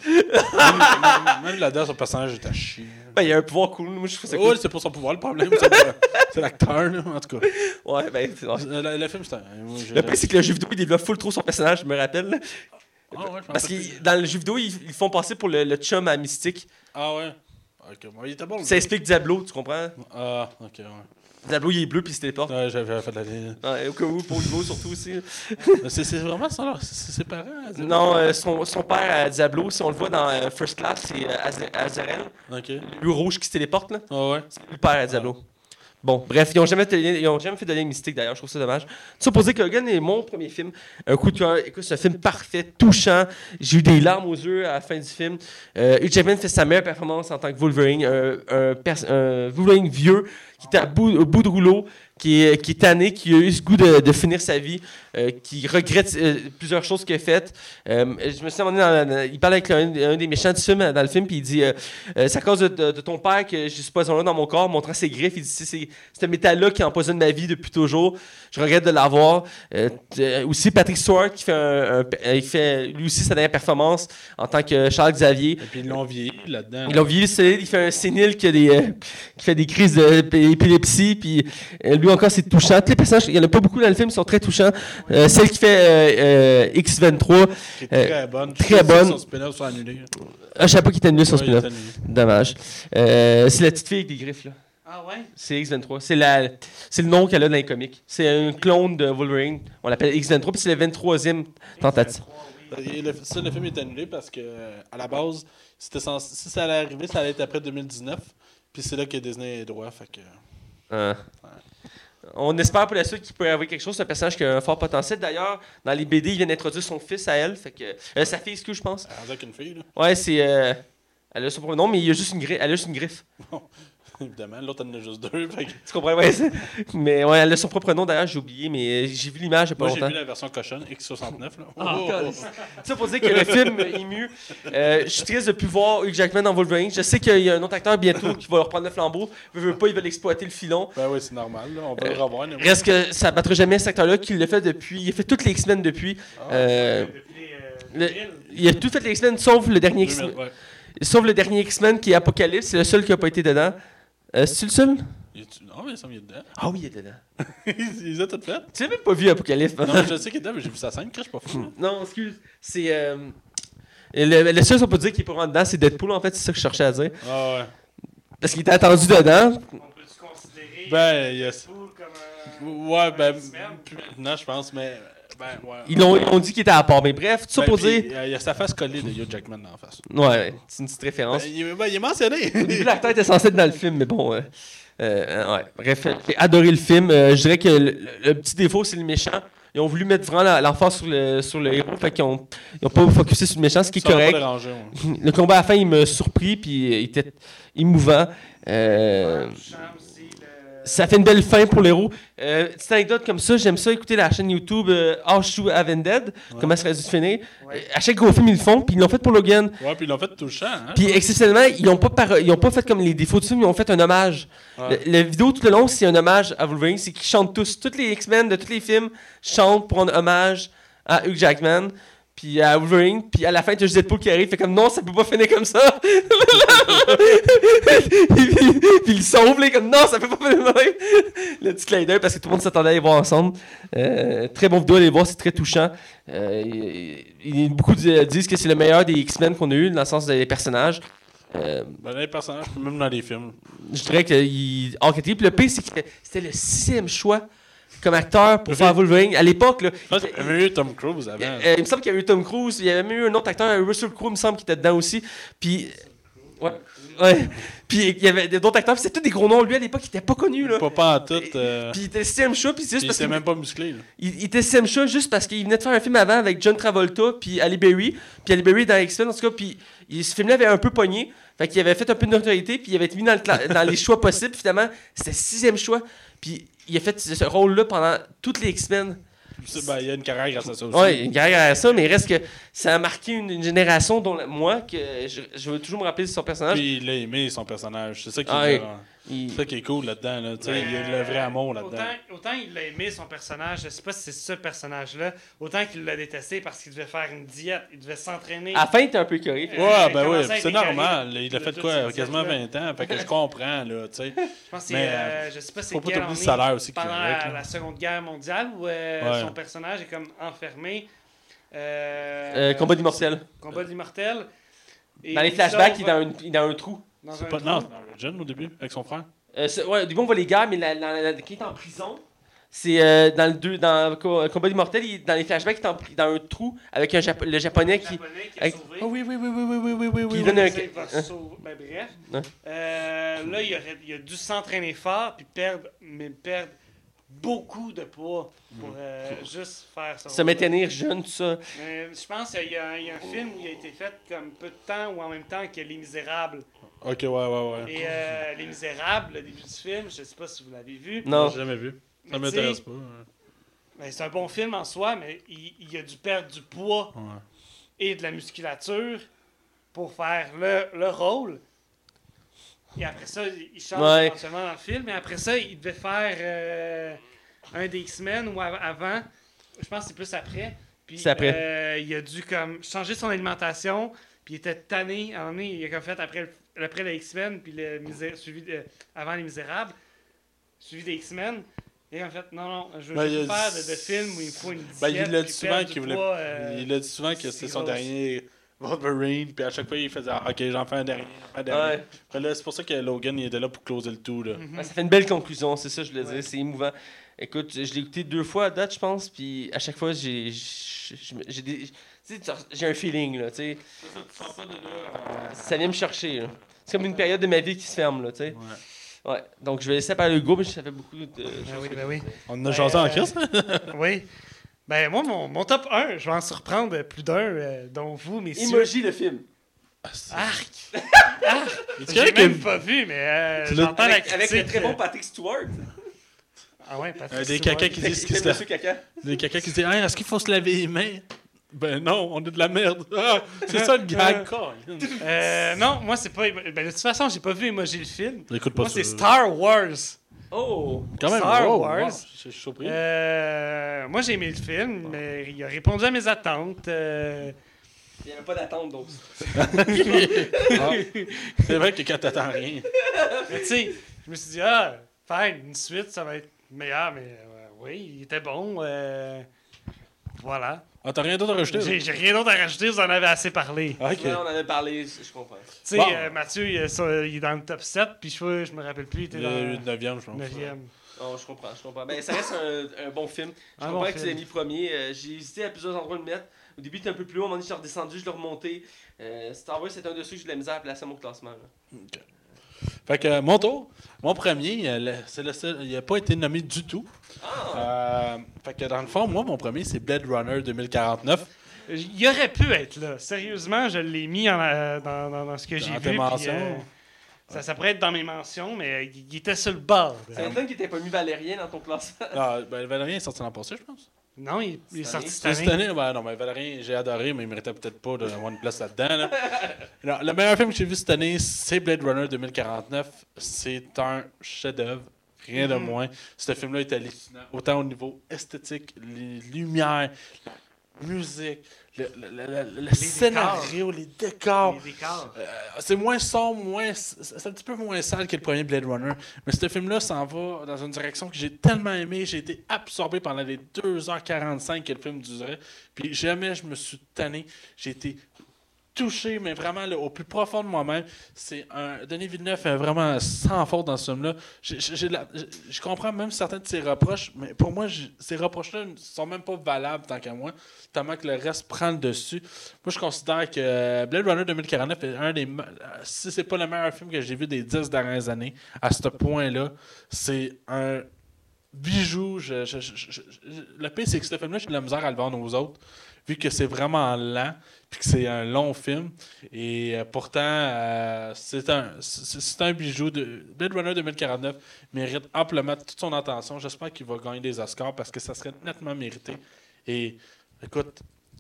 [SPEAKER 1] Même là-dedans, son personnage est à chier.
[SPEAKER 2] Ben, il y a un pouvoir cool. Moi, je trouve ça
[SPEAKER 1] Ouais,
[SPEAKER 2] cool.
[SPEAKER 1] c'est pas son pouvoir le problème, c'est l'acteur, là, en tout cas.
[SPEAKER 2] Ouais, ben.
[SPEAKER 1] Le film, c'est un. moi,
[SPEAKER 2] Le pire, c'est que le jeu vidéo, il développe full trop son personnage, je me rappelle. Là.
[SPEAKER 1] Ah ouais, je
[SPEAKER 2] Parce
[SPEAKER 1] pense
[SPEAKER 2] que dans le jeu vidéo, ils font passer pour le chum à Mystique.
[SPEAKER 1] Ah ouais. Ok, bon, il était bon.
[SPEAKER 2] Ça explique Diablo, tu comprends?
[SPEAKER 1] Ah, ok, ouais.
[SPEAKER 2] Diablo, il est bleu puis il se téléporte.
[SPEAKER 1] Ouais, j'avais fait de la ligne.
[SPEAKER 2] Ouais, au cas où, pour Hugo surtout aussi.
[SPEAKER 1] C'est vraiment ça, alors, c'est ses parents? Diablo?
[SPEAKER 2] Non, son père, Diablo, si on le voit dans First Class, c'est Azrael.
[SPEAKER 1] Ok.
[SPEAKER 2] Le rouge qui se téléporte, là.
[SPEAKER 1] Ah ouais.
[SPEAKER 2] C'est le père à Diablo. Bon, bref, ils ont jamais fait de lien mystique d'ailleurs, je trouve ça dommage. Ça pour dire que Logan est mon premier film. Un coup de cœur, écoute, c'est un film parfait, touchant. J'ai eu des larmes aux yeux à la fin du film. Hugh Jackman fait sa meilleure performance en tant que Wolverine. Un Wolverine vieux qui est au bout de rouleau, qui est tanné, qui a eu ce goût de finir sa vie, qui regrette plusieurs choses qu'il a faites. Je me suis demandé, il parle avec un des méchants du film, dans le film, puis il dit c'est à cause de ton père que j'ai ce poison-là dans mon corps, montrant ses griffes. Il dit c'est ce métal-là qui empoisonne ma vie depuis toujours. Je regrette de l'avoir. Aussi, Patrick Stewart qui fait lui aussi sa dernière performance en tant que Charles Xavier.
[SPEAKER 1] Et puis ils l'ont vieilli là-dedans.
[SPEAKER 2] Ils l'ont vieilli solide, il fait un sénile qui fait des crises d'épilepsie, puis lui encore c'est touchant. Tous les personnages, il n'y en a pas beaucoup dans le film, ils sont très touchants. Celle qui fait X-23,
[SPEAKER 1] Qui est très bonne.
[SPEAKER 2] très bonne.
[SPEAKER 1] Son spin-off soit annulé.
[SPEAKER 2] Je savais pas qu'il était annulé son
[SPEAKER 1] Ouais, il est
[SPEAKER 2] spin-off.
[SPEAKER 1] annulé.
[SPEAKER 2] Dommage. C'est la petite fille avec des griffes, là.
[SPEAKER 3] Ah ouais?
[SPEAKER 2] C'est X-23. C'est le nom qu'elle a dans les comics. C'est un clone de Wolverine. On l'appelle X-23, puis c'est le 23e tentative.
[SPEAKER 1] Le film est annulé parce que à la base, si ça allait arriver, ça allait être après 2019. Puis c'est là que Disney est droit. Fait que...
[SPEAKER 2] On espère pour la suite qu'il peut y avoir quelque chose. C'est un personnage qui a un fort potentiel. D'ailleurs, dans les BD, il vient d'introduire son fils à elle. Fait que, sa fille, excuse, je pense.
[SPEAKER 1] Elle avec une fille, là.
[SPEAKER 2] Ouais, c'est. Elle a son propre nom, mais il y a juste elle a juste une griffe.
[SPEAKER 1] Évidemment, l'autre en a juste deux. Fait que...
[SPEAKER 2] Tu comprends? Ouais, mais ouais, elle a son propre nom, d'ailleurs, j'ai oublié, mais j'ai vu l'image il y a pas
[SPEAKER 1] Moi, j'ai
[SPEAKER 2] longtemps.
[SPEAKER 1] vu la version cochonne, X69. Là.
[SPEAKER 2] Ça pour dire que le film est mieux. Je suis triste de ne plus voir Hugh Jackman dans Wolverine. Je sais qu'il y a un autre acteur bientôt qui va reprendre le flambeau. Veut pas, ils veulent exploiter le filon.
[SPEAKER 1] Ben oui, c'est normal. Là. On va le revoir.
[SPEAKER 2] Reste que ça battra jamais cet acteur-là qui l'a fait depuis. Il a fait toutes les X-Men depuis. Il a tout fait les X-Men sauf le dernier X-Men.
[SPEAKER 1] Ouais.
[SPEAKER 2] Sauf le dernier X-Men qui est Apocalypse. C'est le seul qui n'a pas été dedans. C'est-tu le seul?
[SPEAKER 1] Non, mais ça me est dedans.
[SPEAKER 2] Ah oui, il est dedans.
[SPEAKER 1] Ils les ont toutes faites.
[SPEAKER 2] Tu n'as même pas vu Apocalypse.
[SPEAKER 1] Non, mais je sais qu'il est dedans, mais j'ai vu sa scène. Je suis pas fou. Là.
[SPEAKER 2] Non, excuse. C'est. Le seul qu'on peut dire qui est pas vraiment dedans, c'est Deadpool, en fait, c'est ça que je cherchais à dire.
[SPEAKER 1] Ah ouais.
[SPEAKER 2] Parce qu'il était attendu dedans.
[SPEAKER 3] On peut-tu considérer
[SPEAKER 1] Ben, yes.
[SPEAKER 3] Deadpool comme
[SPEAKER 1] Ouais, ben,
[SPEAKER 3] X-Men?
[SPEAKER 1] plus maintenant, je pense, mais. Ben, ouais.
[SPEAKER 2] Ils ont dit qu'il était à part. Mais bref, tout ça
[SPEAKER 1] Ben,
[SPEAKER 2] pour
[SPEAKER 1] puis,
[SPEAKER 2] dire.
[SPEAKER 1] il y a sa face collée de Hugh Jackman dans la face.
[SPEAKER 2] Ouais, c'est une petite référence.
[SPEAKER 1] Ben, il est mentionné.
[SPEAKER 2] Au début, l'acteur était censé être dans le film, mais bon. Ouais. Bref, j'ai adoré le film. Je dirais que le petit défaut, c'est le méchant. Ils ont voulu mettre vraiment l'emphase sur le héros, fait qu'ils ont pas focusé sur le méchant, ce qui est
[SPEAKER 1] Ça m'a
[SPEAKER 2] correct.
[SPEAKER 1] pas dérangé, ouais.
[SPEAKER 2] Le combat à la fin, il m'a surpris, puis il était émouvant.
[SPEAKER 3] Touchant aussi,
[SPEAKER 2] Ça fait une belle fin pour l'héros. Petite anecdote comme ça, j'aime ça écouter la chaîne YouTube How to Have Ended, comment ça serait dû se finir.
[SPEAKER 3] Ouais.
[SPEAKER 2] À chaque gros film, ils le font, puis ils l'ont fait pour Logan.
[SPEAKER 1] Ouais, puis ils l'ont fait touchant. Hein?
[SPEAKER 2] Puis exceptionnellement, ils ont pas fait comme les défauts du film, ils ont fait un hommage.
[SPEAKER 1] Ouais.
[SPEAKER 2] La vidéo tout le long, c'est un hommage à Wolverine, c'est qu'ils chantent tous. Tous les X-Men de tous les films chantent pour rendre hommage à Hugh Jackman. Puis à Wolverine, puis à la fin, tu as juste Deadpool qui arrive, fait comme non, ça peut pas finir comme ça. Puis il sauve, là, comme non, ça peut pas finir comme ça. Le petit clin d'œil parce que tout le monde s'attendait à les voir ensemble. Très bon vidéo à les voir, c'est très touchant. Beaucoup disent que c'est le meilleur des X-Men qu'on a eu, dans le sens des personnages.
[SPEAKER 1] Ben, dans les personnages, puis même dans les films.
[SPEAKER 2] Je dirais qu'il a enquêté. Puis le pire, c'est que c'était le 6e choix comme acteur pour faire Wolverine. À l'époque, là,
[SPEAKER 1] Je pense qu'il y avait eu Tom Cruise avant.
[SPEAKER 2] il me semble qu'il y avait eu Tom Cruise, il y avait même eu un autre acteur, Russell Crowe, il me semble, qui était dedans aussi. Puis, ouais. Puis il y avait d'autres acteurs, puis c'était tous des gros noms. Lui, à l'époque, il était pas connu, là.
[SPEAKER 1] Pas en tout.
[SPEAKER 2] Puis il était 6e choix, puis c'est juste
[SPEAKER 1] Il
[SPEAKER 2] parce
[SPEAKER 1] était
[SPEAKER 2] qu'il
[SPEAKER 1] même pas musclé. Là.
[SPEAKER 2] il était 6e choix juste parce qu'il venait de faire un film avant avec John Travolta, puis Halle Berry. Puis Halle Berry dans X-Men, en tout cas, puis ce film-là avait un peu pogné. Fait qu'il avait fait un peu de notoriété, puis il avait été mis dans les choix possibles. Puis finalement, c'était 6e choix. Puis il a fait ce rôle-là pendant toutes les X-Men.
[SPEAKER 1] Ben, il y a une carrière grâce à ça aussi.
[SPEAKER 2] Oui, une carrière à ça, mais il reste que ça a marqué une génération dont moi, que je veux toujours me rappeler de son personnage.
[SPEAKER 1] Puis il a aimé son personnage. C'est ça qui, c'est ça qui est cool là-dedans. Là. Tu sais, il y a le vrai amour là-dedans.
[SPEAKER 3] Autant il a aimé son personnage, je sais pas si c'est ce personnage-là, autant qu'il l'a détesté parce qu'il devait faire une diète, il devait s'entraîner.
[SPEAKER 2] À la fin, il était un peu écœuré.
[SPEAKER 1] Ouais, ben
[SPEAKER 3] commençait
[SPEAKER 1] oui,
[SPEAKER 3] à être
[SPEAKER 1] c'est normal.
[SPEAKER 3] écœuré.
[SPEAKER 1] Il a fait
[SPEAKER 3] Toute
[SPEAKER 1] quoi,
[SPEAKER 3] cette
[SPEAKER 1] quasiment
[SPEAKER 3] diète-là.
[SPEAKER 1] 20 ans. Fait que je comprends, là, tu sais.
[SPEAKER 3] Je pense que c'est, je sais pas c'est
[SPEAKER 1] Faut pas
[SPEAKER 3] quelle
[SPEAKER 1] t'oublier le
[SPEAKER 3] année,
[SPEAKER 1] salaire aussi qui
[SPEAKER 3] pendant
[SPEAKER 1] vient avec, là.
[SPEAKER 3] la Seconde Guerre mondiale où
[SPEAKER 1] Ouais.
[SPEAKER 3] son personnage est comme enfermé.
[SPEAKER 2] Combat d'immortel.
[SPEAKER 3] Combat d'immortel. Et
[SPEAKER 2] Dans les
[SPEAKER 3] il
[SPEAKER 2] flashbacks,
[SPEAKER 3] sauve
[SPEAKER 2] il est dans un trou.
[SPEAKER 3] dans
[SPEAKER 1] C'est
[SPEAKER 3] un
[SPEAKER 1] pas,
[SPEAKER 3] trou.
[SPEAKER 1] non, c'est dans Red John au début, avec son frère.
[SPEAKER 2] Ouais, au début, on voit les gars, mais qui est en prison, c'est dans dans Combat immortel, dans les flashbacks, il est dans un trou avec le japonais qui.
[SPEAKER 3] Le japonais qui a
[SPEAKER 2] avec-
[SPEAKER 3] sauvé.
[SPEAKER 1] Oh oui.
[SPEAKER 2] Qui donne un.
[SPEAKER 3] Il va sauver. Ben, bref.
[SPEAKER 2] Hein?
[SPEAKER 3] Là, il a dû s'entraîner fort puis perdre beaucoup de poids pour juste faire ça.
[SPEAKER 2] Se maintenir jeune, tout ça.
[SPEAKER 3] Mais je pense qu'il y a un film où il a été fait comme peu de temps ou en même temps que Les Misérables.
[SPEAKER 1] Ok, ouais.
[SPEAKER 3] Et Les Misérables, le début du film, je sais pas si vous l'avez vu.
[SPEAKER 2] Non.
[SPEAKER 1] J'ai jamais vu.
[SPEAKER 3] Mais
[SPEAKER 1] Ça m'intéresse
[SPEAKER 3] tu
[SPEAKER 1] pas.
[SPEAKER 3] Ben, c'est un bon film en soi, mais il a dû perdre du poids
[SPEAKER 1] Ouais.
[SPEAKER 3] et de la musculature pour faire le rôle. Et après ça, il change
[SPEAKER 2] Ouais.
[SPEAKER 3] éventuellement dans le film. Mais après ça, il devait faire un des X-Men ou avant. Je pense que c'est plus après. Puis,
[SPEAKER 2] C'est après.
[SPEAKER 3] il a dû comme changer son alimentation. Puis il était tanné. À un moment donné, il a comme fait après le X-Men, puis avant Les Misérables, suivi des X-Men. Et en fait, non, je veux
[SPEAKER 1] Ben,
[SPEAKER 3] juste
[SPEAKER 1] il a
[SPEAKER 3] faire
[SPEAKER 1] dit-
[SPEAKER 3] de films où il me faut une diète.
[SPEAKER 1] Ben, il l'a dit
[SPEAKER 3] puis
[SPEAKER 1] souvent
[SPEAKER 3] perdre
[SPEAKER 1] qu'il
[SPEAKER 3] du
[SPEAKER 1] voulait.
[SPEAKER 3] poids,
[SPEAKER 1] Il a dit souvent que
[SPEAKER 3] c'est
[SPEAKER 1] c'était son
[SPEAKER 3] grosse.
[SPEAKER 1] dernier Wolverine, puis à chaque fois il faisait ok, j'en fais un dernier.
[SPEAKER 2] Ouais.
[SPEAKER 1] Puis là, c'est pour ça que Logan il était là pour closer le tout. Là.
[SPEAKER 3] Mhm.
[SPEAKER 2] Ouais, ça fait une belle conclusion, c'est ça que je voulais
[SPEAKER 3] Ouais.
[SPEAKER 2] dire, c'est émouvant. Écoute, je l'ai écouté 2 fois à date, je pense, puis à chaque fois, j'ai un feeling, là, tu sais. Ça vient me chercher, là. C'est comme une période de ma vie qui se ferme, là, tu sais.
[SPEAKER 1] Ouais.
[SPEAKER 2] Ouais, donc je vais laisser parler Hugo, mais ça fait beaucoup de
[SPEAKER 3] Ben
[SPEAKER 2] choses.
[SPEAKER 3] oui.
[SPEAKER 1] On en a jasé en crise.
[SPEAKER 3] Oui. Ben moi, mon top 1, je vais en surprendre plus d'un, dont vous, messieurs.
[SPEAKER 2] Emoji, le film.
[SPEAKER 3] Arc!
[SPEAKER 1] Es-tu
[SPEAKER 3] J'ai
[SPEAKER 1] correct
[SPEAKER 3] même
[SPEAKER 1] que-
[SPEAKER 3] pas vu, mais
[SPEAKER 1] Tu l'as-
[SPEAKER 3] j'entends la
[SPEAKER 2] Avec le
[SPEAKER 3] critique.
[SPEAKER 2] très bon Patrick Stewart.
[SPEAKER 3] Ah ouais, Patrick
[SPEAKER 1] Des
[SPEAKER 3] Stewart.
[SPEAKER 1] caca qui disent
[SPEAKER 2] Il
[SPEAKER 1] qu'ils
[SPEAKER 2] fait
[SPEAKER 1] se
[SPEAKER 2] Monsieur Caca.
[SPEAKER 1] Des caca qui se disent hey, est-ce qu'il faut se laver les mains? Ben non, on est de la merde. Ah, c'est ça le gag.
[SPEAKER 3] Non, moi, c'est pas... Ben, de toute façon, j'ai pas vu Emoji le film.
[SPEAKER 1] Écoute pas
[SPEAKER 3] Moi,
[SPEAKER 1] ça.
[SPEAKER 3] c'est Star Wars.
[SPEAKER 2] Oh!
[SPEAKER 1] Quand même,
[SPEAKER 3] Star
[SPEAKER 1] wow,
[SPEAKER 3] Wars.
[SPEAKER 1] wow, je suis surpris.
[SPEAKER 3] Moi, j'ai aimé le film, mais il a répondu à mes attentes.
[SPEAKER 2] Il n'y avait pas d'attente, donc.
[SPEAKER 1] Ah. C'est vrai que quand t'attends rien.
[SPEAKER 3] Mais tu sais, je me suis dit, fine, une suite, ça va être meilleur, mais oui, il était bon. Voilà.
[SPEAKER 1] Ah, t'as rien d'autre à rajouter?
[SPEAKER 3] J'ai rien d'autre à rajouter, vous en avez assez parlé.
[SPEAKER 1] Ok.
[SPEAKER 2] Ouais, on en avait parlé, je comprends.
[SPEAKER 3] Tu sais,
[SPEAKER 1] Bon.
[SPEAKER 3] Mathieu, il est dans le top 7, puis je me rappelle plus, il était dans
[SPEAKER 1] Le
[SPEAKER 3] le
[SPEAKER 1] 9e, je pense.
[SPEAKER 3] 9e.
[SPEAKER 2] Oh, je comprends. Ben, ça reste un bon film. Je
[SPEAKER 3] Un
[SPEAKER 2] comprends
[SPEAKER 3] bon
[SPEAKER 2] que tu l'as
[SPEAKER 3] film.
[SPEAKER 2] mis premier. J'ai hésité à plusieurs endroits de le mettre. Au début, il était un peu plus haut. À un moment donné, je suis redescendu, je l'ai remonté. Star Wars, c'est un de ceux que j'ai de la misère à placer à mon classement. Là.
[SPEAKER 1] Fait que mon tour, mon premier, c'est le seul, il n'a pas été nommé du tout. Fait que dans le fond, moi, mon premier, c'est Blade Runner 2049.
[SPEAKER 3] Il aurait pu être là. Sérieusement, je l'ai mis dans ce que j'ai
[SPEAKER 1] Dans
[SPEAKER 3] vu.
[SPEAKER 1] tes
[SPEAKER 3] puis,
[SPEAKER 1] mentions.
[SPEAKER 3] ça pourrait être dans mes mentions, mais il était sur le bord.
[SPEAKER 2] Ça m'étonne qu'il n'ait pas mis Valérien dans ton classement.
[SPEAKER 1] Ah, ben, Valérien est sorti l'an passé, je pense.
[SPEAKER 3] Non, il est
[SPEAKER 2] Cette
[SPEAKER 3] sorti
[SPEAKER 2] année?
[SPEAKER 3] cette
[SPEAKER 1] Cette
[SPEAKER 3] année.
[SPEAKER 1] année, ben, non, mais Valérien, j'ai adoré, mais il méritait peut-être pas d'avoir une place là-dedans. Là. Non, le meilleur film que j'ai vu cette année, c'est Blade Runner 2049. C'est un chef-d'œuvre, rien de moins. Ce film-là est hallucinant, autant au niveau esthétique, les lumières, la musique, le scénario, les décors.
[SPEAKER 3] Les décors.
[SPEAKER 1] C'est moins sombre, c'est un petit peu moins sale que le premier Blade Runner. Mais ce film-là s'en va dans une direction que j'ai tellement aimé. J'ai été absorbé pendant les 2h45 que le film durait. Puis jamais je me suis tanné. J'ai été touché, mais vraiment là, au plus profond de moi-même. Denis Villeneuve est vraiment sans faute dans ce film-là. Je comprends même certains de ses reproches, mais pour moi, ces reproches-là ne sont même pas valables tant qu'à moi, tellement que le reste prend le dessus. Moi, je considère que Blade Runner 2049 est un des... Si c'est pas le meilleur film que j'ai vu des 10 dernières années, à ce point-là, c'est un bijou. Le pire, c'est que ce film-là, j'ai de la misère à le vendre aux autres, vu que c'est vraiment lent, puis que c'est un long film. Et pourtant, c'est un bijou. Blade Runner 2049 mérite amplement toute son attention. J'espère qu'il va gagner des Oscars parce que ça serait nettement mérité. Et écoute,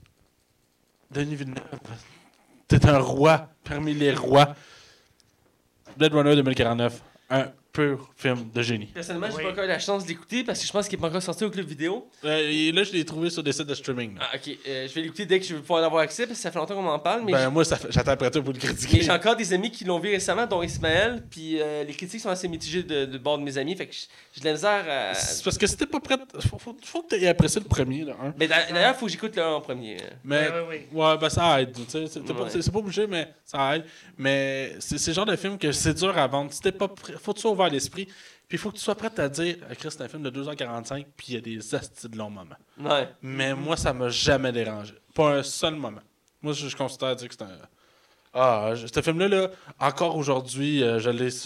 [SPEAKER 1] Denis Villeneuve, t'es un roi parmi les rois. Blade Runner 2049, un pur film de génie.
[SPEAKER 2] Personnellement, j'ai
[SPEAKER 3] Oui.
[SPEAKER 2] pas encore eu la chance d'écouter parce que je pense qu'il n'est pas encore sorti au club vidéo.
[SPEAKER 1] Et là, je l'ai trouvé sur des sites de streaming. là.
[SPEAKER 2] Ah, ok. Je vais l'écouter dès que je vais pouvoir en avoir accès parce que ça fait longtemps qu'on m'en parle. Mais
[SPEAKER 1] Moi, j'attends après toi pour le
[SPEAKER 2] mais
[SPEAKER 1] critiquer.
[SPEAKER 2] j'ai encore des amis qui l'ont vu récemment, dont Ismaël. Puis les critiques sont assez mitigées de bord de mes amis. Fait que j'ai de la misère à.
[SPEAKER 1] C'est parce que si t'es pas prêt, faut que t'aies apprécié le premier, là, hein.
[SPEAKER 2] Mais d'ailleurs, il faut que j'écoute le 1 en premier.
[SPEAKER 1] Mais,
[SPEAKER 3] Oui.
[SPEAKER 1] ouais, ben ça aide. Tu sais, c'est
[SPEAKER 2] Ouais.
[SPEAKER 1] pas obligé, mais ça aide. Mais c'est le genre de film que c'est dur à vendre. Si t'es pas prêt, faut que tu sois ouvert ouvert l'esprit. Puis il faut que tu sois prêt à dire, Chris, c'est un film de 2h45, puis il y a des astis de longs moments.
[SPEAKER 2] Ouais.
[SPEAKER 1] Mais moi, ça m'a jamais dérangé. Pas un seul moment. Moi, je considère dire que c'est un... Ah, ce film-là, là, encore aujourd'hui, il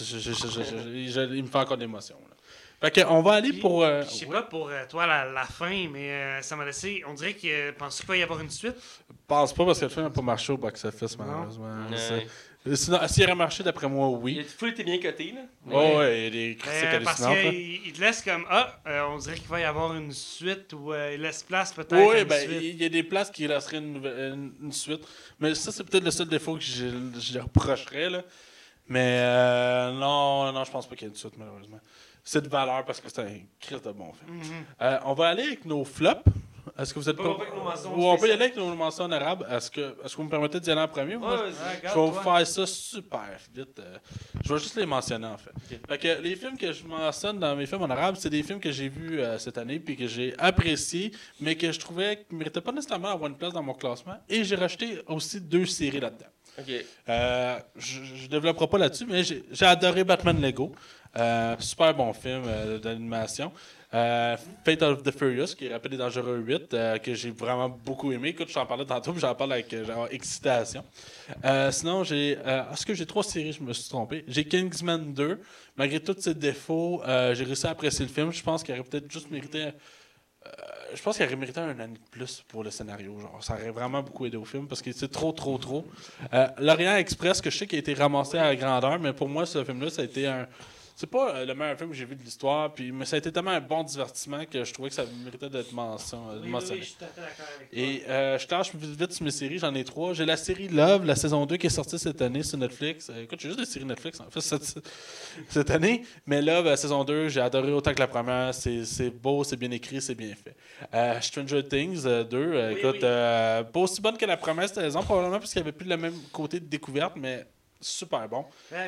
[SPEAKER 1] me fait encore d'émotion. Fait que, on va aller
[SPEAKER 3] Puis,
[SPEAKER 1] pour...
[SPEAKER 3] je sais pas pour toi la fin, mais ça m'a laissé. On dirait que penses-tu pas y avoir une suite?
[SPEAKER 1] Je pense pas parce que le film n'a pas marché au box-office,
[SPEAKER 3] Non.
[SPEAKER 1] malheureusement.
[SPEAKER 2] Ouais.
[SPEAKER 1] Sinon, s'il aurait marché, d'après moi,
[SPEAKER 2] Il
[SPEAKER 1] oui.
[SPEAKER 2] a full été bien coté, là.
[SPEAKER 1] Oh, ouais, il y a des critiques
[SPEAKER 3] Parce
[SPEAKER 1] hallucinantes. là.
[SPEAKER 3] qu'il te laisse comme on dirait qu'il va y avoir une suite ou il laisse place peut-être à
[SPEAKER 1] Oui,
[SPEAKER 3] une
[SPEAKER 1] ben,
[SPEAKER 3] suite.
[SPEAKER 1] il y a des places qui laisseraient une suite. Mais ça, c'est peut-être le seul défaut que je reprocherais. Là. Mais non, je pense pas qu'il y ait une suite, malheureusement. C'est de valeur parce que c'est un crise de bon film. On va aller avec nos flops. Est-ce que vous êtes
[SPEAKER 2] On
[SPEAKER 1] pas...
[SPEAKER 2] va avec nos mentions
[SPEAKER 1] Ou on peut y
[SPEAKER 2] spéciales.
[SPEAKER 1] aller avec nos mentions honorables. Est-ce que vous me permettez d'y aller en premier? Moi,
[SPEAKER 2] Ouais,
[SPEAKER 1] je vais vous faire ça super vite. Je vais juste les mentionner, en fait. Fait que les films que je mentionne dans mes films honorables, c'est des films que j'ai vus cette année puis que j'ai appréciés, mais que je trouvais qu'ils ne méritaient pas nécessairement d'avoir une place dans mon classement. Et j'ai rajouté aussi 2 séries là-dedans.
[SPEAKER 2] Ok.
[SPEAKER 1] Je ne développerai pas là-dessus, mais j'ai adoré Batman Lego. Super bon film d'animation. Fate of the Furious, qui est Rapide et Dangereux 8, que j'ai vraiment beaucoup aimé. Écoute, je t'en parlais tantôt, puis j'en parle avec genre excitation. Sinon, est-ce que j'ai 3 séries? Je me suis trompé. J'ai Kingsman 2. Malgré tous ses défauts, j'ai réussi à apprécier le film. Je pense qu'il aurait peut-être juste mérité... je pense qu'il aurait mérité un année de plus pour le scénario. Genre, ça aurait vraiment beaucoup aidé au film parce que c'est trop. L'Orient Express, que je sais qu'il a été ramassé à la grandeur, mais pour moi, ce film-là, ça a été un... C'est pas le meilleur film que j'ai vu de l'histoire, mais ça a été tellement un bon divertissement que je trouvais que ça méritait d'être mentionné.
[SPEAKER 3] Oui, je suis tout à fait d'accord avec toi.
[SPEAKER 1] Et je tâche vite sur mes séries, j'en ai 3. J'ai la série Love, la saison 2 qui est sortie cette année sur Netflix. Écoute, j'ai juste des séries Netflix en fait cette année. Mais Love, la saison 2, j'ai adoré autant que la première. C'est beau, c'est bien écrit, c'est bien fait. Stranger Things 2, écoute, pas aussi bonne que la première saison, probablement parce qu'il n'y avait plus le même côté de découverte, mais super bon.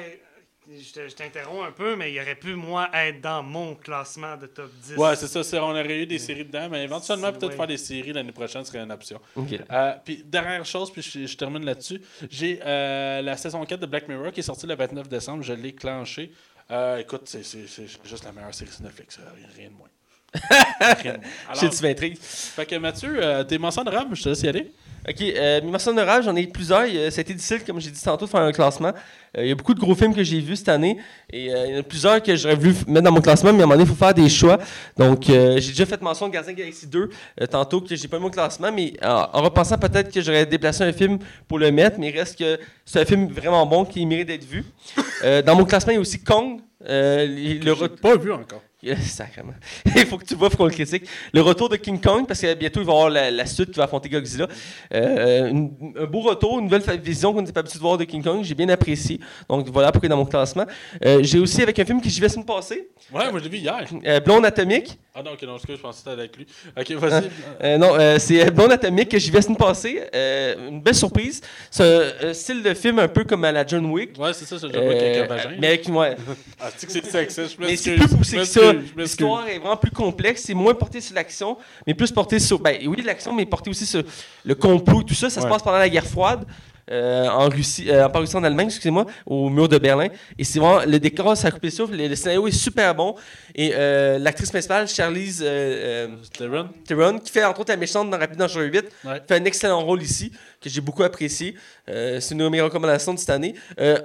[SPEAKER 3] Je t'interromps un peu, mais il aurait pu, moi, être dans mon classement de top 10.
[SPEAKER 1] Ouais, c'est ça. On aurait eu des séries dedans, mais éventuellement,
[SPEAKER 3] C'est-
[SPEAKER 1] peut-être
[SPEAKER 3] ouais.
[SPEAKER 1] faire des séries l'année prochaine serait une option.
[SPEAKER 2] Ok.
[SPEAKER 1] Puis, dernière chose, puis je termine là-dessus. J'ai la saison 4 de Black Mirror qui est sortie le 29 décembre. Je l'ai clenché. Écoute, c'est juste la meilleure série sur Netflix. Rien de moins. Rien de moins.
[SPEAKER 2] Je sais
[SPEAKER 1] Alors,
[SPEAKER 2] tu m'intrigues.
[SPEAKER 1] fait que Mathieu, tes mentions honorables, je te laisse y aller.
[SPEAKER 2] Ok, mes mentions honorables, j'en ai plusieurs. Ça a été difficile, comme j'ai dit tantôt, de faire un classement. Il y a beaucoup de gros films que j'ai vus cette année. Et il y en a plusieurs que j'aurais voulu mettre dans mon classement, mais à un moment donné, il faut faire des choix. Donc, j'ai déjà fait mention de Gardien Galaxy 2 tantôt, que j'ai pas mis au classement. Mais en repensant, peut-être que j'aurais déplacé un film pour le mettre. Mais il reste que c'est un film vraiment bon qui mérite d'être vu. Dans mon classement, il y a aussi Kong.
[SPEAKER 1] J'ai pas vu encore.
[SPEAKER 2] Sacrément. Il faut que tu vois, il faut qu'on le critique. Le retour de King Kong, parce que bientôt il va y avoir la suite qui va affronter Godzilla. Un beau retour, une nouvelle vision qu'on n'était pas habitué de voir de King Kong. J'ai bien apprécié. Donc voilà pourquoi il est dans mon classement. J'ai aussi avec un film que j'y vais la semaine passée,
[SPEAKER 1] Ouais, moi je l'ai vu hier.
[SPEAKER 2] Blonde Atomique.
[SPEAKER 1] Ah non, ok, non, excuse, je pensais que c'était avec lui. Ok, vas-y.
[SPEAKER 2] Non, c'est Blonde Atomique que j'y vais la semaine passée. Une belle surprise. C'est un style de film un peu comme à la John Wick.
[SPEAKER 1] Ouais, c'est ça, je vois avec un vagin.
[SPEAKER 2] Mais avec, ouais.
[SPEAKER 1] Ah, tu sais que c'est sexiste, je
[SPEAKER 2] Mais c'est
[SPEAKER 1] m'excuse.
[SPEAKER 2] plus poussé
[SPEAKER 1] Je
[SPEAKER 2] que ça.
[SPEAKER 1] m'excuse, je m'excuse.
[SPEAKER 2] L'histoire est vraiment plus complexe. C'est moins porté sur l'action, mais plus porté sur. Ben oui, l'action, mais porté aussi sur le complot et tout ça. Ça se passe pendant la guerre froide. En Russie, pas Russie, en Allemagne, excusez-moi, au mur de Berlin. Et c'est vraiment, le décor, ça a coupé ça. Le scénario est super bon. Et l'actrice principale, Charlize Theron, qui fait entre autres la méchante dans Rapide Dangereux 8, fait un excellent rôle ici, que j'ai beaucoup apprécié. C'est une de mes recommandations de cette année.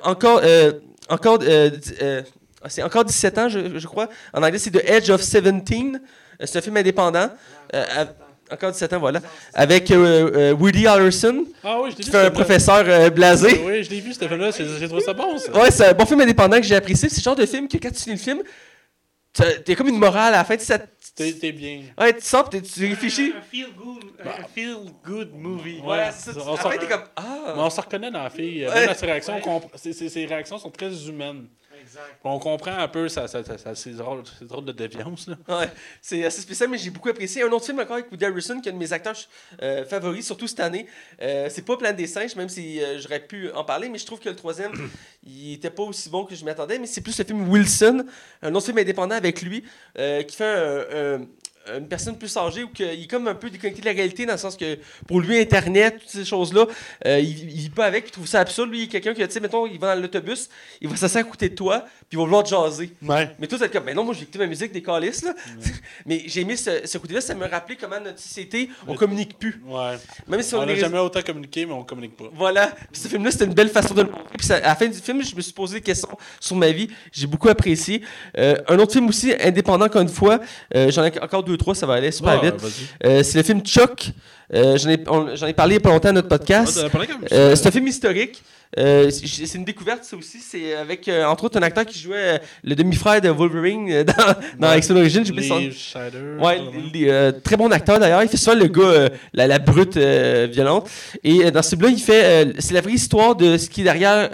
[SPEAKER 2] C'est encore 17 ans, je crois. En anglais, c'est The Edge of 17. C'est un film indépendant. Encore 17 ans, voilà. Avec Woody Harrelson,
[SPEAKER 1] Ah oui, je l'ai
[SPEAKER 2] qui
[SPEAKER 1] vu.
[SPEAKER 2] fait un professeur blasé.
[SPEAKER 1] Oui, je l'ai vu, ce film-là. J'ai trouvé ça bon, ça.
[SPEAKER 2] Ouais, c'est un bon film indépendant que j'ai apprécié. C'est le genre de film que quand tu finis le film, t'as comme une morale à la fin.
[SPEAKER 1] T'es bien.
[SPEAKER 2] Ouais, tu sors, tu réfléchis.
[SPEAKER 3] Un feel-good movie.
[SPEAKER 2] Ouais, c'est ça.
[SPEAKER 1] on
[SPEAKER 2] À la
[SPEAKER 1] s'en-
[SPEAKER 2] fin, t'es comme
[SPEAKER 1] Mais
[SPEAKER 2] ah.
[SPEAKER 1] on se reconnaît dans la fille.
[SPEAKER 2] Ouais.
[SPEAKER 1] Même dans ses réactions, ses réactions sont très humaines.
[SPEAKER 3] Exact.
[SPEAKER 1] On comprend un peu ses drôles de déviance. Là.
[SPEAKER 2] Ouais, c'est assez spécial, mais j'ai beaucoup apprécié. Un autre film encore avec Woody Harrelson, qui est un de mes acteurs favoris, surtout cette année. C'est pas Planète des singes, même si j'aurais pu en parler, mais je trouve que le troisième, il était pas aussi bon que je m'attendais. Mais c'est plus le film Wilson, un autre film indépendant avec lui, qui fait une personne plus âgée ou qu'il est comme un peu déconnecté de la réalité dans le sens que pour lui, Internet, toutes ces choses-là, il vit pas avec, il trouve ça absurde. Lui, il est quelqu'un qui, tu sais, mettons, il va dans l'autobus, il va s'asseoir à côté de toi, puis il va vouloir te jaser.
[SPEAKER 1] Ouais.
[SPEAKER 2] Mais toi, t'es comme, ben non, moi, j'ai écouté ma musique des calices, là. Mais j'ai aimé ce côté-là, ça me rappelait comment notre société, on communique plus.
[SPEAKER 1] Ouais.
[SPEAKER 2] Même si
[SPEAKER 1] On
[SPEAKER 2] est
[SPEAKER 1] n'a jamais autant communiqué, mais on communique pas.
[SPEAKER 2] Voilà. Puis ce film-là, c'était une belle façon de le montrer. Puis à la fin du film, je me suis posé des questions sur ma vie. J'ai beaucoup apprécié. Un autre film aussi, indépendant, encore une fois. J'en ai encore 2-3, ça va aller super vite. C'est le film Chuck. J'en ai parlé il n'y a pas longtemps à notre podcast. C'est un film historique. C'est une découverte, ça aussi. C'est avec, entre autres, un acteur qui jouait le demi-frère de Wolverine dans X-Men Origins. J'ai oublié son nom. Ouais, très bon acteur d'ailleurs. Il fait souvent le gars, la brute violente. Et dans ce film-là, il fait. C'est la vraie histoire de ce qui est derrière.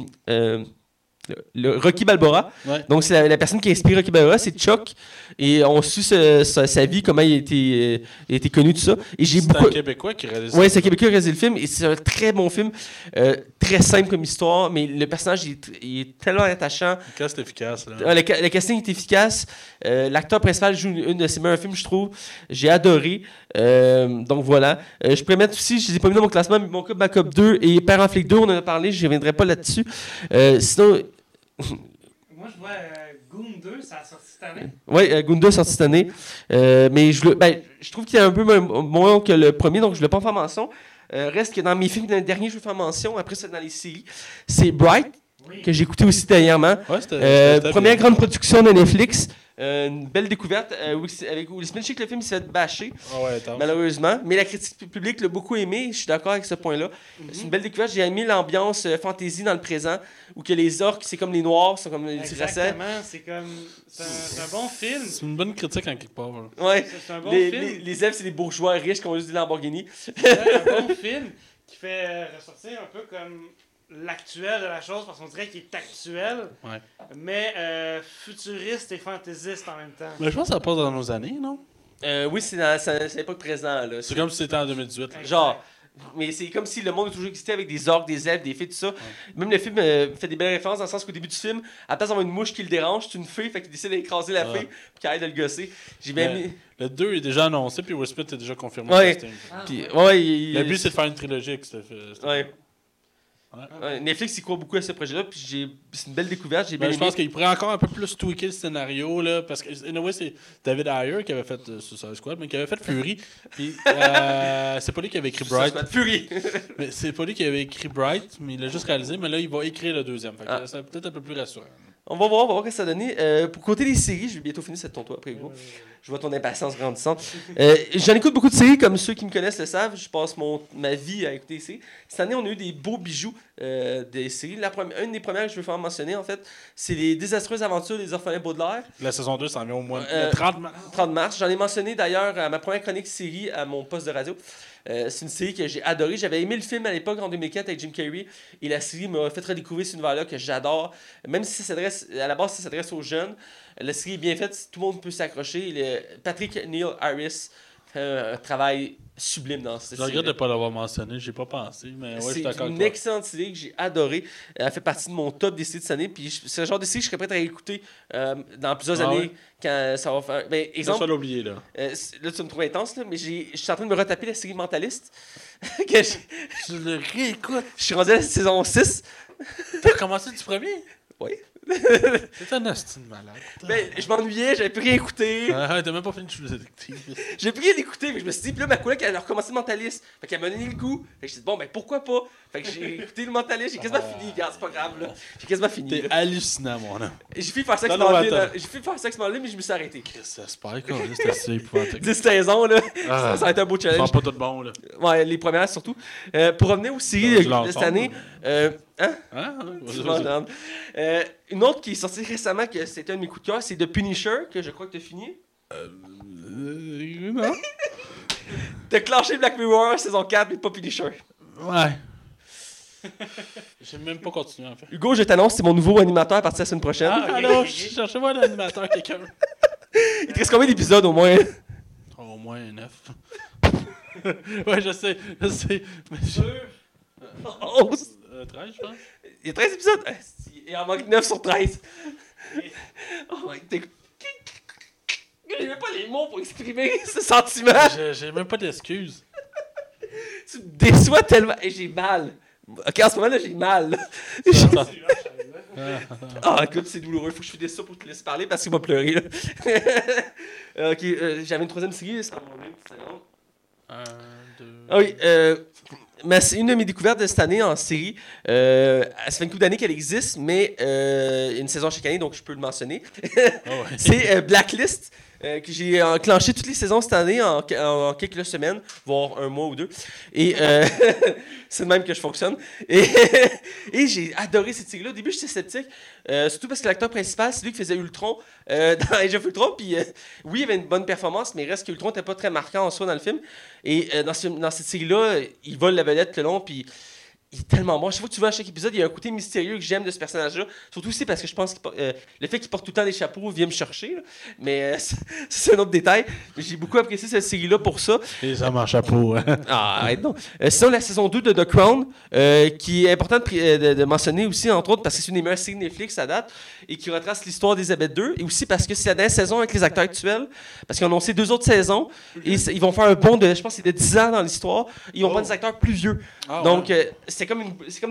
[SPEAKER 2] Le Rocky Balboa.
[SPEAKER 1] Ouais.
[SPEAKER 2] Donc, c'est la personne qui a inspiré Rocky Balboa, c'est Chuck. Et on suit sa vie, comment il a été connu, tout ça. Et j'ai
[SPEAKER 1] c'est
[SPEAKER 2] beaucoup...
[SPEAKER 1] un Québécois qui réalise ça.
[SPEAKER 2] Oui, c'est un Québécois qui a réalisé le film. Et c'est un très bon film. Très simple comme histoire. Mais le personnage, il est tellement attachant.
[SPEAKER 1] Le cast est efficace. Là.
[SPEAKER 2] Le casting est efficace. L'acteur principal joue une de ses meilleurs films, je trouve. J'ai adoré. Donc voilà. Je pourrais mettre aussi, je ne les ai pas mis dans mon classement, mais Mon Cop, Ma Cop 2 et Père en flic 2, on en a parlé, je ne reviendrai pas là-dessus. Sinon.
[SPEAKER 3] Moi, je vois Goon 2, ça a sorti cette année.
[SPEAKER 2] Oui, Goon 2 sorti cette année. Mais je trouve qu'il est un peu moins que le premier, donc je ne voulais pas en faire mention. Reste que dans mes films derniers, je vais faire mention. Après, c'est dans les séries. C'est Bright, que j'ai écouté aussi dernièrement.
[SPEAKER 1] Ouais, c'était
[SPEAKER 2] Première grande production de Netflix. Une belle découverte. Avec Will Smith, je sais que le film s'est fait bâcher, malheureusement. Mais la critique publique l'a beaucoup aimé. Je suis d'accord avec ce point-là. C'est une belle découverte. J'ai aimé l'ambiance fantasy dans le présent, où que les orques, c'est comme les noirs, sont comme les tirassets.
[SPEAKER 3] Exactement. C'est un bon film.
[SPEAKER 1] C'est une bonne critique en quelque part. Là.
[SPEAKER 2] Ouais.
[SPEAKER 3] C'est un bon film.
[SPEAKER 2] Les elfes, c'est des bourgeois riches qui ont juste des Lamborghini.
[SPEAKER 3] C'est un bon film qui fait ressortir un peu comme l'actuel de la chose, parce qu'on dirait qu'il est actuel, mais futuriste et fantaisiste en même temps.
[SPEAKER 1] Mais je pense que ça passe dans nos années, non?
[SPEAKER 2] Oui, c'est à l'époque présent. Là.
[SPEAKER 1] C'est comme si c'était en 2018. Là.
[SPEAKER 2] Genre, mais c'est comme si le monde a toujours existé avec des orques, des elfes, des fées, tout ça. Même le film fait des belles références dans le sens qu'au début du film, à la place d'avoir une mouche qui le dérange, c'est une fée, fait qu'il décide d'écraser la fée, puis qu'il arrête de le gosser. J'ai bien mis.
[SPEAKER 1] Le 2 est déjà annoncé, puis Will Smith est déjà confirmé.
[SPEAKER 2] Ouais. Puis,
[SPEAKER 1] le but, c'est de faire une trilogie avec ce
[SPEAKER 2] ouais. Netflix, il croit beaucoup à ce projet-là, puis c'est une belle découverte. J'ai bien
[SPEAKER 1] je pense qu'il pourrait encore un peu plus tweaker le scénario, là, parce que c'est David Ayer qui avait fait Suicide Squad, mais qui avait fait Fury. Puis c'est pas lui qui avait écrit Bright.
[SPEAKER 2] Fury.
[SPEAKER 1] Mais c'est pas lui qui avait écrit Bright, mais il l'a juste réalisé, mais là, il va écrire le deuxième. Fait que c'est peut-être un peu plus rassurant.
[SPEAKER 2] On va voir ce que ça va donner. Pour côté des séries, je vais bientôt finir cette tonto après gros. Je vois ton impatience grandissante. J'en écoute beaucoup de séries, comme ceux qui me connaissent le savent. Je passe ma vie à écouter des séries. Cette année, on a eu des beaux bijoux des séries. Une des premières que je veux faire mentionner, en fait, c'est les désastreuses aventures des orphelins Baudelaire.
[SPEAKER 1] La saison 2 s'en vient au mois de 30 mars.
[SPEAKER 2] 30 mars. J'en ai mentionné d'ailleurs à ma première chronique série à mon poste de radio. C'est une série que j'ai adorée. J'avais aimé le film à l'époque en 2004 avec Jim Carrey. Et la série m'a fait redécouvrir cet univers-là que j'adore. Même si à la base, ça s'adresse aux jeunes. La série est bien faite, tout le monde peut s'accrocher. Patrick Neil Harris fait un travail sublime dans cette série.
[SPEAKER 1] Je regrette de ne pas l'avoir mentionné, j'ai pas pensé, mais ouais, je suis d'accord.
[SPEAKER 2] C'est une excellente série que j'ai adorée. Elle fait partie de mon top des séries de cette année. Puis c'est le genre de série que je serais prêt à écouter dans plusieurs années quand ça va faire. Ben, exemple,
[SPEAKER 1] ça, l'oublier, là.
[SPEAKER 2] Là, tu me trouves intense, là, mais je suis en train de me retaper la série Mentaliste.
[SPEAKER 1] Je le réécoute.
[SPEAKER 2] Je suis rendu à la saison 6.
[SPEAKER 1] T'as recommencé du premier?
[SPEAKER 2] Oui.
[SPEAKER 1] C'est un hostie de malade.
[SPEAKER 2] Ben, je m'ennuyais, j'avais plus rien écouté.
[SPEAKER 1] T'as même pas fini de jouer le détective.
[SPEAKER 2] J'ai plus rien écouté, mais je me suis dit, puis là, ma collègue, elle a recommencé le Mentaliste. Fait qu'elle m'a donné le goût. Fait que j'ai dit, bon, ben pourquoi pas? Fait que j'ai écouté le Mentaliste, j'ai quasiment fini. Regarde, c'est pas grave, là. J'ai quasiment fini.
[SPEAKER 1] T'es hallucinant, mon homme.
[SPEAKER 2] J'ai fait faire ça avec ce moment-là. J'ai fait faire ça avec ce moment-là, mais je me suis arrêté.
[SPEAKER 1] Ça se passe quoi, c'était assez épouvantable.
[SPEAKER 2] 10-16 ans, là. Ça va être un beau challenge.
[SPEAKER 1] Pas tout bon, là.
[SPEAKER 2] Ouais, les premières surtout. Pour revenir aux séries de cette année. Une autre qui est sortie récemment, que c'était un de mes coups de cœur, c'est The Punisher, que je crois que t'as fini.
[SPEAKER 1] Non.
[SPEAKER 2] T'as clenché Black Mirror, saison 4, mais pas Punisher.
[SPEAKER 1] Ouais. J'ai même pas continué, en fait.
[SPEAKER 2] Hugo, je t'annonce, c'est mon nouveau animateur à partir de la semaine prochaine.
[SPEAKER 1] Alors, cherchez-moi un animateur, quelqu'un.
[SPEAKER 2] Il te reste combien d'épisodes au moins?
[SPEAKER 1] Au moins 9. Ouais, je sais. Mais
[SPEAKER 2] 11.
[SPEAKER 1] 13, je pense.
[SPEAKER 2] Il y a 13 épisodes. Il en manque 9 sur 13. Oh my God. J'ai même pas les mots pour exprimer ce sentiment.
[SPEAKER 1] J'ai même pas d'excuses.
[SPEAKER 2] Tu me déçois tellement. Et j'ai mal. Ok, en ce moment-là, j'ai mal. Ah, écoute, c'est douloureux. Faut que je finisse ça pour te laisser parler parce qu'il va pleurer. Là. Ok, j'avais une troisième série. Ça m'a une petite seconde.
[SPEAKER 1] 1, 2...
[SPEAKER 2] Ah oui, c'est une de mes découvertes de cette année en série. Ça fait une couple d'années qu'elle existe, mais une saison chaque année, donc je peux le mentionner. C'est Blacklist, que j'ai enclenché toutes les saisons cette année en quelques semaines, voire un mois ou deux. Et c'est de même que je fonctionne. Et j'ai adoré cette série-là. Au début, j'étais sceptique, surtout parce que l'acteur principal, c'est lui qui faisait Ultron dans Age of Ultron. Puis oui, il avait une bonne performance, mais il reste qu'Ultron n'était pas très marquant en soi dans le film. Et dans cette série-là, il vole la vedette tout le long, puis il est tellement bon. Chaque fois que tu vois à chaque épisode, il y a un côté mystérieux que j'aime de ce personnage-là. Surtout aussi parce que je pense que le fait qu'il porte tout le temps des chapeaux vient me chercher. Là. Mais c'est un autre détail. J'ai beaucoup apprécié cette série-là pour ça.
[SPEAKER 1] Les hommes en chapeau. Hein.
[SPEAKER 2] Ah, arrête donc. Sinon, la saison 2 de The Crown, qui est importante de mentionner aussi, entre autres, parce que c'est une des meilleures séries Netflix à date, et qui retrace l'histoire d'Elizabeth II, et aussi parce que c'est la dernière saison avec les acteurs actuels, parce qu'ils ont annoncé 2 autres saisons, et ils vont faire un bond de, je pense, c'est de 10 ans dans l'histoire, ils vont prendre des acteurs plus vieux. Donc, c'est comme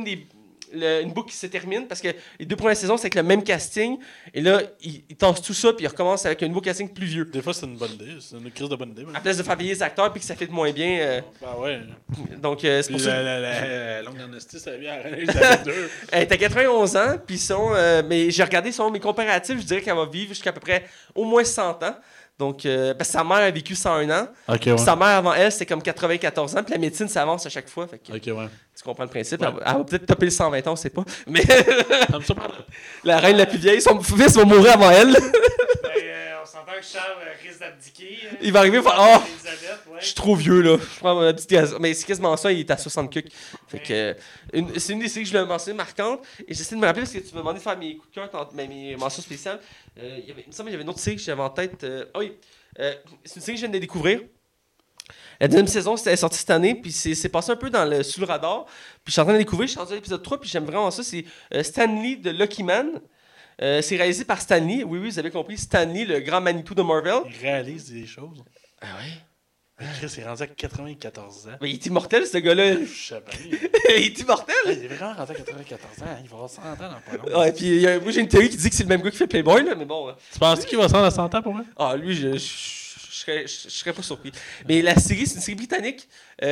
[SPEAKER 2] une boucle qui se termine parce que les 2 premières saisons, c'est avec le même casting. Et là, ils tassent tout ça puis ils recommencent avec un nouveau casting plus vieux.
[SPEAKER 1] Des fois, c'est une bonne idée. C'est une crise de bonne idée. Même.
[SPEAKER 2] À place de faire payer les acteurs puis que ça fait de moins bien.
[SPEAKER 1] Bah ouais.
[SPEAKER 2] Donc, c'est pour ça.
[SPEAKER 1] La longue amnestie, ça vient à Elisabeth II.
[SPEAKER 2] Elle est à 91 ans. Puis mais j'ai regardé mes comparatifs. Je dirais qu'elle va vivre jusqu'à peu près au moins 100 ans. Donc, parce que sa mère a vécu 101 ans.
[SPEAKER 1] Okay, ouais.
[SPEAKER 2] Sa mère, avant elle, c'était comme 94 ans. Puis la médecine, ça avance à chaque fois. Fait que,
[SPEAKER 1] ok, ouais.
[SPEAKER 2] Tu comprends le principe.
[SPEAKER 1] Ouais.
[SPEAKER 2] Elle va peut-être topper le 120 ans, on sait pas. Mais
[SPEAKER 1] Ça
[SPEAKER 2] la reine la plus vieille, son fils va mourir avant elle.
[SPEAKER 3] On s'entend que Charles risque d'abdiquer.
[SPEAKER 2] Il va arriver et faire oh,
[SPEAKER 3] Elisabeth, ouais.
[SPEAKER 2] je suis trop vieux là. Je prends ma petite gaz. Mais c'est quasiment ça, il est à 60 cucs. Fait que c'est une des séries que je voulais mentionner marquante. Et j'essaie de me rappeler parce que tu m'as demandé de faire mes coups de cœur, mes mentions spéciales. Il me semble qu'il y avait une autre série que j'avais en tête. Ah oui, c'est une série que je viens de découvrir. La deuxième saison, c'était sorti cette année, puis c'est passé un peu sous le radar. Puis je suis en train de découvrir, je suis rendu à l'épisode 3, puis j'aime vraiment ça. C'est Stanley de Lucky Man. C'est réalisé par Stanley. Oui, vous avez compris. Stanley, le grand Manitou de Marvel.
[SPEAKER 1] Il réalise des choses.
[SPEAKER 2] Ah ouais?
[SPEAKER 1] Mais Chris est rendu à 94 ans.
[SPEAKER 2] Mais il est immortel, ce gars-là.
[SPEAKER 1] Je sais pas.
[SPEAKER 2] Il est immortel.
[SPEAKER 1] Il est vraiment rendu à 94 ans. Il va avoir 100 ans dans pas long.
[SPEAKER 2] Ouais, puis moi j'ai une théorie qui dit que c'est le même gars qui fait Playboy, là, mais bon.
[SPEAKER 1] Tu penses qu'il va se rendre à 100 ans pour moi?
[SPEAKER 2] Ah, lui, je serais pas surpris. Mais la série, c'est une série britannique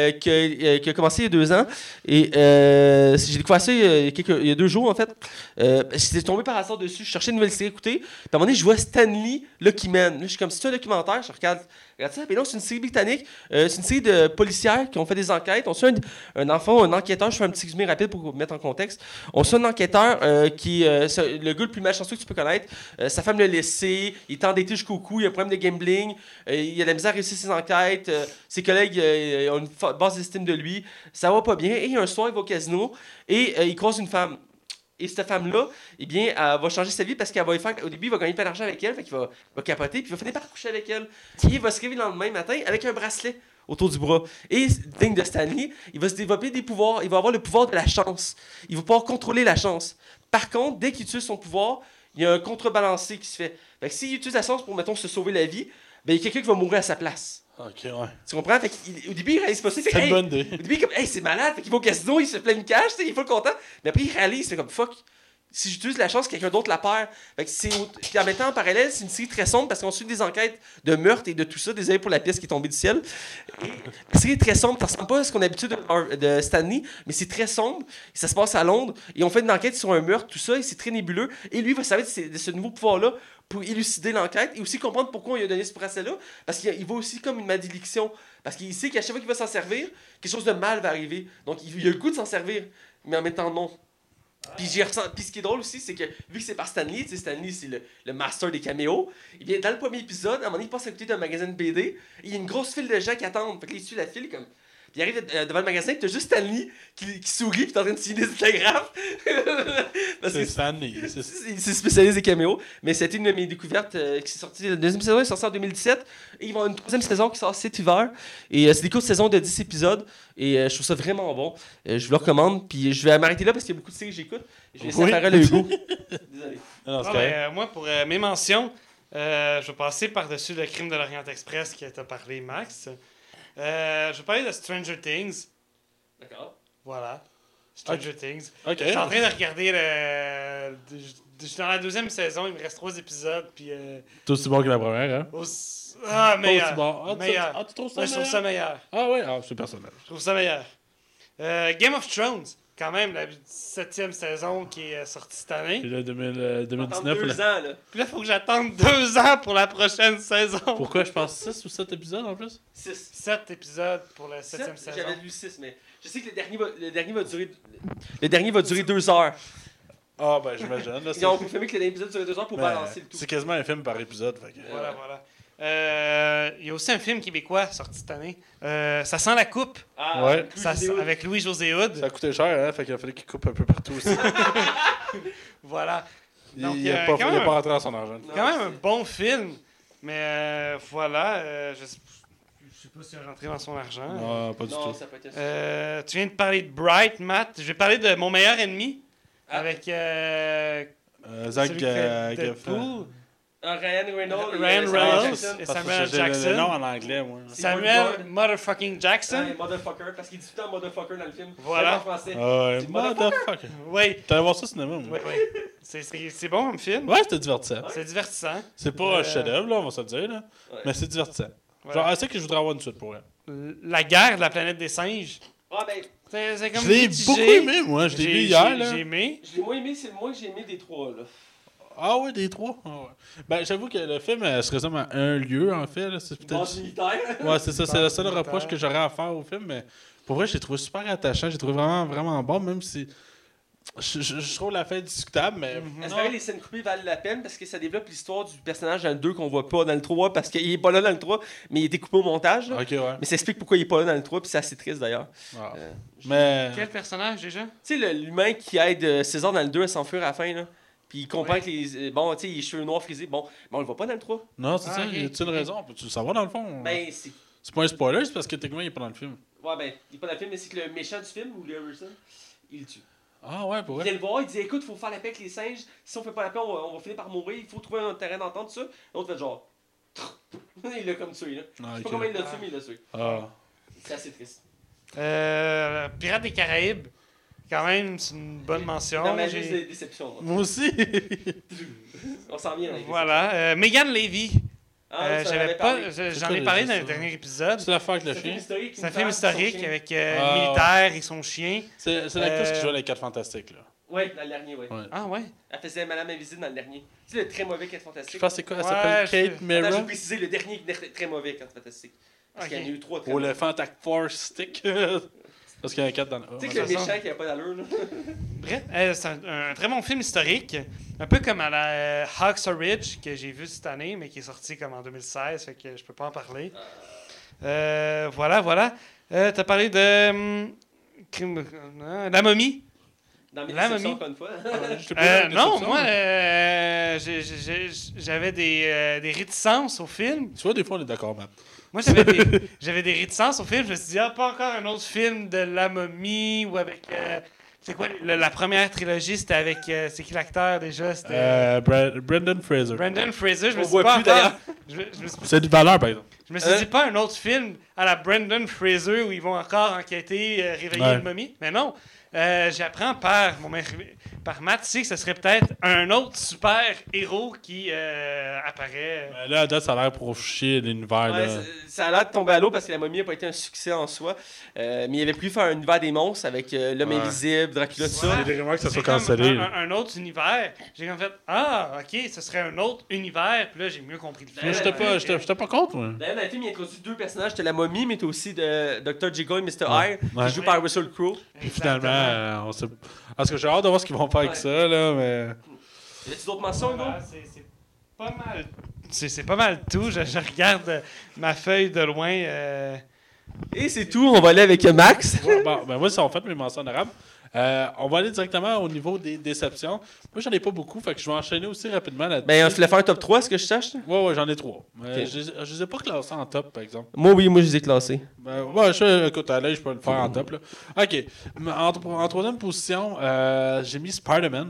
[SPEAKER 2] qui a commencé il y a 2 ans. Et j'ai découvert ça il y a 2 jours, en fait. J'étais tombé par hasard dessus. Je cherchais une nouvelle série à écouter. Puis à un moment donné, je vois Stanley Lucky Man. Là, je suis comme, c'est un documentaire. Je regarde ça. Puis non, c'est une série britannique. C'est une série de policières qui ont fait des enquêtes. On suit un enquêteur. Je fais un petit résumé rapide pour vous mettre en contexte. On suit un enquêteur qui c'est le gars le plus malchanceux que tu peux connaître. Sa femme l'a laissé. Il est endetté jusqu'au cou. Il a un problème de gambling. Il a de la misère à réussir ses enquêtes. Ses collègues ont une basse estime de lui. Ça va pas bien. Et un soir, il va au casino et il croise une femme. Et cette femme-là, eh bien, elle va changer sa vie parce qu'elle va faire. Au début, il va gagner pas d'argent avec elle, fait qu'il va capoter, puis il va finir par coucher avec elle. Et il va se réveiller le lendemain matin avec un bracelet autour du bras. Et digne de Stanley, il va se développer des pouvoirs. Il va avoir le pouvoir de la chance. Il va pouvoir contrôler la chance. Par contre, dès qu'il utilise son pouvoir, il y a un contrebalancé qui se fait. Fait que s'il utilise la chance pour, mettons, se sauver la vie, ben, il y a quelqu'un qui va mourir à sa place.
[SPEAKER 1] Ok, ouais.
[SPEAKER 2] Tu comprends? Fait au début, il réalise pas ça.
[SPEAKER 1] C'est une bonne idée.
[SPEAKER 2] Au début, il est comme, hey, c'est malade. Fait qu'il va au casino, il se fait plein de cash, il est full content. Mais après, il réalise, c'est comme, fuck. Si j'utilise la chance, quelqu'un d'autre la perd. Fait que puis en mettant en parallèle, c'est une série très sombre parce qu'on suit des enquêtes de meurtre et de tout ça. Désolé pour la pièce qui est tombée du ciel. La série est très sombre. Ça ressemble pas à ce qu'on a l'habitude de Stanley, mais c'est très sombre. Ça se passe à Londres. Et on fait une enquête sur un meurtre, tout ça, et c'est très nébuleux. Et lui va servir de ce nouveau pouvoir-là pour élucider l'enquête et aussi comprendre pourquoi on lui a donné ce bracelet-là. Parce qu'il voit aussi comme une malédiction. Parce qu'il sait qu'à chaque fois qu'il va s'en servir, quelque chose de mal va arriver. Donc il a le goût de s'en servir, mais en mettant non. Puis ce qui est drôle aussi, c'est que vu que c'est par Stanley, Stanley c'est le master des caméos, et bien dans le premier épisode, à un moment donné, il passe à côté d'un magasin de BD, et il y a une grosse file de gens qui attendent. Fait que là, il suit la file comme. Puis il arrive devant le magasin, puis t'as juste Stanley qui sourit, puis t'es en train de signer des autographes.
[SPEAKER 1] C'est Stanley.
[SPEAKER 2] Il s'est spécialisé des caméos. Mais c'était une de mes découvertes qui s'est sortie. La deuxième saison est sortie en 2017. Et il va y avoir une troisième saison qui sort cet hiver. Et c'est des courtes saisons de 10 épisodes. Et je trouve ça vraiment bon. Je vous le recommande. Puis je vais m'arrêter là parce qu'il y a beaucoup de séries que j'écoute. Je vais laisser la parole à Hugo. Désolé.
[SPEAKER 3] Moi, pour mes mentions, Je vais passer par-dessus le crime de l'Orient Express qui t'a parlé, Max. Je vais parler de Stranger Things.
[SPEAKER 2] D'accord.
[SPEAKER 3] Voilà. Stranger Things.
[SPEAKER 1] Ok.
[SPEAKER 3] Je suis en train de regarder je suis dans la 2e saison, il me reste 3 épisodes. Puis,
[SPEAKER 1] C'est aussi bon que la première, hein?
[SPEAKER 3] meilleur.
[SPEAKER 1] Pas aussi bon. Ah,
[SPEAKER 3] Meilleur.
[SPEAKER 1] tu trouves ça
[SPEAKER 3] Moi, je trouve ça meilleur.
[SPEAKER 1] Ah ouais, c'est personnel.
[SPEAKER 3] Je trouve ça meilleur. Game of Thrones, quand même, la 7e saison qui est sortie cette année.
[SPEAKER 1] Puis là,
[SPEAKER 2] Attendre
[SPEAKER 1] 2019.
[SPEAKER 2] 2
[SPEAKER 1] là.
[SPEAKER 2] ans, là.
[SPEAKER 3] Puis là, il faut que j'attende 2 ans pour la prochaine saison.
[SPEAKER 1] Pourquoi je pense 6 ou 7 épisodes en plus?
[SPEAKER 2] 6.
[SPEAKER 3] 7 épisodes pour la 7e saison.
[SPEAKER 2] J'avais lu 6, mais je sais que le dernier va durer 2 heures.
[SPEAKER 1] Ah, ben j'imagine. là,
[SPEAKER 2] Ils ont confirmé que l'épisode durait 2 heures pour
[SPEAKER 1] Mais
[SPEAKER 2] balancer le tout.
[SPEAKER 1] C'est quasiment un film par épisode. Fait que...
[SPEAKER 3] Voilà. Il y a aussi un film québécois sorti cette année. Ça sent la coupe.
[SPEAKER 2] Ah,
[SPEAKER 1] Ouais.
[SPEAKER 3] Avec Louis-José Hood.
[SPEAKER 1] Ça a coûté cher, hein? Fait qu'il a fallu qu'il coupe un peu partout aussi.
[SPEAKER 3] Voilà. Donc,
[SPEAKER 1] il a pas rentré dans son argent.
[SPEAKER 3] quand même un bon film. Mais voilà. Je sais pas s'il a rentré dans son argent.
[SPEAKER 1] Non, pas du
[SPEAKER 2] Non,
[SPEAKER 1] tout.
[SPEAKER 2] ça peut être
[SPEAKER 3] Tu viens de parler de Bright, Matt. Je vais parler de Mon meilleur ennemi.
[SPEAKER 2] Ah.
[SPEAKER 3] Avec
[SPEAKER 1] Zach
[SPEAKER 3] celui qui fait
[SPEAKER 1] Gaffer.
[SPEAKER 3] Deadpool.
[SPEAKER 2] Ryan Reynolds.
[SPEAKER 3] Ryan Reynolds et Samuel
[SPEAKER 1] J'ai
[SPEAKER 3] Jackson.
[SPEAKER 1] le nom en anglais, moi.
[SPEAKER 3] Samuel Motherfucking Jackson.
[SPEAKER 2] Motherfucker, parce qu'il dit tout le temps motherfucker dans le film.
[SPEAKER 3] Voilà.
[SPEAKER 2] Même en français.
[SPEAKER 1] Ouais,
[SPEAKER 2] C'est
[SPEAKER 1] motherfucker.
[SPEAKER 3] Oui.
[SPEAKER 1] T'allais voir ça au cinéma, moi.
[SPEAKER 3] Oui. C'est bon comme film.
[SPEAKER 1] Ouais, c'était divertissant.
[SPEAKER 3] C'est divertissant.
[SPEAKER 1] C'est pas un chef-d'œuvre, là, on va se le dire, là.
[SPEAKER 2] Ouais.
[SPEAKER 1] Mais c'est divertissant.
[SPEAKER 3] Voilà.
[SPEAKER 1] Genre, c'est que je voudrais avoir une suite pour elle.
[SPEAKER 3] La guerre de la planète des singes.
[SPEAKER 2] Ah, ben,
[SPEAKER 3] C'est comme
[SPEAKER 1] Je l'ai
[SPEAKER 3] mitigé.
[SPEAKER 1] beaucoup aimé, moi. Je l'ai vu hier, là.
[SPEAKER 3] J'ai aimé.
[SPEAKER 2] je l'ai moins aimé, c'est le moins que j'ai aimé des 3, là.
[SPEAKER 1] Ah ouais, des 3. Ah ouais. Ben, j'avoue que le film se résume à un lieu, en fait. Là. C'est peut-être...
[SPEAKER 2] Base militaire.
[SPEAKER 1] Ouais, c'est ça. C'est le seul
[SPEAKER 3] militaire.
[SPEAKER 1] reproche que j'aurais à faire au film. Mais pour vrai, je l'ai trouvé super attachant. J'ai trouvé vraiment, vraiment bon, même si... Je trouve la fin discutable, mais...
[SPEAKER 2] Est-ce que les scènes coupées valent la peine parce que ça développe l'histoire du personnage dans le 2 qu'on voit pas dans le 3 parce qu'il est pas là dans le 3, mais il était coupé au montage. Là.
[SPEAKER 1] Ok, ouais.
[SPEAKER 2] Mais ça explique pourquoi il est pas là dans le 3, puis c'est assez triste d'ailleurs.
[SPEAKER 1] Ah.
[SPEAKER 2] Euh,
[SPEAKER 1] Mais...
[SPEAKER 3] Quel personnage déjà?
[SPEAKER 2] Tu sais, l'humain qui aide César dans le 2 à s'enfuir à la fin, là. Puis il comprend
[SPEAKER 3] Ouais.
[SPEAKER 2] que les. Bon, tu sais, les cheveux noirs frisés, bon, mais on le voit pas dans le 3.
[SPEAKER 1] Non, c'est
[SPEAKER 3] Ah,
[SPEAKER 1] ça.
[SPEAKER 3] ok.
[SPEAKER 1] Y a-t-il une raison? Peux-tu le savoir, dans le fond?
[SPEAKER 2] Ben, c'est.
[SPEAKER 1] C'est pas un spoiler, c'est parce que techniquement, il est pas dans le film.
[SPEAKER 2] Ouais, ben, il est pas dans le film, mais c'est que le méchant du film, ou Harrison, il le tue.
[SPEAKER 1] Ah ouais, pour
[SPEAKER 2] Il
[SPEAKER 1] vrai.
[SPEAKER 2] vient le voir, il dit écoute, faut faire la paix avec les singes. Si on fait pas la paix, on va finir par mourir. Il faut trouver un terrain d'entente, tout ça. L'autre fait genre. Il l'a comme tué, là.
[SPEAKER 1] Ah,
[SPEAKER 2] Je sais
[SPEAKER 1] ok.
[SPEAKER 2] pas comment il l'a tué, mais il l'a tué.
[SPEAKER 1] Ah.
[SPEAKER 2] C'est assez triste.
[SPEAKER 3] Pirates des Caraïbes. Quand même, c'est une bonne mention.
[SPEAKER 2] Dans ma
[SPEAKER 3] J'ai-
[SPEAKER 2] liste de déception. là.
[SPEAKER 1] Moi aussi.
[SPEAKER 2] On s'en vient avec
[SPEAKER 3] Voilà. Megan Levy.
[SPEAKER 2] Ah,
[SPEAKER 3] J'avais pas, j'en
[SPEAKER 1] C'est quoi
[SPEAKER 3] ai parlé dans
[SPEAKER 1] ça?
[SPEAKER 3] le dernier épisode.
[SPEAKER 1] C'est l'affaire avec le
[SPEAKER 2] C'est un film
[SPEAKER 1] chien.
[SPEAKER 2] historique.
[SPEAKER 3] C'est un film historique avec le
[SPEAKER 1] Ah,
[SPEAKER 3] militaire et son chien.
[SPEAKER 1] C'est l'actrice qui joue les 4 Fantastiques, là.
[SPEAKER 2] Ouais, dans le dernier, ouais.
[SPEAKER 1] Ouais.
[SPEAKER 3] Ah ouais?
[SPEAKER 2] Elle faisait Madame Invisible dans le dernier. Tu sais, le très mauvais 4
[SPEAKER 1] Je
[SPEAKER 2] Fantastiques.
[SPEAKER 1] pense que c'est quoi? Elle
[SPEAKER 3] Ouais,
[SPEAKER 1] s'appelle Kate
[SPEAKER 2] Attends, je
[SPEAKER 1] Mira.
[SPEAKER 2] vais préciser le dernier très mauvais 4 Fantastiques. Parce qu'il y en a eu 3 très
[SPEAKER 1] Ou
[SPEAKER 2] mauvais.
[SPEAKER 1] le Fantac Force Stick. Parce qu'il y a un 4 dans le A.
[SPEAKER 2] Tu sais que
[SPEAKER 3] de
[SPEAKER 2] le
[SPEAKER 3] toute façon.
[SPEAKER 2] méchant qui a pas d'allure, là.
[SPEAKER 3] Bref, c'est un très bon film historique. Un peu comme à la Hacksaw Ridge que j'ai vu cette année, mais qui est sorti comme en 2016, fait que je peux pas en parler. Voilà. T'as parlé de... La momie.
[SPEAKER 2] Dans mes
[SPEAKER 3] La
[SPEAKER 2] déceptions,
[SPEAKER 3] momie.
[SPEAKER 2] encore une fois.
[SPEAKER 1] Je sais pas,
[SPEAKER 3] Non,
[SPEAKER 1] déception,
[SPEAKER 3] moi,
[SPEAKER 1] mais-
[SPEAKER 3] j'avais des réticences au film.
[SPEAKER 1] Tu vois, des fois, on est d'accord, Matt.
[SPEAKER 3] Moi, j'avais des réticences au film. Je me suis dit, pas encore un autre film de La Momie ou avec... c'est quoi, la première trilogie, c'était avec... c'est qui l'acteur déjà? C'était
[SPEAKER 1] Brendan Fraser.
[SPEAKER 3] Brendan Fraser. Je me
[SPEAKER 2] On
[SPEAKER 3] suis
[SPEAKER 2] voit
[SPEAKER 3] pas
[SPEAKER 2] plus,
[SPEAKER 3] encore...
[SPEAKER 2] d'ailleurs.
[SPEAKER 3] Je me suis-
[SPEAKER 1] C'est du valeur, par exemple.
[SPEAKER 3] je me suis dit, pas un autre film à la Brendan Fraser où ils vont encore enquêter, réveiller
[SPEAKER 1] Ouais.
[SPEAKER 3] une momie. Mais non. J'apprends par Matt, tu sais que ce serait peut-être un autre super héros qui apparaît.
[SPEAKER 1] Ben là, à date, ça a l'air pour chier l'univers.
[SPEAKER 2] Ouais,
[SPEAKER 1] là.
[SPEAKER 2] ça a l'air de tomber à l'eau parce que la momie n'a pas été un succès en soi. Mais il avait plus faire un univers des monstres avec l'homme
[SPEAKER 1] Ouais.
[SPEAKER 2] invisible, Dracula, tout ça.
[SPEAKER 3] Ouais.
[SPEAKER 1] Il y a des rumeurs que ça
[SPEAKER 3] C'est
[SPEAKER 1] soit
[SPEAKER 3] comme
[SPEAKER 1] cancellé.
[SPEAKER 3] un autre univers. J'ai comme fait, ok, ce serait un autre univers. Puis là, j'ai mieux compris le film.
[SPEAKER 1] Moi, j'étais pas contre, moi.
[SPEAKER 2] D'ailleurs, dans le film, il introduit 2 personnages. T'as la momie, mais t'as aussi Dr. Jekyll et Mr. Hyde,
[SPEAKER 1] Ouais.
[SPEAKER 2] qui joue par Russell Crowe.
[SPEAKER 1] Finalement, on sait. Parce que j'ai hâte de voir ce qu'ils vont faire avec
[SPEAKER 2] Ouais.
[SPEAKER 1] ça, là, mais.
[SPEAKER 2] Y a-tu d'autres mentions, Hugo?
[SPEAKER 3] Voilà, c'est pas mal. C'est pas mal tout. Je regarde ma feuille de loin.
[SPEAKER 2] Et c'est tout, on va aller avec Max.
[SPEAKER 1] Ouais, bon, ben moi, ça en fait mes mentions honorables. On va aller directement au niveau des déceptions. Moi, j'en ai pas beaucoup, fait que je vais enchaîner aussi rapidement là-dessus.
[SPEAKER 2] Ben, je voulais faire un top 3, est-ce que je cherche?
[SPEAKER 1] Ouais, j'en ai 3.
[SPEAKER 2] Ok.
[SPEAKER 1] Je les ai pas classés en top, par exemple.
[SPEAKER 2] Moi, oui, moi, je les ai classés.
[SPEAKER 1] Ben, écoute, à l'aise, je peux le faire en top. Là. Ok. En troisième position, j'ai mis Spider-Man.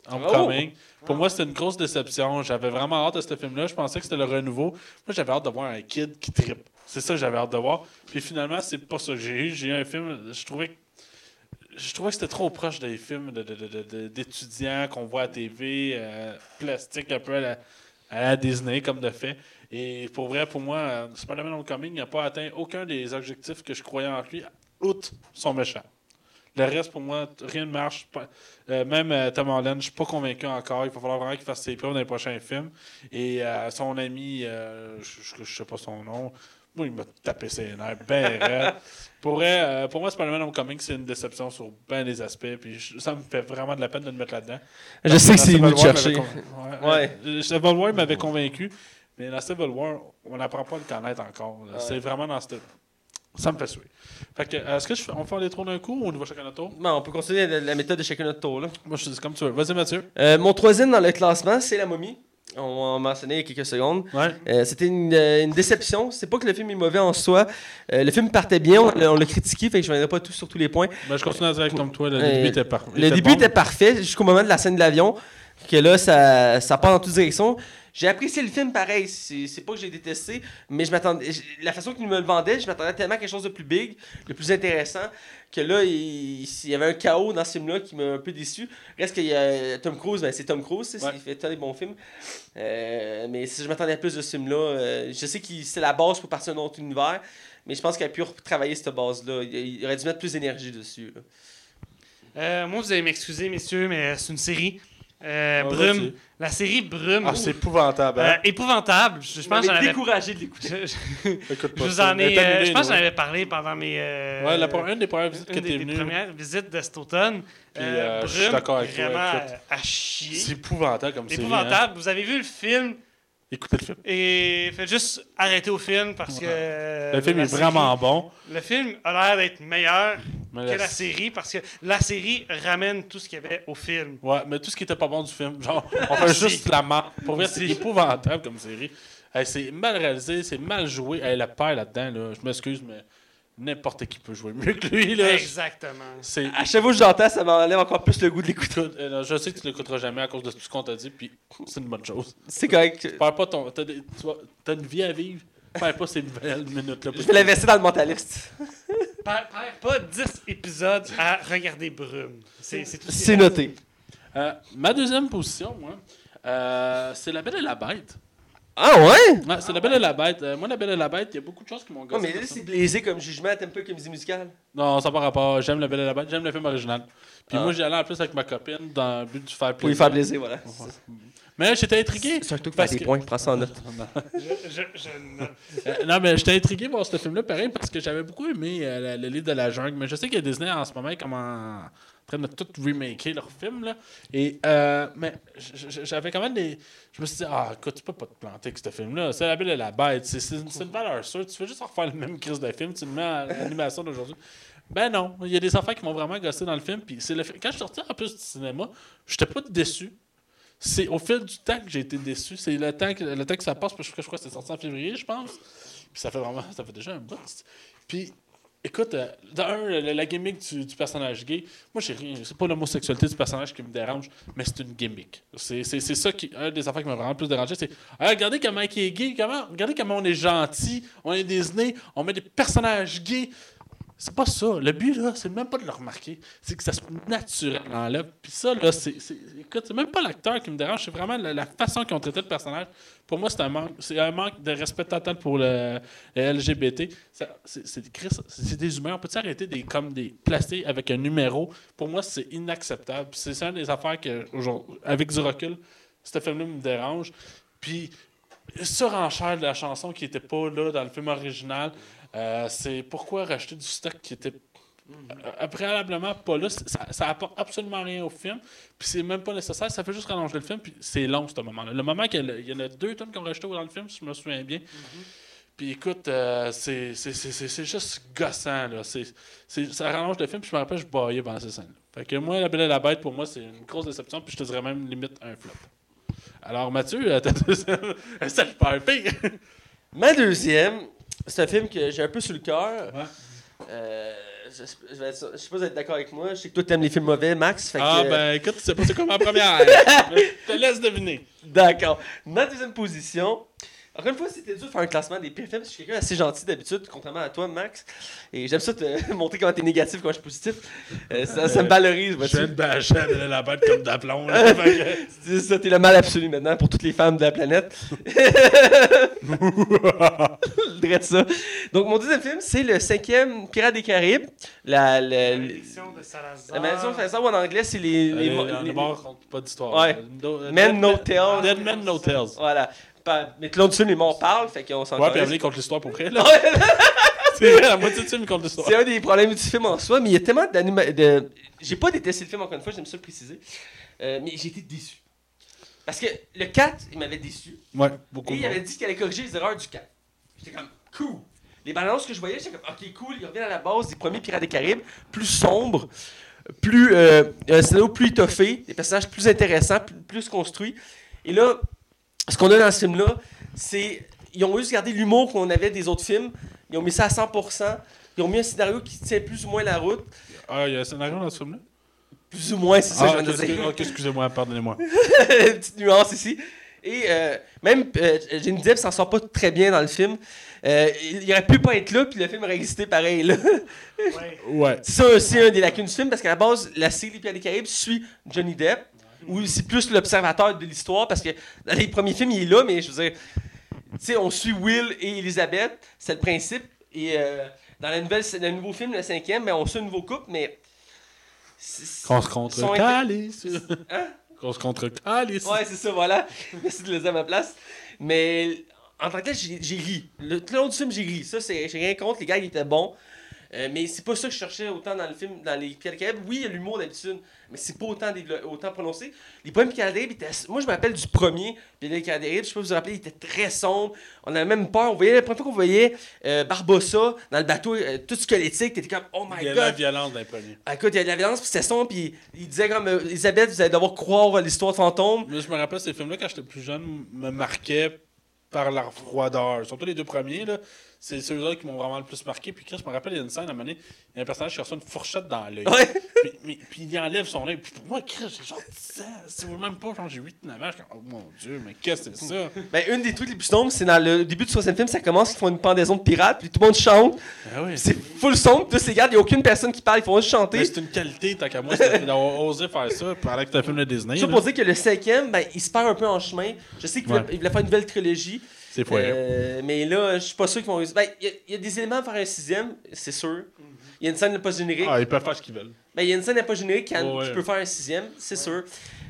[SPEAKER 1] Homecoming. Pour moi, c'était une grosse déception. J'avais vraiment hâte de ce film-là. Je pensais que c'était le renouveau. Moi, j'avais hâte de voir un kid qui trippe. C'est ça que j'avais hâte de voir. Puis finalement, c'est pas ça que j'ai eu. J'ai eu un film, je trouvais que c'était trop proche des films d'étudiants qu'on voit à TV, plastique un peu à la Disney, comme de fait. Et pour vrai, pour moi, Spider-Man Homecoming n'a pas atteint aucun des objectifs que je croyais en lui, outre son méchant. Le reste, pour moi, rien ne marche. Même Tom Holland, je suis pas convaincu encore. Il va falloir vraiment qu'il fasse ses preuves dans les prochains films. Et son ami, je sais pas son nom, moi, il m'a tapé ses nerfs ben raide. Pour moi, Spider-Man Homecoming, c'est une déception sur bien des aspects. Puis ça me fait vraiment de la peine de le mettre là-dedans.
[SPEAKER 2] Je sais que c'est venu te chercher.
[SPEAKER 1] Civil War m'avait convaincu. Mais dans Civil War, on n'apprend pas à le connaître encore. Ouais. C'est vraiment dans cette... Ça me fait suer. Fait que, est-ce qu'on fait les tours d'un coup ou on y va chacun notre tour?
[SPEAKER 2] Non, on peut continuer la méthode de chacun notre tour. Là.
[SPEAKER 1] Moi, je te dis comme tu veux. Vas-y, Mathieu.
[SPEAKER 2] Mon troisième dans le classement, c'est La Momie. On m'a mentionné il y a quelques secondes.
[SPEAKER 1] Ouais.
[SPEAKER 2] C'était une déception. C'est pas que le film est mauvais en soi. Le film partait bien, on l'a critiqué, fait que je ne reviendrai pas tout sur tous les points.
[SPEAKER 1] Ben, je continue à dire comme toi, le début était parfait.
[SPEAKER 2] Le début était parfait jusqu'au moment de la scène de l'avion, que là, ça part dans toutes directions. J'ai apprécié le film pareil, c'est pas que j'ai détesté, mais je m'attendais, la façon qu'il me le vendait, je m'attendais tellement à quelque chose de plus big, de plus intéressant, que là, il y avait un chaos dans ce film-là qui m'a un peu déçu. Reste qu'il y a Tom Cruise, ben c'est Tom Cruise, il fait tant des bons films, mais si je m'attendais à plus de ce film-là, je sais que c'est la base pour partir d'un autre univers, mais je pense qu'il a pu retravailler cette base-là, il aurait dû mettre plus d'énergie dessus.
[SPEAKER 3] Moi, vous allez m'excuser, messieurs, mais c'est une série. Brume. La série Brume.
[SPEAKER 1] Ah, c'est épouvantable. Hein?
[SPEAKER 3] Épouvantable. Je pense que j'en avais
[SPEAKER 2] découragé de l'écouter.
[SPEAKER 3] Je pense que j'en avais parlé pendant mes.
[SPEAKER 1] Une des premières visites que t'es venu.
[SPEAKER 3] Une des premières visites de cet automne.
[SPEAKER 1] Je suis d'accord avec toi.
[SPEAKER 3] Vraiment à chier.
[SPEAKER 1] C'est épouvantable comme série.
[SPEAKER 3] C'est épouvantable.
[SPEAKER 1] Hein?
[SPEAKER 3] Vous avez vu le film.
[SPEAKER 1] Écoutez le film.
[SPEAKER 3] Et faites juste arrêter au film parce que.
[SPEAKER 1] Le film est vraiment bon.
[SPEAKER 3] Le film a l'air d'être meilleur que la série parce que la série ramène tout ce qu'il y avait au film.
[SPEAKER 1] Ouais, mais tout ce qui était pas bon du film, genre, on fait juste la marque. Pour vrai, c'est épouvantable comme série. C'est mal réalisé, c'est mal joué. Le père là-dedans, là, je m'excuse, mais n'importe qui peut jouer mieux que lui. Là.
[SPEAKER 3] Exactement.
[SPEAKER 2] À chaque fois que j'entends, ça m'enlève encore plus le goût de l'écouter.
[SPEAKER 1] Je sais que tu l'écouteras jamais à cause de tout ce qu'on t'a dit, puis c'est une bonne chose.
[SPEAKER 2] C'est correct.
[SPEAKER 1] Tu perds pas ton. T'as une vie à vivre. Perds pas ces belles minutes-là.
[SPEAKER 2] Je vais l'investir dans le mentaliste.
[SPEAKER 3] Perds pas 10 épisodes à regarder Brume.
[SPEAKER 2] C'est noté.
[SPEAKER 1] Ma deuxième position, moi, c'est La Belle et la Bête.
[SPEAKER 2] Ah ouais?
[SPEAKER 1] C'est La Belle et la Bête. Moi, La Belle et la Bête, il y a beaucoup de choses qui m'ont gossé.
[SPEAKER 2] Non, mais là, c'est blasé comme jugement. T'aimes pas la comédie musicale?
[SPEAKER 1] Non, ça n'a pas rapport. J'aime La Belle et la Bête. J'aime le film original. Puis moi, j'y allais en plus avec ma copine dans le but de faire plaisir.
[SPEAKER 2] Pour lui faire plaisir, voilà.
[SPEAKER 1] Mais j'étais intrigué.
[SPEAKER 2] Surtout que tu des points, prends ça en note.
[SPEAKER 1] Non, mais j'étais intrigué de voir ce film-là, pareil, parce que j'avais beaucoup aimé le livre de la jungle. Mais je sais qu'il y a Disney en ce moment comme en train de tout remaker leur film. Là. Et, mais j'avais quand même des. Je me suis dit, écoute, tu peux pas te planter avec ce film-là. C'est La Belle et la Bête. C'est une valeur sûre. Tu fais juste refaire le même crise de film. Tu le mets à l'animation d'aujourd'hui. Ben non. Il y a des affaires qui m'ont vraiment gossé dans le film. Puis quand je suis sorti en plus du cinéma, j'étais pas déçu. C'est au fil du temps que j'ai été déçu. C'est le temps que ça passe, parce que je crois que c'est sorti en février, je pense. Puis ça fait déjà un bout. Puis, écoute, la gimmick du personnage gay, moi, j'ai rien. C'est pas l'homosexualité du personnage qui me dérange, mais c'est une gimmick. C'est ça un des affaires qui m'a vraiment plus dérangé. C'est regardez comment il est gay, regardez comment on est gentil, on est Disney, on met des personnages gays. C'est pas ça. Le but, là, c'est même pas de le remarquer. C'est que ça soit naturel en là. Puis ça, là, écoute, c'est même pas l'acteur qui me dérange. C'est vraiment la façon qu'ils ont traité le personnage. Pour moi, c'est un manque de respect total pour le LGBT. C'est des humains. On peut arrêter des placer avec un numéro? Pour moi, c'est inacceptable. C'est une des affaires que, avec du recul, ce film-là me dérange. Puis, surenchère de la chanson qui était pas là dans le film original. C'est pourquoi racheter du stock qui était préalablement pas là. Ça apporte absolument rien au film. Puis c'est même pas nécessaire. Ça fait juste rallonger le film. Puis c'est long, ce moment-là. Le moment qu'il y en a 2 tonnes qui ont racheté dans le film, si je me souviens bien. Puis écoute, c'est juste gossant. Là. Ça rallonge le film. Puis je me rappelle, je baillais pendant ces scènes-là. Fait que moi, La Belle et la Bête, pour moi, c'est une grosse déception. Puis je te dirais même limite un flop. Alors Mathieu, ta deuxième. Ça super pire.
[SPEAKER 2] Ma deuxième. C'est un film que j'ai un peu sur le cœur.
[SPEAKER 1] Ouais.
[SPEAKER 2] Je sais pas si vous êtes d'accord avec moi. Je sais que toi, t'aimes les films mauvais, Max. Fait que,
[SPEAKER 1] Ben écoute, c'est pas c'est comme ma première. Je te laisse deviner.
[SPEAKER 2] D'accord. Ma deuxième position. Encore une fois, c'était dur de faire un classement des pires films. Je suis quelqu'un assez gentil d'habitude, contrairement à toi, Max. Et j'aime ça te montrer comment t'es négatif, quand je suis positif. Ça me valorise.
[SPEAKER 1] Je viens de bâcher à la bête comme d'aplomb.
[SPEAKER 2] C'est ça, t'es le mal absolu maintenant pour toutes les femmes de la planète. Drette ça. Donc, mon deuxième film, c'est le 5e Pirates des Caraïbes.
[SPEAKER 3] La malédiction de Salazar.
[SPEAKER 2] La malédiction de Salazar, ou en anglais, c'est les
[SPEAKER 1] morts racontent pas d'histoire.
[SPEAKER 2] Ouais. Men No Tales.
[SPEAKER 1] Dead Men No Tales.
[SPEAKER 2] Voilà. Mais tout le long du film, les morts parlent, fait qu'on s'en
[SPEAKER 1] Ouais, puis Amélie contre l'histoire pour vrai, là. C'est vrai, la moitié du film contre l'histoire.
[SPEAKER 2] C'est un des problèmes du film en soi, mais il y a tellement de... J'ai pas détesté le film, encore une fois, j'aime ça le préciser. Mais j'ai été déçu. Parce que le 4, il m'avait déçu.
[SPEAKER 1] Ouais, beaucoup.
[SPEAKER 2] Et il avait dit qu'il allait corriger les erreurs du 4. J'étais comme, cool. Les bandes annonces que je voyais, j'étais comme, ok, cool, il revient à la base des premiers Pirates des Caraïbes, plus sombre, plus... un scénario plus étoffé, des personnages plus intéressants, plus construits. Et là... Ce qu'on a dans ce film-là, c'est... Ils ont juste gardé l'humour qu'on avait des autres films. Ils ont mis ça à 100%. Ils ont mis un scénario qui tient plus ou moins la route.
[SPEAKER 1] Ah, il y a un scénario dans ce film-là?
[SPEAKER 2] Plus ou moins, c'est ça que je viens de dire.
[SPEAKER 1] Ok, excusez-moi, pardonnez-moi.
[SPEAKER 2] Petite nuance ici. Et même Johnny Depp s'en sort pas très bien dans le film. Il aurait pu pas être là, puis le film aurait existé pareil. Là.
[SPEAKER 1] Ouais.
[SPEAKER 2] C'est ça aussi un des lacunes du film, parce qu'à la base, la série Pirates des Caraïbes suit Johnny Depp. Ou c'est plus l'observateur de l'histoire, parce que dans les premiers films, il est là, mais je veux dire, tu sais, on suit Will et Elizabeth, c'est le principe. Et dans le nouveau film, le 5e, ben, on suit un nouveau couple, mais.
[SPEAKER 1] Qu'on se contre-calisse.
[SPEAKER 2] Hein?
[SPEAKER 1] Qu'on se contre-calisse.
[SPEAKER 2] Ouais, c'est ça, voilà. Merci de le dire à ma place. Mais en tant que tel, j'ai ri. Le long du film, j'ai ri. Ça, j'ai rien contre, les gars, ils étaient bons. Mais c'est pas ça que je cherchais autant dans le film, dans les Pirates des Caraïbes. Oui, il y a l'humour d'habitude, mais c'est pas autant prononcé. Les premiers Pirates des Caraïbes étaient... Moi, je me rappelle du premier Pirates des Caraïbes, je sais pas si vous vous rappelez, il était très sombre. On avait même peur. On voyait, la première fois qu'on voyait Barbossa dans le bateau, tout squelettique, t'étais comme, oh my god.
[SPEAKER 1] Il y a de la violence dans les premiers.
[SPEAKER 2] Ah, écoute, il y a de la violence, puis c'était sombre, puis il disait comme, Elisabeth, vous allez devoir croire à l'histoire de fantôme.
[SPEAKER 1] Mais je me rappelle, ces films-là, quand j'étais plus jeune, me marquaient par leur froideur. Surtout les deux premiers, là. C'est ceux-là qui m'ont vraiment le plus marqué. Puis, Chris, je me rappelle, il y a une scène à un moment donné, il y a un personnage qui reçoit une fourchette dans l'œil.
[SPEAKER 2] Ouais.
[SPEAKER 1] Puis il enlève son œil. Puis pour moi, Chris, j'ai genre 10 ans. Si vous même pas, genre j'ai 8-9 ans. Je suis comme, oh mon Dieu, mais qu'est-ce que c'est ça?
[SPEAKER 2] Ben, une des trucs les plus sombres, c'est dans le début du 60e film, ça commence, ils font une pendaison de pirates, puis tout le monde chante.
[SPEAKER 1] Ben oui.
[SPEAKER 2] C'est full sombre, tous ces gars, il n'y a aucune personne qui parle, ils font juste chanter.
[SPEAKER 1] Mais c'est une qualité, tant qu'à moi, d'avoir osé faire ça pendant que c'est un film de Disney.
[SPEAKER 2] Ça pour dire que le 5e, ben, il se perd un peu en chemin. Je sais qu'il voulait faire une nouvelle trilogie.
[SPEAKER 1] C'est foireux.
[SPEAKER 2] Mais là, je suis pas sûr qu'ils vont... Ben, il y a des éléments à faire un 6e, c'est sûr. Il y a une scène de post-générique.
[SPEAKER 1] Ah, ils peuvent faire ce qu'ils veulent.
[SPEAKER 2] Ben, il y a une scène de post-générique qui
[SPEAKER 1] ouais.
[SPEAKER 2] peut faire un 6e, c'est sûr.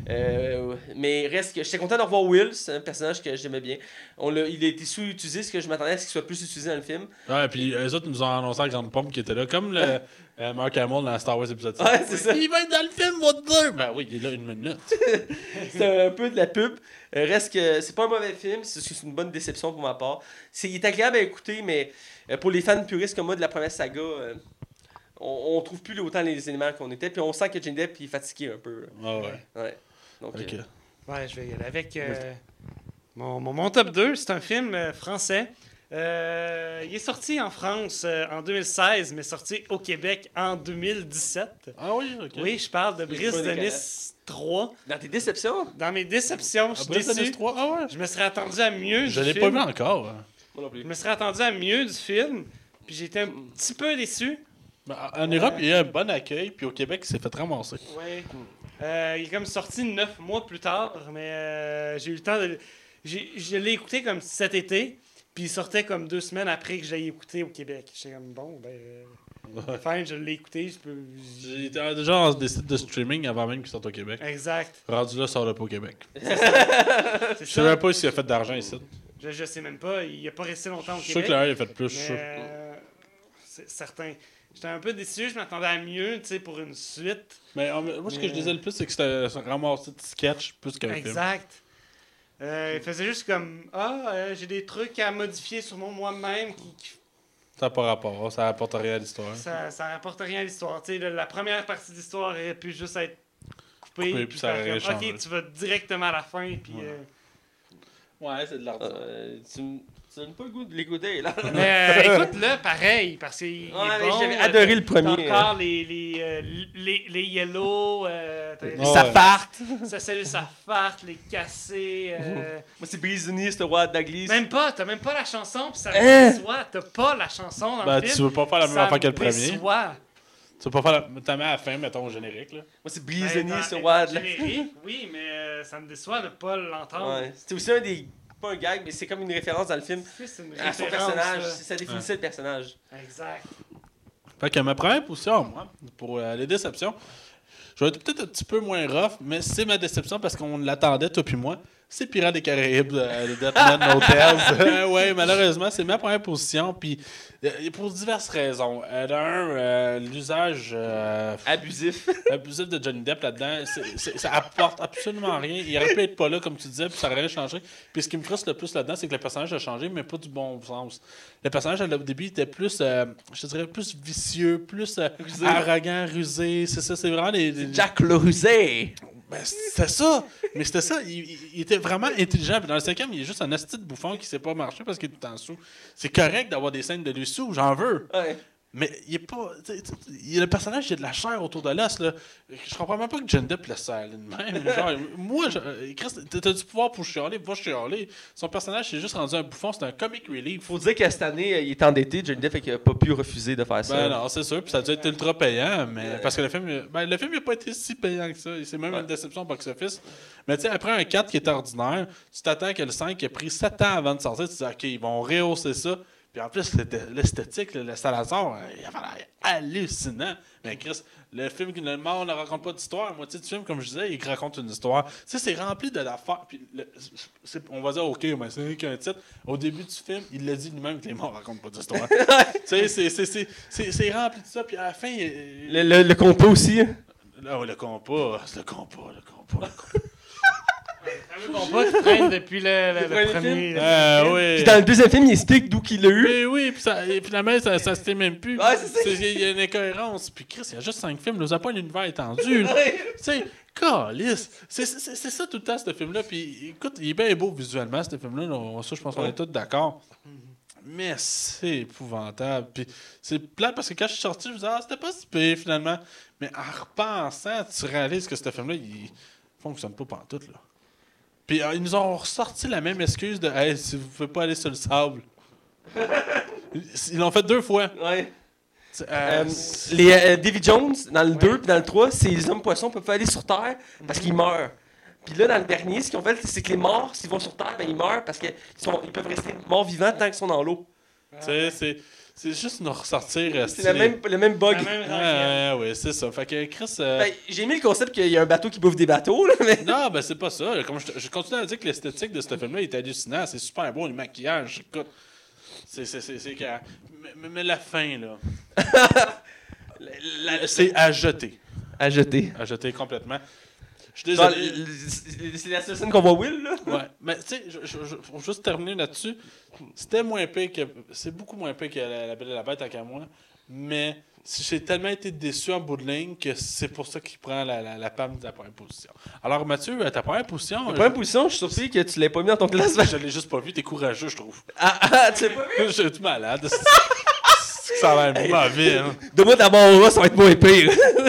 [SPEAKER 2] Mais reste que... J'étais content de revoir Will, c'est un personnage que j'aimais bien. Il a été sous-utilisé, ce que je m'attendais à ce qu'il soit plus utilisé dans le film.
[SPEAKER 1] Ouais, puis eux autres nous ont annoncé la grande pompe qui était là, comme le Mark Hamill dans Star Wars épisode 7.
[SPEAKER 2] Ouais, c'est ça.
[SPEAKER 1] Il va être dans le film, votre deux! Ben oui, il est là une minute.
[SPEAKER 2] C'est un peu de la pub. Reste que c'est pas un mauvais film, c'est une bonne déception pour ma part. Il est agréable à écouter, mais pour les fans puristes comme moi de la première saga, on trouve plus autant les éléments qu'on était, puis on sent que Johnny Depp est fatigué un peu.
[SPEAKER 1] Ah ouais.
[SPEAKER 2] Donc,
[SPEAKER 1] Ok.
[SPEAKER 3] Ouais, je vais y aller avec mon top 2. C'est un film français. Il est sorti en France en 2016, mais sorti au Québec en 2017.
[SPEAKER 1] Ah oui, ok.
[SPEAKER 3] Oui, je parle de Brise
[SPEAKER 2] pas
[SPEAKER 3] de
[SPEAKER 2] dégueulasse.
[SPEAKER 3] Nice 3.
[SPEAKER 2] dans tes déceptions?
[SPEAKER 3] Dans mes déceptions, je suis
[SPEAKER 1] Brise de
[SPEAKER 3] déçu.
[SPEAKER 1] Nice 3, ah ouais.
[SPEAKER 3] Je me serais attendu à mieux
[SPEAKER 1] Je
[SPEAKER 3] du
[SPEAKER 1] l'ai
[SPEAKER 3] film.
[SPEAKER 1] pas vu encore. Hein.
[SPEAKER 2] Moi non plus.
[SPEAKER 3] Je me serais attendu à mieux du film. Puis j'ai été un petit peu déçu.
[SPEAKER 1] Ben, en Europe, il y a eu un bon accueil, puis au Québec, il s'est fait ramasser.
[SPEAKER 3] Ouais. Il est comme sorti 9 mois plus tard, mais j'ai eu le temps de... Je l'ai écouté comme cet été, puis il sortait comme 2 semaines après que j'aille écouté au Québec. J'étais comme, bon, fine, je l'ai écouté.
[SPEAKER 1] J'étais déjà dans des sites de streaming avant même qu'il sorte au Québec.
[SPEAKER 3] Exact.
[SPEAKER 1] Rendu là, sort le pas au Québec.
[SPEAKER 3] C'est
[SPEAKER 1] Je sais
[SPEAKER 3] ça.
[SPEAKER 1] même pas s'il a fait d'argent ici.
[SPEAKER 3] Je sais même pas. Il a pas resté longtemps au
[SPEAKER 1] Je suis sûr
[SPEAKER 3] Québec.
[SPEAKER 1] que l'un, il a fait plus. je suis sûr.
[SPEAKER 3] C'est certain. J'étais un peu déçu. Je m'attendais à mieux, tu sais, pour une suite.
[SPEAKER 1] Mais moi, ce que je disais le plus, c'est que c'était ramassé de sketch plus qu'un film.
[SPEAKER 3] Exact. Il faisait juste comme j'ai des trucs à modifier sur moi-même qui
[SPEAKER 1] Ça n'a pas rapport, ça apporte rien à l'histoire.
[SPEAKER 3] ça rapporte rien à l'histoire. Tu sais, la première partie de l'histoire aurait pu juste être coupée.
[SPEAKER 1] Coupée,
[SPEAKER 3] Puis
[SPEAKER 1] puis ça
[SPEAKER 3] faire
[SPEAKER 1] aurait
[SPEAKER 3] comme,
[SPEAKER 1] changé.
[SPEAKER 3] ok, tu vas directement à la fin. Puis,
[SPEAKER 1] Ouais, c'est de l'argent.
[SPEAKER 2] Tu Ça donne pas le goût de l'écouter, là.
[SPEAKER 3] Mais écoute-le pareil, parce qu'il est
[SPEAKER 2] mais
[SPEAKER 3] bon.
[SPEAKER 2] j'avais adoré le premier.
[SPEAKER 3] T'as encore les yellow.
[SPEAKER 2] Ça parte.
[SPEAKER 3] Ça salue sa farte, les cassés.
[SPEAKER 2] Moi, c'est Brisoni, ce roi d'Aglis.
[SPEAKER 3] T'as même pas la chanson, puis ça me déçoit. T'as pas la chanson dans le film.
[SPEAKER 1] Tu veux pas faire la même affaire que le premier.
[SPEAKER 3] Déçoit.
[SPEAKER 1] Tu veux pas faire t'as mis à la fin, mettons, au générique, là.
[SPEAKER 2] Moi, c'est Brisoni,
[SPEAKER 3] Ben,
[SPEAKER 2] ce roi de
[SPEAKER 3] générique, oui, mais ça me déçoit de pas l'entendre.
[SPEAKER 2] Ouais. C'était aussi un des. Pas un gag, mais c'est comme une référence dans le film
[SPEAKER 3] C'est une
[SPEAKER 2] à son
[SPEAKER 3] référence,
[SPEAKER 2] personnage.
[SPEAKER 3] là.
[SPEAKER 2] Ça définissait le personnage.
[SPEAKER 3] Exact.
[SPEAKER 1] Fait que ma première position, moi, pour les déceptions, je vais être peut-être un petit peu moins rough, mais c'est ma déception parce qu'on l'attendait, toi puis moi. C'est Pirates des Caraïbes, le Deathman Hotels. Ouais, malheureusement, c'est ma première position. Puis, pour diverses raisons. D'un, l'usage
[SPEAKER 2] Abusif.
[SPEAKER 1] abusif de Johnny Depp là-dedans, ça apporte absolument rien. Il aurait pu être pas là, comme tu disais, puis ça aurait rien changé. Puis, ce qui me frustre le plus là-dedans, c'est que le personnage a changé, mais pas du bon sens. Le personnage, au début, était plus, je te dirais, plus vicieux, plus arrogant, rusé. C'est ça, c'est vraiment
[SPEAKER 2] Jack le rusé.
[SPEAKER 1] Ben, c'était ça. Mais c'était ça. Il était vraiment intelligent. Puis dans le cinquième, il est juste un asti de bouffon qui sait pas marcher parce qu'il est tout en sous. C'est correct d'avoir des scènes de lui sous, j'en veux.
[SPEAKER 2] Ouais.
[SPEAKER 1] Mais il est pas. Le personnage, il a de la chair autour de l'os. Là. Je comprends même pas que Johnny Depp laisse ça aller de même. Genre, moi, Chris, t'as du pouvoir pour chialer, va chialer. Son personnage, c'est juste rendu un bouffon, c'est un comic relief.
[SPEAKER 2] Faut dire qu'à cette année, il est endetté, Johnny Depp, et qu'il a pas pu refuser de faire ça.
[SPEAKER 1] Ben non, c'est sûr. Puis ça a dû être ultra payant. Mais parce que le film n'a pas été si payant que ça. C'est même une déception au box-office. Mais tu sais, après un 4 qui est ordinaire, tu t'attends que le 5 ait pris 7 ans avant de sortir. Tu te dis, OK, ils vont rehausser ça. Puis en plus, l'esthétique, le Salazar, il avait l'air hallucinant. Mais Chris, le film, le mort ne raconte pas d'histoire. La moitié du film, comme je disais, il raconte une histoire. Tu sais, c'est rempli de l'affaire. Puis on va dire, OK, mais c'est qu'un titre. Au début du film, il l'a dit lui-même que les morts ne racontent pas d'histoire. Tu sais, c'est rempli de ça. Puis à la fin,
[SPEAKER 2] Le compas aussi.
[SPEAKER 1] Là, le compas.
[SPEAKER 3] Le combat qui traîne depuis le premier.
[SPEAKER 1] Oui.
[SPEAKER 2] Puis dans le deuxième film, il explique d'où qu'il l'a eu.
[SPEAKER 1] Mais oui, puis finalement, ça se tient même plus.
[SPEAKER 2] Ouais, c'est ça.
[SPEAKER 1] Il y a une incohérence. Puis Chris, il y a juste 5 films. Nous avons pas un univers étendu. Tu sais, calice. C'est ça tout le temps, ce film-là. Puis écoute, il est bien beau visuellement, ce film-là. Ça, je pense qu'on est tous d'accord. Mais c'est épouvantable. Puis c'est plate parce que quand je suis sorti, je me disais, c'était pas si pire finalement. Mais en repensant, tu réalises que ce film-là, il fonctionne pas pantoute, là. Puis ils nous ont ressorti la même excuse de hey, si vous pouvez pas aller sur le sable. Ils l'ont fait 2 fois.
[SPEAKER 2] Ouais.
[SPEAKER 1] C'est-
[SPEAKER 2] Davy Jones, dans le 2 puis dans le 3, c'est les hommes poissons peuvent pas aller sur Terre parce qu'ils meurent. Puis là, dans le dernier, ce qu'ils ont fait, c'est que les morts, s'ils vont sur Terre, ben, ils meurent parce qu'ils peuvent rester morts vivants tant qu'ils sont dans l'eau.
[SPEAKER 1] C'est juste nous ressortir.
[SPEAKER 2] C'est le même bug.
[SPEAKER 3] La même rengaine.
[SPEAKER 1] Oui, c'est ça. Fait que Chris.
[SPEAKER 2] Ben, j'ai aimé le concept qu'il y a un bateau qui bouffe des bateaux, là, mais...
[SPEAKER 1] Non, ben c'est pas ça. Comme je continue à dire que l'esthétique de ce film-là est hallucinant. C'est super beau, le maquillage. Écoute. C'est que. Mais la fin, là. C'est à jeter.
[SPEAKER 2] À jeter.
[SPEAKER 1] À jeter complètement. Je suis
[SPEAKER 2] Genre,
[SPEAKER 1] désolé.
[SPEAKER 2] c'est la seule scène qu'on voit Will, là.
[SPEAKER 1] Ouais, mais tu sais, pour juste terminer là-dessus, c'était moins pire que. C'est beaucoup moins pire que la Belle et la Bête, à qu'à moi. Mais j'ai tellement été déçu en bout de ligne que c'est pour ça qu'il prend la palme de la première position. Alors, Mathieu, ta première position.
[SPEAKER 2] La première position, je suis surpris que tu l'aies pas mis dans ton classement.
[SPEAKER 1] Je l'ai juste pas vu, t'es courageux, je trouve.
[SPEAKER 2] Tu sais pas vu?
[SPEAKER 1] Je suis malade. Ça a l'air mauvais, hein.
[SPEAKER 2] Donne-moi ta barre, ça va être moins pire.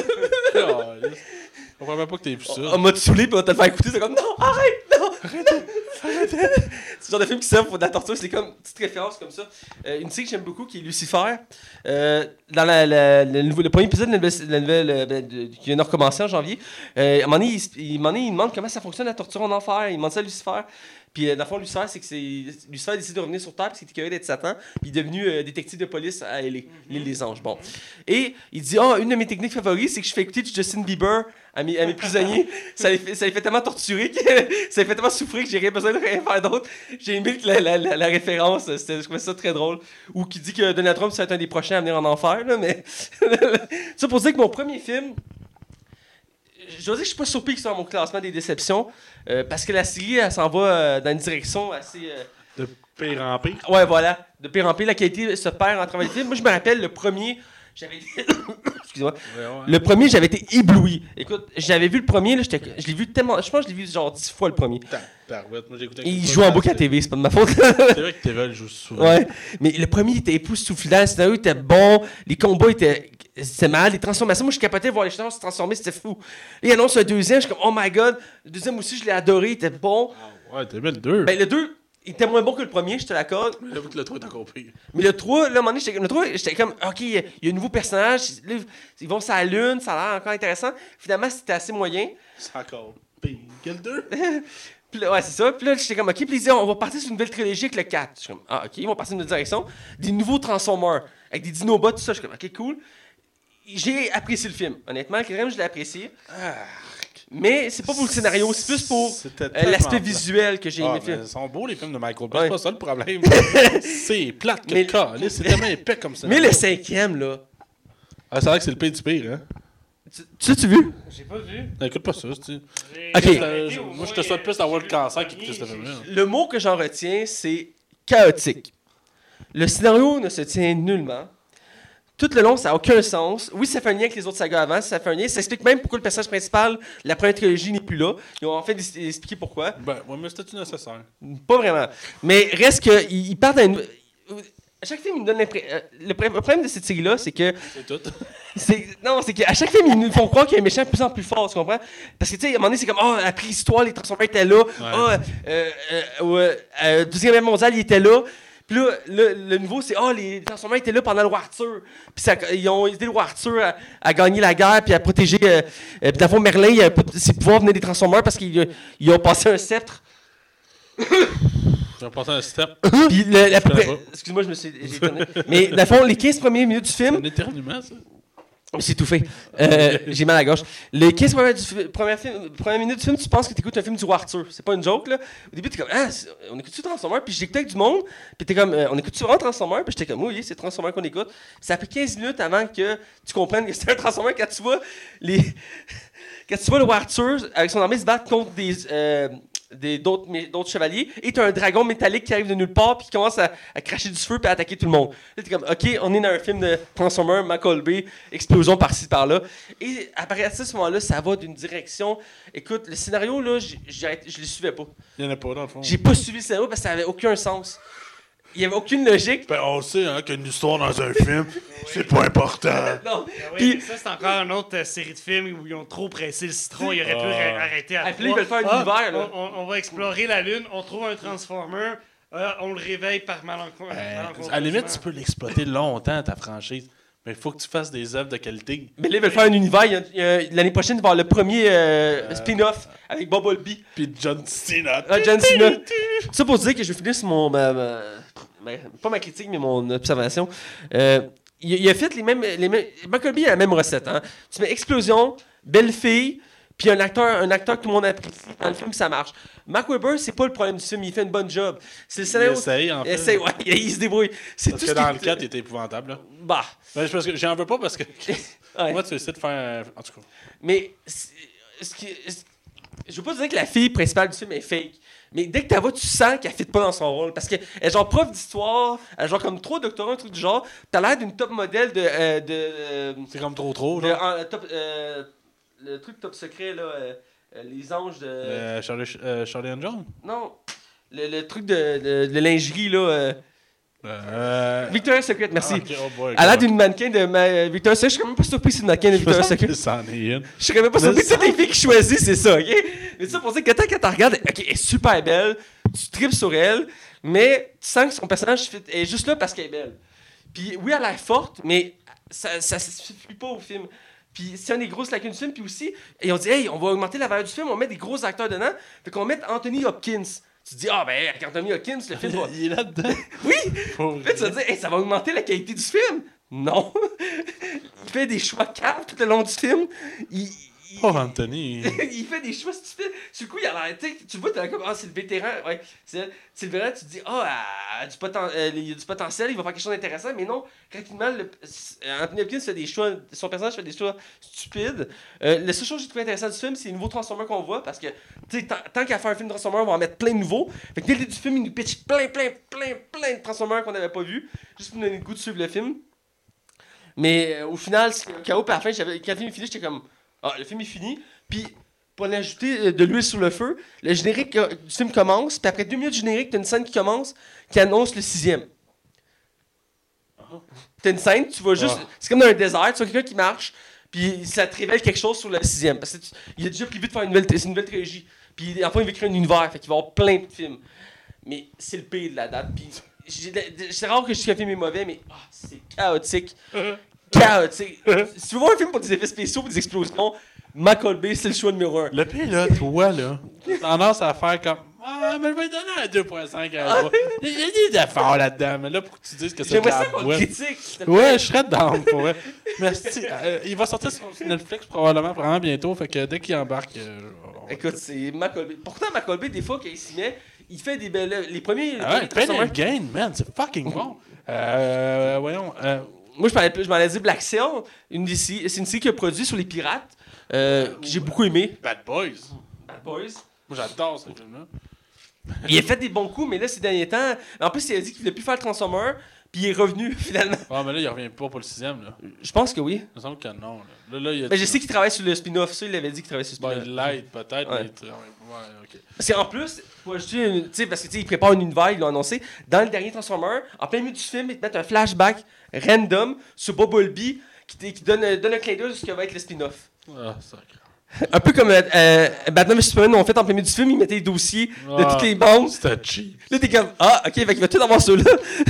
[SPEAKER 1] Je comprends même pas que t'aies vu ça.
[SPEAKER 2] On m'a saoulé, puis on va te le faire écouter, c'est comme non, arrête, non, arrête. C'est le genre de film qui sert pour de la torture, c'est comme une petite référence comme ça. Une série que j'aime beaucoup qui est Lucifer. Dans le premier épisode de la nouvelle qui vient de recommencer en janvier, à un moment donné, il demande comment ça fonctionne la torture en enfer. Il demande ça à Lucifer. Puis, dans le fond, Lucifer, c'est que Lucifer décide de revenir sur Terre, parce qu'il est écœuré d'être Satan, puis il est devenu détective de police à LA, l'île des anges. Bon. Et il dit une de mes techniques favorites, c'est que je fais écouter du Justin Bieber à mes prisonniers. Ça les fait tellement torturer, ça les fait tellement souffrir que j'ai rien besoin de rien faire d'autre. J'ai aimé la référence, je trouvais ça très drôle. Ou qui dit que Donald Trump, ça va être un des prochains à venir en enfer, là, mais. Ça pour dire que mon premier film. Je dois dire que je suis pas surpris qu'il soit dans mon classement des déceptions, parce que la série, elle s'en va dans une direction assez...
[SPEAKER 1] De pire en pire.
[SPEAKER 2] Ouais, voilà. De pire en pire, la qualité se perd en travail de film. Moi, je me rappelle le premier, j'avais excusez-moi.
[SPEAKER 1] Ouais, ouais.
[SPEAKER 2] Le premier, j'avais été ébloui. Écoute, j'avais vu le premier, là, je l'ai vu tellement. Je pense que je l'ai vu genre 10 fois le premier.
[SPEAKER 1] Parouette, moi j'écoutais.
[SPEAKER 2] Il joue en boucle à TV, c'est pas de ma faute.
[SPEAKER 1] C'est vrai que TV joue souvent.
[SPEAKER 2] Ouais. Mais le premier, il était époustouflant, le scénario était bon, les combats étaient. C'était mal, les transformations. Moi, je capotais de voir les gens se transformer, c'était fou. Et il annonce un deuxième, je suis comme, oh my god. Le deuxième aussi, je l'ai adoré, il était bon.
[SPEAKER 1] Ouais, t'as aimé le 2.
[SPEAKER 2] Ben, le 2, il était moins bon que le premier, je te l'accorde.
[SPEAKER 1] Mais j'avoue que le 3 est encore pire.
[SPEAKER 2] Mais le 3, là, à un moment donné, j'étais comme, ok, il y a un nouveau personnage, là, ils vont sur la lune, ça a l'air encore intéressant. Finalement, c'était assez moyen.
[SPEAKER 1] C'est encore pire que le 2.
[SPEAKER 2] Puis là, ouais, c'est ça. Puis là, j'étais comme, ok, puis ils disaient, on va partir sur une nouvelle trilogie avec le 4. Je suis comme, ah, ok, ils vont partir dans une direction. Des nouveaux Transformers, avec des Dinobots, tout ça. Je suis comme, ok, cool. J'ai apprécié le film. Honnêtement, le quatrième, je l'ai apprécié. Mais c'est pas pour le scénario, c'est plus pour l'aspect visuel que j'ai aimé le film.
[SPEAKER 1] Ils sont beaux les films de Michael Bay,
[SPEAKER 2] Ouais.
[SPEAKER 1] c'est pas ça le problème. C'est plate que
[SPEAKER 2] Mais-
[SPEAKER 1] le cas. C'est tellement épais comme ça.
[SPEAKER 2] Mais le cinquième, là.
[SPEAKER 1] Ah, c'est vrai que c'est le pire du pire, hein.
[SPEAKER 2] Tu vu?
[SPEAKER 3] J'ai pas vu.
[SPEAKER 1] Écoute pas ça, tu
[SPEAKER 2] Ok.
[SPEAKER 1] Moi, je te souhaite plus d'avoir le cancer qu'écouter ce film-là.
[SPEAKER 2] Le mot que j'en retiens, c'est chaotique. Le scénario ne se tient nullement. Tout le long, ça n'a aucun sens. Oui, ça fait un lien avec les autres sagas avant, ça fait un lien. Ça explique même pourquoi le personnage principal de la première trilogie n'est plus là. Ils ont en fait expliqué pourquoi.
[SPEAKER 1] Ben, ouais, mais c'était-tu nécessaire?
[SPEAKER 2] Pas vraiment. Mais reste que il part d'un. À chaque film, il me donne l'impression. Le problème de cette série-là, c'est que.
[SPEAKER 1] C'est tout.
[SPEAKER 2] Non, c'est qu'à chaque film, ils nous font croire qu'il y a un méchant de plus en plus fort, tu comprends? Parce que, tu sais, à un moment donné, c'est comme, la préhistoire, les Transformers étaient là. Deuxième Guerre mondiale, ils étaient là. Puis là, le nouveau, c'est, les Transformers étaient là pendant le War Arthur. Puis ils ont aidé le War Arthur à gagner la guerre, puis à protéger. Puis d'abord, Merlin, ses pouvoirs venaient des Transformers parce qu'ils ont passé un sceptre.
[SPEAKER 1] J'ai passé un step.
[SPEAKER 2] Puis excuse-moi, j'ai étonné. Mais dans le fond, les 15 premières minutes du
[SPEAKER 1] C'est
[SPEAKER 2] film.
[SPEAKER 1] un éternuement, ça.
[SPEAKER 2] C'est tout fait. J'ai mal à la gorge. Les 15 premières minutes du film, tu penses que tu écoutes un film du roi Arthur. C'est pas une joke, là. Au début, t'es comme, on écoute-tu Transformers? Puis j'écoutais avec du monde. Puis t'es comme, on écoute-tu vraiment Transformers? Puis j'étais comme, oui, c'est Transformers qu'on écoute. Ça a pris 15 minutes avant que tu comprennes que c'est un Transformer quand tu vois quand tu vois le roi Arthur avec son armée se battre contre d'autres chevaliers, et t'as un dragon métallique qui arrive de nulle part puis qui commence à cracher du feu puis à attaquer tout le monde. Là, t'es comme, ok, on est dans un film de Transformers, Michael Bay, explosion par-ci par-là. Et à partir de ce moment-là, ça va d'une direction. Écoute, le scénario, là, je le suivais pas.
[SPEAKER 1] Il y en a pas, dans le fond.
[SPEAKER 2] J'ai pas suivi le scénario parce que ça avait aucun sens. Il y avait aucune logique.
[SPEAKER 1] Ben, on sait, hein, qu'une histoire dans un film, c'est pas important.
[SPEAKER 2] Non.
[SPEAKER 3] Oui,
[SPEAKER 2] Puis,
[SPEAKER 3] mais ça, c'est encore une autre série de films où ils ont trop pressé le citron. Ils auraient pu arrêter à
[SPEAKER 2] puis là, ils veulent faire un univers, là.
[SPEAKER 3] On va explorer la Lune, on trouve un Transformer, on le réveille par malencontre.
[SPEAKER 1] À la limite, tu peux l'exploiter longtemps, ta franchise. Mais il faut que tu fasses des œuvres de qualité.
[SPEAKER 2] mais là, ils veulent faire un univers. L'année prochaine, il va y avoir le premier spin-off avec Bumblebee.
[SPEAKER 1] Puis John Cena.
[SPEAKER 2] John Cena. Ça pour dire que je vais finir sur pas ma critique, mais mon observation. Il a fait les mêmes. Michael Bay a la même recette. Hein. Tu mets explosion, belle fille, puis un acteur que tout le monde apprécie. Dans le film, ça marche. Mark Webber, c'est pas le problème du film. Il fait une bonne job. C'est le scénario.
[SPEAKER 1] Il essaye, en fait.
[SPEAKER 2] Il se débrouille. C'est
[SPEAKER 1] Parce
[SPEAKER 2] tout
[SPEAKER 1] que
[SPEAKER 2] ce
[SPEAKER 1] dans
[SPEAKER 2] qui
[SPEAKER 1] le 4, il était épouvantable. Là.
[SPEAKER 2] Bah.
[SPEAKER 1] Ben, parce que j'en veux pas parce que.
[SPEAKER 2] Ouais.
[SPEAKER 1] Moi, tu essaies de faire. En tout cas.
[SPEAKER 2] Mais je veux pas dire que la fille principale du film est fake. Mais dès que tu la vois, tu sens qu'elle fit pas dans son rôle. Parce qu'elle est genre prof d'histoire, elle a genre comme 3 doctorats, un truc du genre. T'as l'air d'une top modèle
[SPEAKER 1] C'est comme trop,
[SPEAKER 2] de
[SPEAKER 1] là.
[SPEAKER 2] le truc top secret, là. Les anges de.
[SPEAKER 1] Charlie and John.
[SPEAKER 2] Non. Le truc de lingerie, là. Victoria's Secret, merci.
[SPEAKER 1] Okay, oh boy,
[SPEAKER 2] Elle a l'air d'une mannequin de Victoria's Secret. Je suis même pas surpris si c'est une mannequin de Victoria's Secret.
[SPEAKER 1] C'en est une.
[SPEAKER 2] Je serais même pas surpris. Toutes les filles qui choisissent, c'est ça, ok? Mais ça pour dire que quand tu regardes, ok, elle est super belle, tu tripes sur elle, mais tu sens que son personnage est juste là parce qu'elle est belle. Puis oui, elle a l'air forte, mais ça suffit pas au film. Puis c'est une des grosses lacunes du film. Puis aussi, et on dit, hey, on va augmenter la valeur du film, on va mettre des gros acteurs dedans. Fait qu'on va mettre Anthony Hopkins. Tu te dis, avec Anthony Hopkins, le film va.
[SPEAKER 1] Il est là-dedans.
[SPEAKER 2] Oui! Là, tu vas te dire, hey, ça va augmenter la qualité du film. Non! Il fait des choix caves tout le long du film.
[SPEAKER 1] Oh, Anthony.
[SPEAKER 2] Il fait des choix stupides. Du coup, il a l'air. Tu vois, t'es comme, c'est le vétéran. Ouais, c'est le vétéran, tu te dis, il y a du potentiel, il va faire quelque chose d'intéressant. Mais non, rapidement, Anthony Hopkins fait des choix. Son personnage fait des choix stupides. La seule chose que j'ai trouvé intéressante du film, c'est les nouveaux Transformers qu'on voit. Parce que, tu sais, tant qu'à faire un film de Transformers, on va en mettre plein de nouveaux. Fait que dès le début du film, il nous pitch plein de Transformers qu'on n'avait pas vus. Juste pour nous donner le goût de suivre le film. Mais au final, c'est un chaos. Puis à la fin, quand le film est fini, j'étais comme, ah, le film est fini. Puis pour en ajouter de l'huile sur le feu, le générique du film commence. Puis après 2 minutes de générique, t'as une scène qui commence qui annonce le 6e. T'as une scène, tu vois juste. C'est comme dans un désert, tu vois quelqu'un qui marche, puis ça te révèle quelque chose sur le 6e. Parce qu'il a déjà prévu de faire une nouvelle trilogie. Puis enfin, il veut créer un univers, fait qu'il va y avoir plein de films. Mais c'est le pire de la date. Puis c'est rare que je dise qu'un film est mauvais, mais c'est chaotique. Chaotique. Si tu veux voir un film pour des effets spéciaux pour des explosions, Michael Bay, c'est le choix numéro 1.
[SPEAKER 1] Le pire, là, toi, là, t'as tendance à faire comme. Ah, mais je vais lui donner un 2.5 à la Il y a des efforts là-dedans, mais là, pour que tu dises que c'est de
[SPEAKER 2] J'aimerais
[SPEAKER 1] la
[SPEAKER 2] ça qu'on le
[SPEAKER 1] boîte.
[SPEAKER 2] critique. s'il te plaît.
[SPEAKER 1] Ouais, je serais down pour vrai. Mais il va sortir sur Netflix probablement vraiment bientôt, fait que dès qu'il embarque.
[SPEAKER 2] Écoute, c'est Michael Bay. Pourtant, Michael Bay, des fois, quand il s'y met, il fait des belles. Les premiers.
[SPEAKER 1] Ah ouais,
[SPEAKER 2] les
[SPEAKER 1] Pain
[SPEAKER 2] Transformers-
[SPEAKER 1] and Gain, man, c'est fucking bon. Voyons.
[SPEAKER 2] Moi, je m'en allais dire Black Sail. C'est une série qu'il a produit sur les pirates, que j'ai beaucoup aimé.
[SPEAKER 1] Bad Boys.
[SPEAKER 2] Bad Boys.
[SPEAKER 1] Moi, j'adore ce film-là.
[SPEAKER 2] Il a fait des bons coups, mais là, ces derniers temps. En plus, il a dit qu'il voulait plus faire Transformer, puis il est revenu, finalement.
[SPEAKER 1] Ah, mais là, il revient pas pour le 6e, là.
[SPEAKER 2] Je pense que oui.
[SPEAKER 1] Il me semble que non, là. Là, il y a
[SPEAKER 2] Mais je sais qu'il travaille sur le spin-off. Ça, il avait dit qu'il travaillait sur le
[SPEAKER 1] Bon,
[SPEAKER 2] spin-off.
[SPEAKER 1] il l'aide peut-être,
[SPEAKER 2] Ouais.
[SPEAKER 1] mais. Ouais, ok.
[SPEAKER 2] Parce qu'en plus, pour ajouter tu sais, parce que tu sais, il prépare un univers, ils l'ont annoncé. Dans le dernier Transformer, en plein milieu du film, ils te mettent un flashback random sur Bumblebee qui donne un clin d'œil sur ce que va être le spin-off.
[SPEAKER 1] Ah, sacré.
[SPEAKER 2] Un peu comme Batman vs Superman l'ont fait en plein milieu du film, ils mettaient les dossiers de toutes les bandes.
[SPEAKER 1] C'était cheap.
[SPEAKER 2] Là, t'es comme, ah, ok, fait qu'il va tout avoir ceux-là.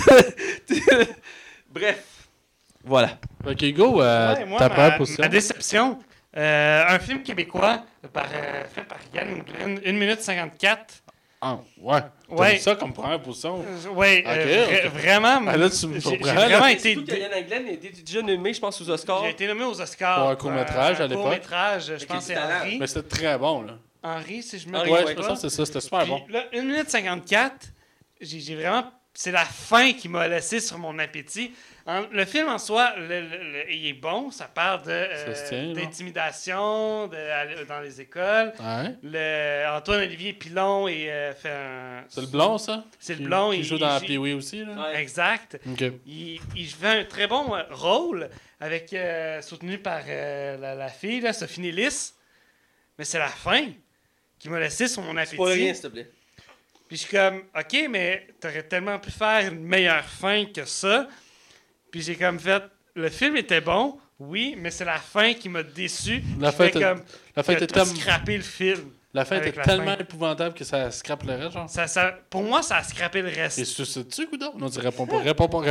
[SPEAKER 2] Bref. Voilà.
[SPEAKER 1] Fait que go,
[SPEAKER 3] Ouais, moi,
[SPEAKER 1] ta première position.
[SPEAKER 3] ma déception, un film québécois fait par Yann Englund, 1 minute 54.
[SPEAKER 1] Ah, ouais. T'as
[SPEAKER 3] Ouais.
[SPEAKER 1] mis ça comme première position.
[SPEAKER 3] Ouais,
[SPEAKER 1] Ok.
[SPEAKER 3] vraiment.
[SPEAKER 1] Ah, là, tu me
[SPEAKER 3] j'ai
[SPEAKER 1] surprends,
[SPEAKER 3] vraiment
[SPEAKER 1] là.
[SPEAKER 3] été.
[SPEAKER 2] Surtout que Yann Englund a été déjà nommé, je pense, aux Oscars.
[SPEAKER 3] J'ai été nommé aux Oscars.
[SPEAKER 1] Pour un court-métrage à l'époque.
[SPEAKER 3] Court-métrage, je
[SPEAKER 2] Avec
[SPEAKER 3] pense que
[SPEAKER 2] du
[SPEAKER 3] c'est
[SPEAKER 2] talent.
[SPEAKER 3] Henri.
[SPEAKER 1] Mais c'était très bon, là.
[SPEAKER 3] Henri, si je me
[SPEAKER 2] Henri,
[SPEAKER 1] Ouais,
[SPEAKER 3] trompe
[SPEAKER 1] je
[SPEAKER 3] pas.
[SPEAKER 1] pense que c'est ça. C'était super
[SPEAKER 3] Puis
[SPEAKER 1] bon.
[SPEAKER 3] là, 1 minute 54, j'ai vraiment. C'est la fin qui m'a laissé sur mon appétit. Le film en soi, il est bon. Ça parle
[SPEAKER 1] Ça se tient, là.
[SPEAKER 3] d'intimidation dans les écoles.
[SPEAKER 1] Ouais.
[SPEAKER 3] Antoine-Olivier Pilon fait un.
[SPEAKER 1] C'est le blond, ça?
[SPEAKER 3] C'est le blond.
[SPEAKER 1] Qui joue dans Pee-Wee aussi, là?
[SPEAKER 2] Ouais.
[SPEAKER 3] Exact.
[SPEAKER 1] Ok.
[SPEAKER 3] Il fait un très bon rôle, avec soutenu par la fille, là, Sophie Nélis. Mais c'est la fin qui m'a laissé sur mon
[SPEAKER 2] C'est
[SPEAKER 3] appétit.
[SPEAKER 2] pas rien, s'il te plaît.
[SPEAKER 3] Puis je suis comme, OK, mais t'aurais tellement pu faire une meilleure fin que ça. Puis j'ai comme fait, le film était bon, oui, mais c'est la fin qui m'a déçu.
[SPEAKER 1] La
[SPEAKER 3] Qui
[SPEAKER 1] fin
[SPEAKER 3] fait
[SPEAKER 1] était-
[SPEAKER 3] comme,
[SPEAKER 1] La fin
[SPEAKER 3] qui a
[SPEAKER 1] était
[SPEAKER 3] tout
[SPEAKER 1] tellement.
[SPEAKER 3] scrappé le film.
[SPEAKER 1] La fin
[SPEAKER 3] avec
[SPEAKER 1] était
[SPEAKER 3] la
[SPEAKER 1] tellement
[SPEAKER 3] fin.
[SPEAKER 1] épouvantable que ça scrape le reste, genre.
[SPEAKER 3] Pour moi, ça a scrappé le reste.
[SPEAKER 1] Et suicides-tu, coudonc? Non, tu réponds pas. Réponds pas.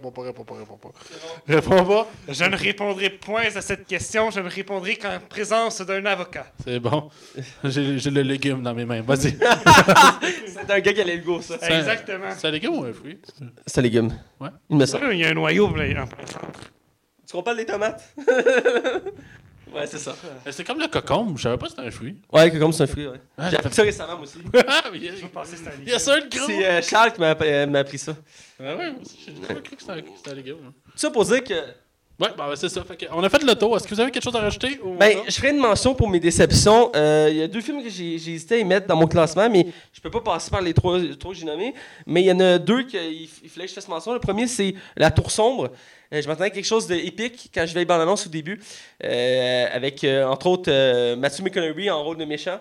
[SPEAKER 1] Réponds pas.
[SPEAKER 3] Je ne répondrai point à cette question. Je ne répondrai qu'en présence d'un avocat.
[SPEAKER 1] C'est bon. J'ai le légume dans mes mains. Vas-y.
[SPEAKER 2] C'est un gars qui allait le go, ça.
[SPEAKER 1] C'est un-
[SPEAKER 3] Exactement.
[SPEAKER 1] C'est un légume ou un fruit?
[SPEAKER 2] C'est un légume.
[SPEAKER 1] Ouais.
[SPEAKER 2] Il me semble.
[SPEAKER 3] Il y a un noyau en plein centre.
[SPEAKER 2] Tu comprends les tomates? Ouais, c'est ça.
[SPEAKER 1] C'est comme le cocombe. Je savais pas que c'était un fruit.
[SPEAKER 2] Ouais, comme c'est un fruit, ouais.
[SPEAKER 1] Ah,
[SPEAKER 2] J'ai appris ça récemment, moi aussi.
[SPEAKER 1] Ah, oui.
[SPEAKER 3] Je pensais que c'était un
[SPEAKER 1] Il y a ça, le gros.
[SPEAKER 2] C'est Charles qui m'a appris ça.
[SPEAKER 1] Ah ouais, moi aussi, j'ai pas cru que c'était un légume. hein.
[SPEAKER 2] Tout ça pour dire que.
[SPEAKER 1] Ouais, bah c'est ça. Fait que on a fait le tour. Est-ce que vous avez quelque chose à rajouter? Ou
[SPEAKER 2] Ben,
[SPEAKER 1] pas?
[SPEAKER 2] je ferai une mention pour mes déceptions. Il y a 2 films que j'ai hésité à y mettre dans mon classement, mais je peux pas passer par les trois que j'ai nommés. Mais il y en a 2 qu'il fallait que je fasse mention. Le premier, c'est La Tour Sombre. Je m'attendais à quelque chose d'épique quand je vais dans l'annonce au début, avec entre autres Matthew McConaughey en rôle de méchant,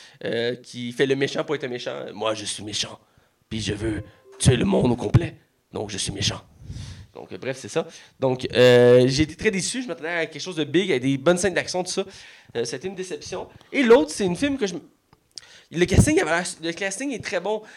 [SPEAKER 2] qui fait le méchant pour être un méchant. Moi, je suis méchant, puis je veux tuer le monde au complet, donc je suis méchant. Donc, bref, c'est ça. Donc, j'ai été très déçu. Je m'attendais à quelque chose de big, avec des bonnes scènes d'action, tout ça. Ça a été une déception. Et l'autre, c'est une film que je... Le casting est très bon.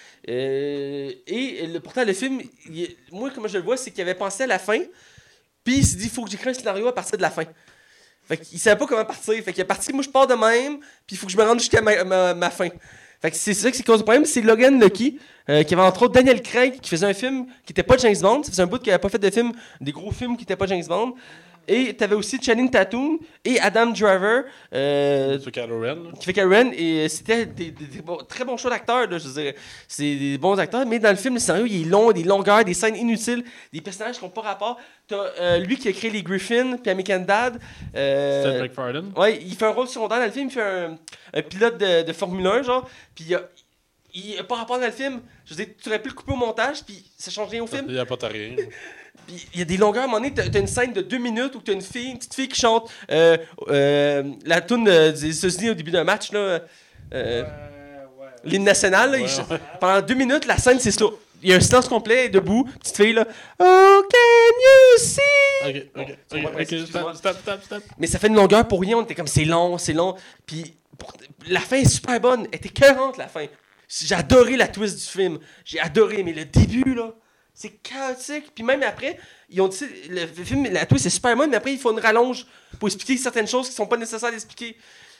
[SPEAKER 2] Pourtant, le film, moi, comment je le vois, c'est qu'il avait pensé à la fin, puis il s'est dit, il faut que j'écrive un scénario à partir de la fin. Fait qu'il savait pas comment partir. Fait qu'il est parti, moi, je pars de même, puis il faut que je me rende jusqu'à ma fin. Fait que c'est ça qui cause le problème. C'est Logan Lucky, qui avait entre autres Daniel Craig, qui faisait un film qui n'était pas James Bond. Ça faisait un bout qu'il n'avait pas fait de film, des gros films qui n'étaient pas James Bond. Et tu avais aussi Channing Tatum et Adam Driver,
[SPEAKER 1] C'est Kylo Ren, là.
[SPEAKER 2] qui fait Karen. Et c'était des très bons choix d'acteurs, là, je dirais. C'est des bons acteurs, mais dans le film, le scénario, il est long, des longueurs, des scènes inutiles, des personnages qui n'ont pas rapport. T'as lui qui a créé les Griffins, puis American Dad.
[SPEAKER 1] Seth MacFarlane.
[SPEAKER 2] Ouais, il fait un rôle secondaire dans le film, il fait un pilote de Formule 1, genre, puis il a pas rapport dans le film. Je veux dire, tu aurais pu le couper au montage, puis ça change rien au film.
[SPEAKER 1] Il n'y a pas de rien.
[SPEAKER 2] Puis il y a des longueurs, à un moment donné, t'as une scène de 2 minutes où t'as une petite fille qui chante la toune des États-Unis au début d'un match, là. L'hymne national, là, pendant 2 minutes, la scène, c'est slow. Il y a un silence complet, debout, petite fille, là. Oh, can you see?
[SPEAKER 1] Ok, stop.
[SPEAKER 2] Mais ça fait une longueur pour rien, on était comme, c'est long. Puis la fin est super bonne, elle était écœurante, la fin. J'ai adoré la twist du film. J'ai adoré, mais le début, là, c'est chaotique. Puis même après, ils ont dit, le film, la twist est super bonne, mais après, il faut une rallonge pour expliquer certaines choses qui sont pas nécessaires d'expliquer.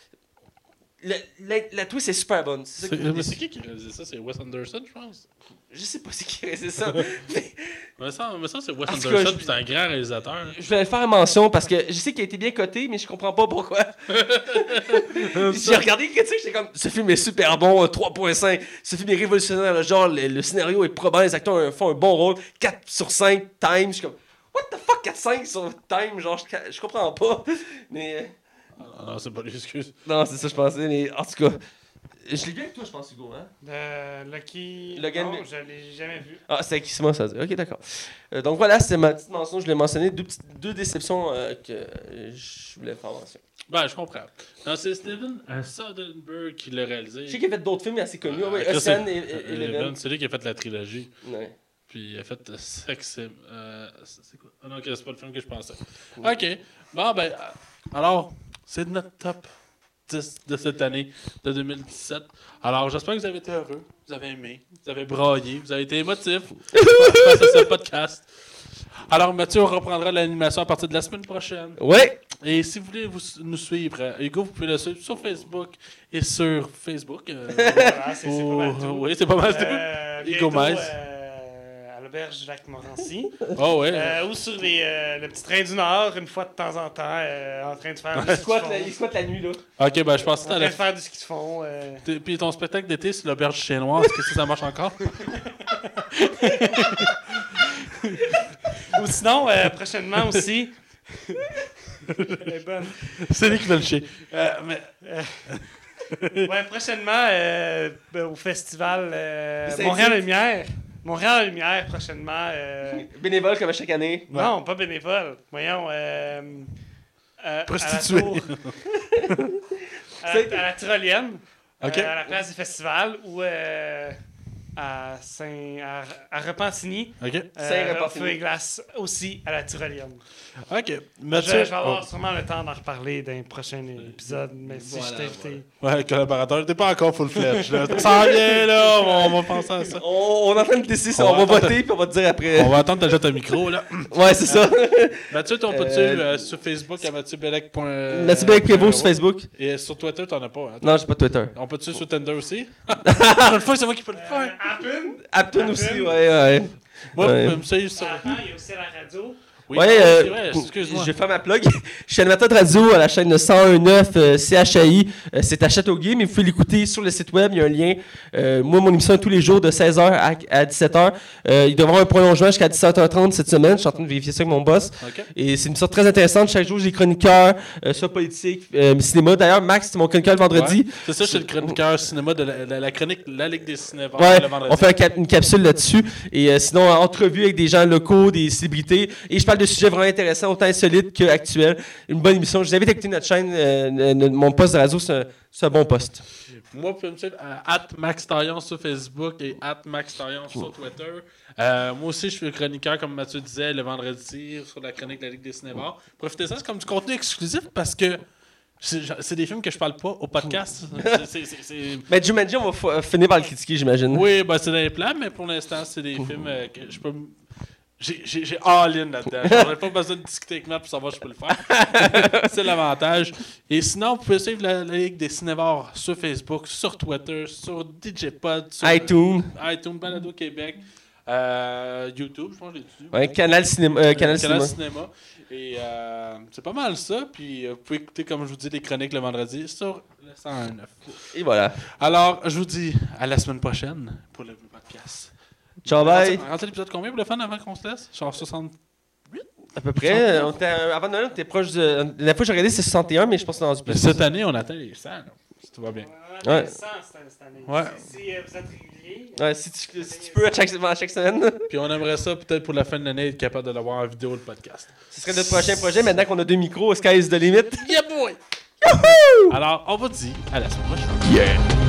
[SPEAKER 2] La twist est super bonne.
[SPEAKER 1] C'est qui a réalisé ça? C'est Wes Anderson, je pense.
[SPEAKER 2] Je sais pas c'est qui a réalisé ça.
[SPEAKER 1] Mais ça c'est Wes
[SPEAKER 2] En tout
[SPEAKER 1] Anderson,
[SPEAKER 2] cas,
[SPEAKER 1] puis c'est un grand réalisateur.
[SPEAKER 2] Je voulais le faire mention parce que je sais qu'il a été bien coté, mais je comprends pas pourquoi. J'ai regardé les critiques, j'étais comme, ce film est super bon, 3.5. Ce film est révolutionnaire. Là, genre, le scénario est probant, les acteurs font un bon rôle. 4 sur 5 Time. Je suis comme, what the fuck, 4-5 sur Time? Genre, je comprends pas. Mais.
[SPEAKER 1] Non, c'est pas lui, excuse.
[SPEAKER 2] Non, c'est ça, je pensais. Mais en tout cas, je l'ai vu avec toi, je pense, Hugo. Hein?
[SPEAKER 3] Lucky.
[SPEAKER 2] Logan.
[SPEAKER 3] Non, je l'ai jamais vu.
[SPEAKER 2] Ah, c'est qui c'est moi, ça dit. Ok, d'accord. Donc voilà, c'était ma petite mention. Je l'ai mentionné. Deux déceptions que je voulais faire mention.
[SPEAKER 1] Ben, je comprends. Non, c'est Steven Soderbergh qui l'a réalisé.
[SPEAKER 2] Je sais qu'il a fait d'autres films assez connus. Oui,
[SPEAKER 1] Chris,
[SPEAKER 2] Ocean et Eleven.
[SPEAKER 1] c'est lui qui a fait la trilogie.
[SPEAKER 2] Ouais.
[SPEAKER 1] Puis il a fait Sex. C'est quoi? Ah non, ok, c'est pas le film que je pensais. Ok. Bon, ben, alors, c'est notre top 10 de cette année, de 2017. Alors, j'espère que vous avez été heureux, vous avez aimé, vous avez braillé, vous avez été émotifs face à ce podcast. Alors, Mathieu, on reprendra l'animation à partir de la semaine prochaine.
[SPEAKER 2] Ouais.
[SPEAKER 1] Et si vous voulez nous suivre, Hugo, vous pouvez le suivre sur Facebook et sur Facebook.
[SPEAKER 3] Voilà, c'est pas mal tout.
[SPEAKER 1] Oui, c'est pas mal tout. Hugo
[SPEAKER 3] Bientôt,
[SPEAKER 1] Metz.
[SPEAKER 3] à l'auberge Jacques-Morancy.
[SPEAKER 1] Oh, ouais.
[SPEAKER 3] Ou sur le petit train du Nord, une fois de temps en temps, en train de faire du
[SPEAKER 2] Il
[SPEAKER 3] ski de fond.
[SPEAKER 2] squatte la nuit, là.
[SPEAKER 1] Ok, ben je pense que
[SPEAKER 3] En train de
[SPEAKER 1] t'allais.
[SPEAKER 3] faire du ski de fond.
[SPEAKER 1] Puis ton spectacle d'été, c'est l'auberge chinoise. Est-ce que ça marche encore?
[SPEAKER 3] Ou sinon, prochainement aussi. Elle est bonne.
[SPEAKER 1] C'est lui qui fait le chien.
[SPEAKER 3] Ouais, prochainement, au festival Montréal-Lumière. Montréal-Lumière, prochainement.
[SPEAKER 2] Bénévole comme à chaque année.
[SPEAKER 3] Non, pas bénévole. Voyons.
[SPEAKER 1] Prostituée.
[SPEAKER 3] À la Tyrolienne.
[SPEAKER 1] Ok.
[SPEAKER 3] À la place du festival. Ou à Repentigny.
[SPEAKER 1] Ok.
[SPEAKER 2] Saint-Repentigny.
[SPEAKER 3] Feu et glace aussi à la Tyrolienne.
[SPEAKER 1] Ok.
[SPEAKER 3] Je
[SPEAKER 1] Mathieu.
[SPEAKER 3] vais avoir sûrement le temps d'en reparler dans les prochains épisodes, mais si je t'ai invité.
[SPEAKER 1] Ouais, collaborateur, t'es pas encore full-fledged. Ça en vient, là. On va penser à ça.
[SPEAKER 2] On est en train de décider si
[SPEAKER 1] On
[SPEAKER 2] on va
[SPEAKER 1] va
[SPEAKER 2] voter, puis on va te dire après.
[SPEAKER 1] On va attendre que t'ajoutes un micro, là.
[SPEAKER 2] Ouais, c'est ça.
[SPEAKER 1] Mathieu, on peut te suivre sur Facebook à mathieubellec.
[SPEAKER 2] Mathieu Bellec Prévost sur Facebook.
[SPEAKER 1] Et sur Twitter, t'en as pas. Hein?
[SPEAKER 2] Non, j'ai pas de Twitter.
[SPEAKER 1] On peut te suivre sur Tinder aussi? Une fois, c'est moi qui peux le faire.
[SPEAKER 2] Apton aussi, ouais.
[SPEAKER 1] Moi,
[SPEAKER 2] Ouais.
[SPEAKER 1] vous me suivre sur.
[SPEAKER 3] Avant, il y a aussi la radio.
[SPEAKER 1] Oui,
[SPEAKER 2] Ouais,
[SPEAKER 1] c'est vrai, excuse-moi.
[SPEAKER 2] je vais faire ma plug. Je suis animateur de radio à la chaîne de 101.9 CHAI. C'est à Châteauguay, mais vous pouvez l'écouter sur le site web. Il y a un lien. Moi, mon émission est tous les jours de 16h à 17h. Il doit y avoir un prolongement jusqu'à 17h30 cette semaine. Je suis en train de vérifier ça avec mon boss.
[SPEAKER 1] Ok.
[SPEAKER 2] Et c'est une émission très intéressante. Chaque jour, j'ai des chroniqueurs sur politique, cinéma. D'ailleurs, Max, c'est mon chroniqueur le vendredi.
[SPEAKER 1] Ouais. C'est ça, je suis le chroniqueur cinéma de la chronique La Ligue des cinémas
[SPEAKER 2] Ouais,
[SPEAKER 1] le vendredi.
[SPEAKER 2] on fait une capsule là-dessus. Et sinon, entrevue avec des gens locaux, des célébrités. Et je parle de sujets vraiment intéressants, autant insolites qu'actuels. Une bonne émission. Je vous invite à écouter notre chaîne. Mon poste de radio, c'est un bon poste.
[SPEAKER 1] Moi, vous pouvez me suivre à @MaxTarion sur Facebook et @MaxTarion sur Twitter. Moi aussi, je suis le chroniqueur, comme Mathieu disait, le vendredi sur la chronique de la Ligue des cinémas. Profitez-en, c'est comme du contenu exclusif parce que c'est des films que je parle pas au podcast.
[SPEAKER 2] Mais Jumanji, on va finir par le critiquer, j'imagine.
[SPEAKER 1] Oui, ben, c'est dans les plans, mais pour l'instant, c'est des films que je peux. J'ai all-in là-dedans. J'aurais pas besoin de discuter avec Matt pour savoir si je peux le faire. C'est l'avantage. Et sinon, vous pouvez suivre la Ligue des cinévores sur Facebook, sur Twitter, sur DJpod, sur
[SPEAKER 2] iTunes.
[SPEAKER 1] Balado Québec, YouTube, je pense que j'ai dit.
[SPEAKER 2] Ouais, Canal Cinéma. Canal Cinéma.
[SPEAKER 1] Cinéma. Et c'est pas mal ça. Puis vous pouvez écouter, comme je vous dis, les chroniques le vendredi sur le 101.9.
[SPEAKER 2] Et voilà.
[SPEAKER 1] Alors, je vous dis à la semaine prochaine pour le podcast.
[SPEAKER 2] Ciao, bye.
[SPEAKER 1] Rentrez l'épisode combien pour le fun avant qu'on se laisse? Genre 60.
[SPEAKER 2] À peu près. Avant Noël, on était proche de. La dernière fois que j'ai regardé, c'est 61, mais je pense que c'est dans du plus.
[SPEAKER 1] Cette année, on atteint les 100. Là. Tout va bien.
[SPEAKER 3] On a 100 cette année.
[SPEAKER 1] Ouais.
[SPEAKER 3] Si vous êtes régulier.
[SPEAKER 2] Ouais, si tu peux à chaque semaine.
[SPEAKER 1] Puis on aimerait ça, peut-être pour la fin de l'année, être capable de l'avoir en vidéo, le podcast.
[SPEAKER 2] Ce serait notre prochain projet. Maintenant qu'on a 2 micros, sky is the limit.
[SPEAKER 1] Yeah, boy! Alors, on vous dit à la semaine prochaine.
[SPEAKER 2] Yeah!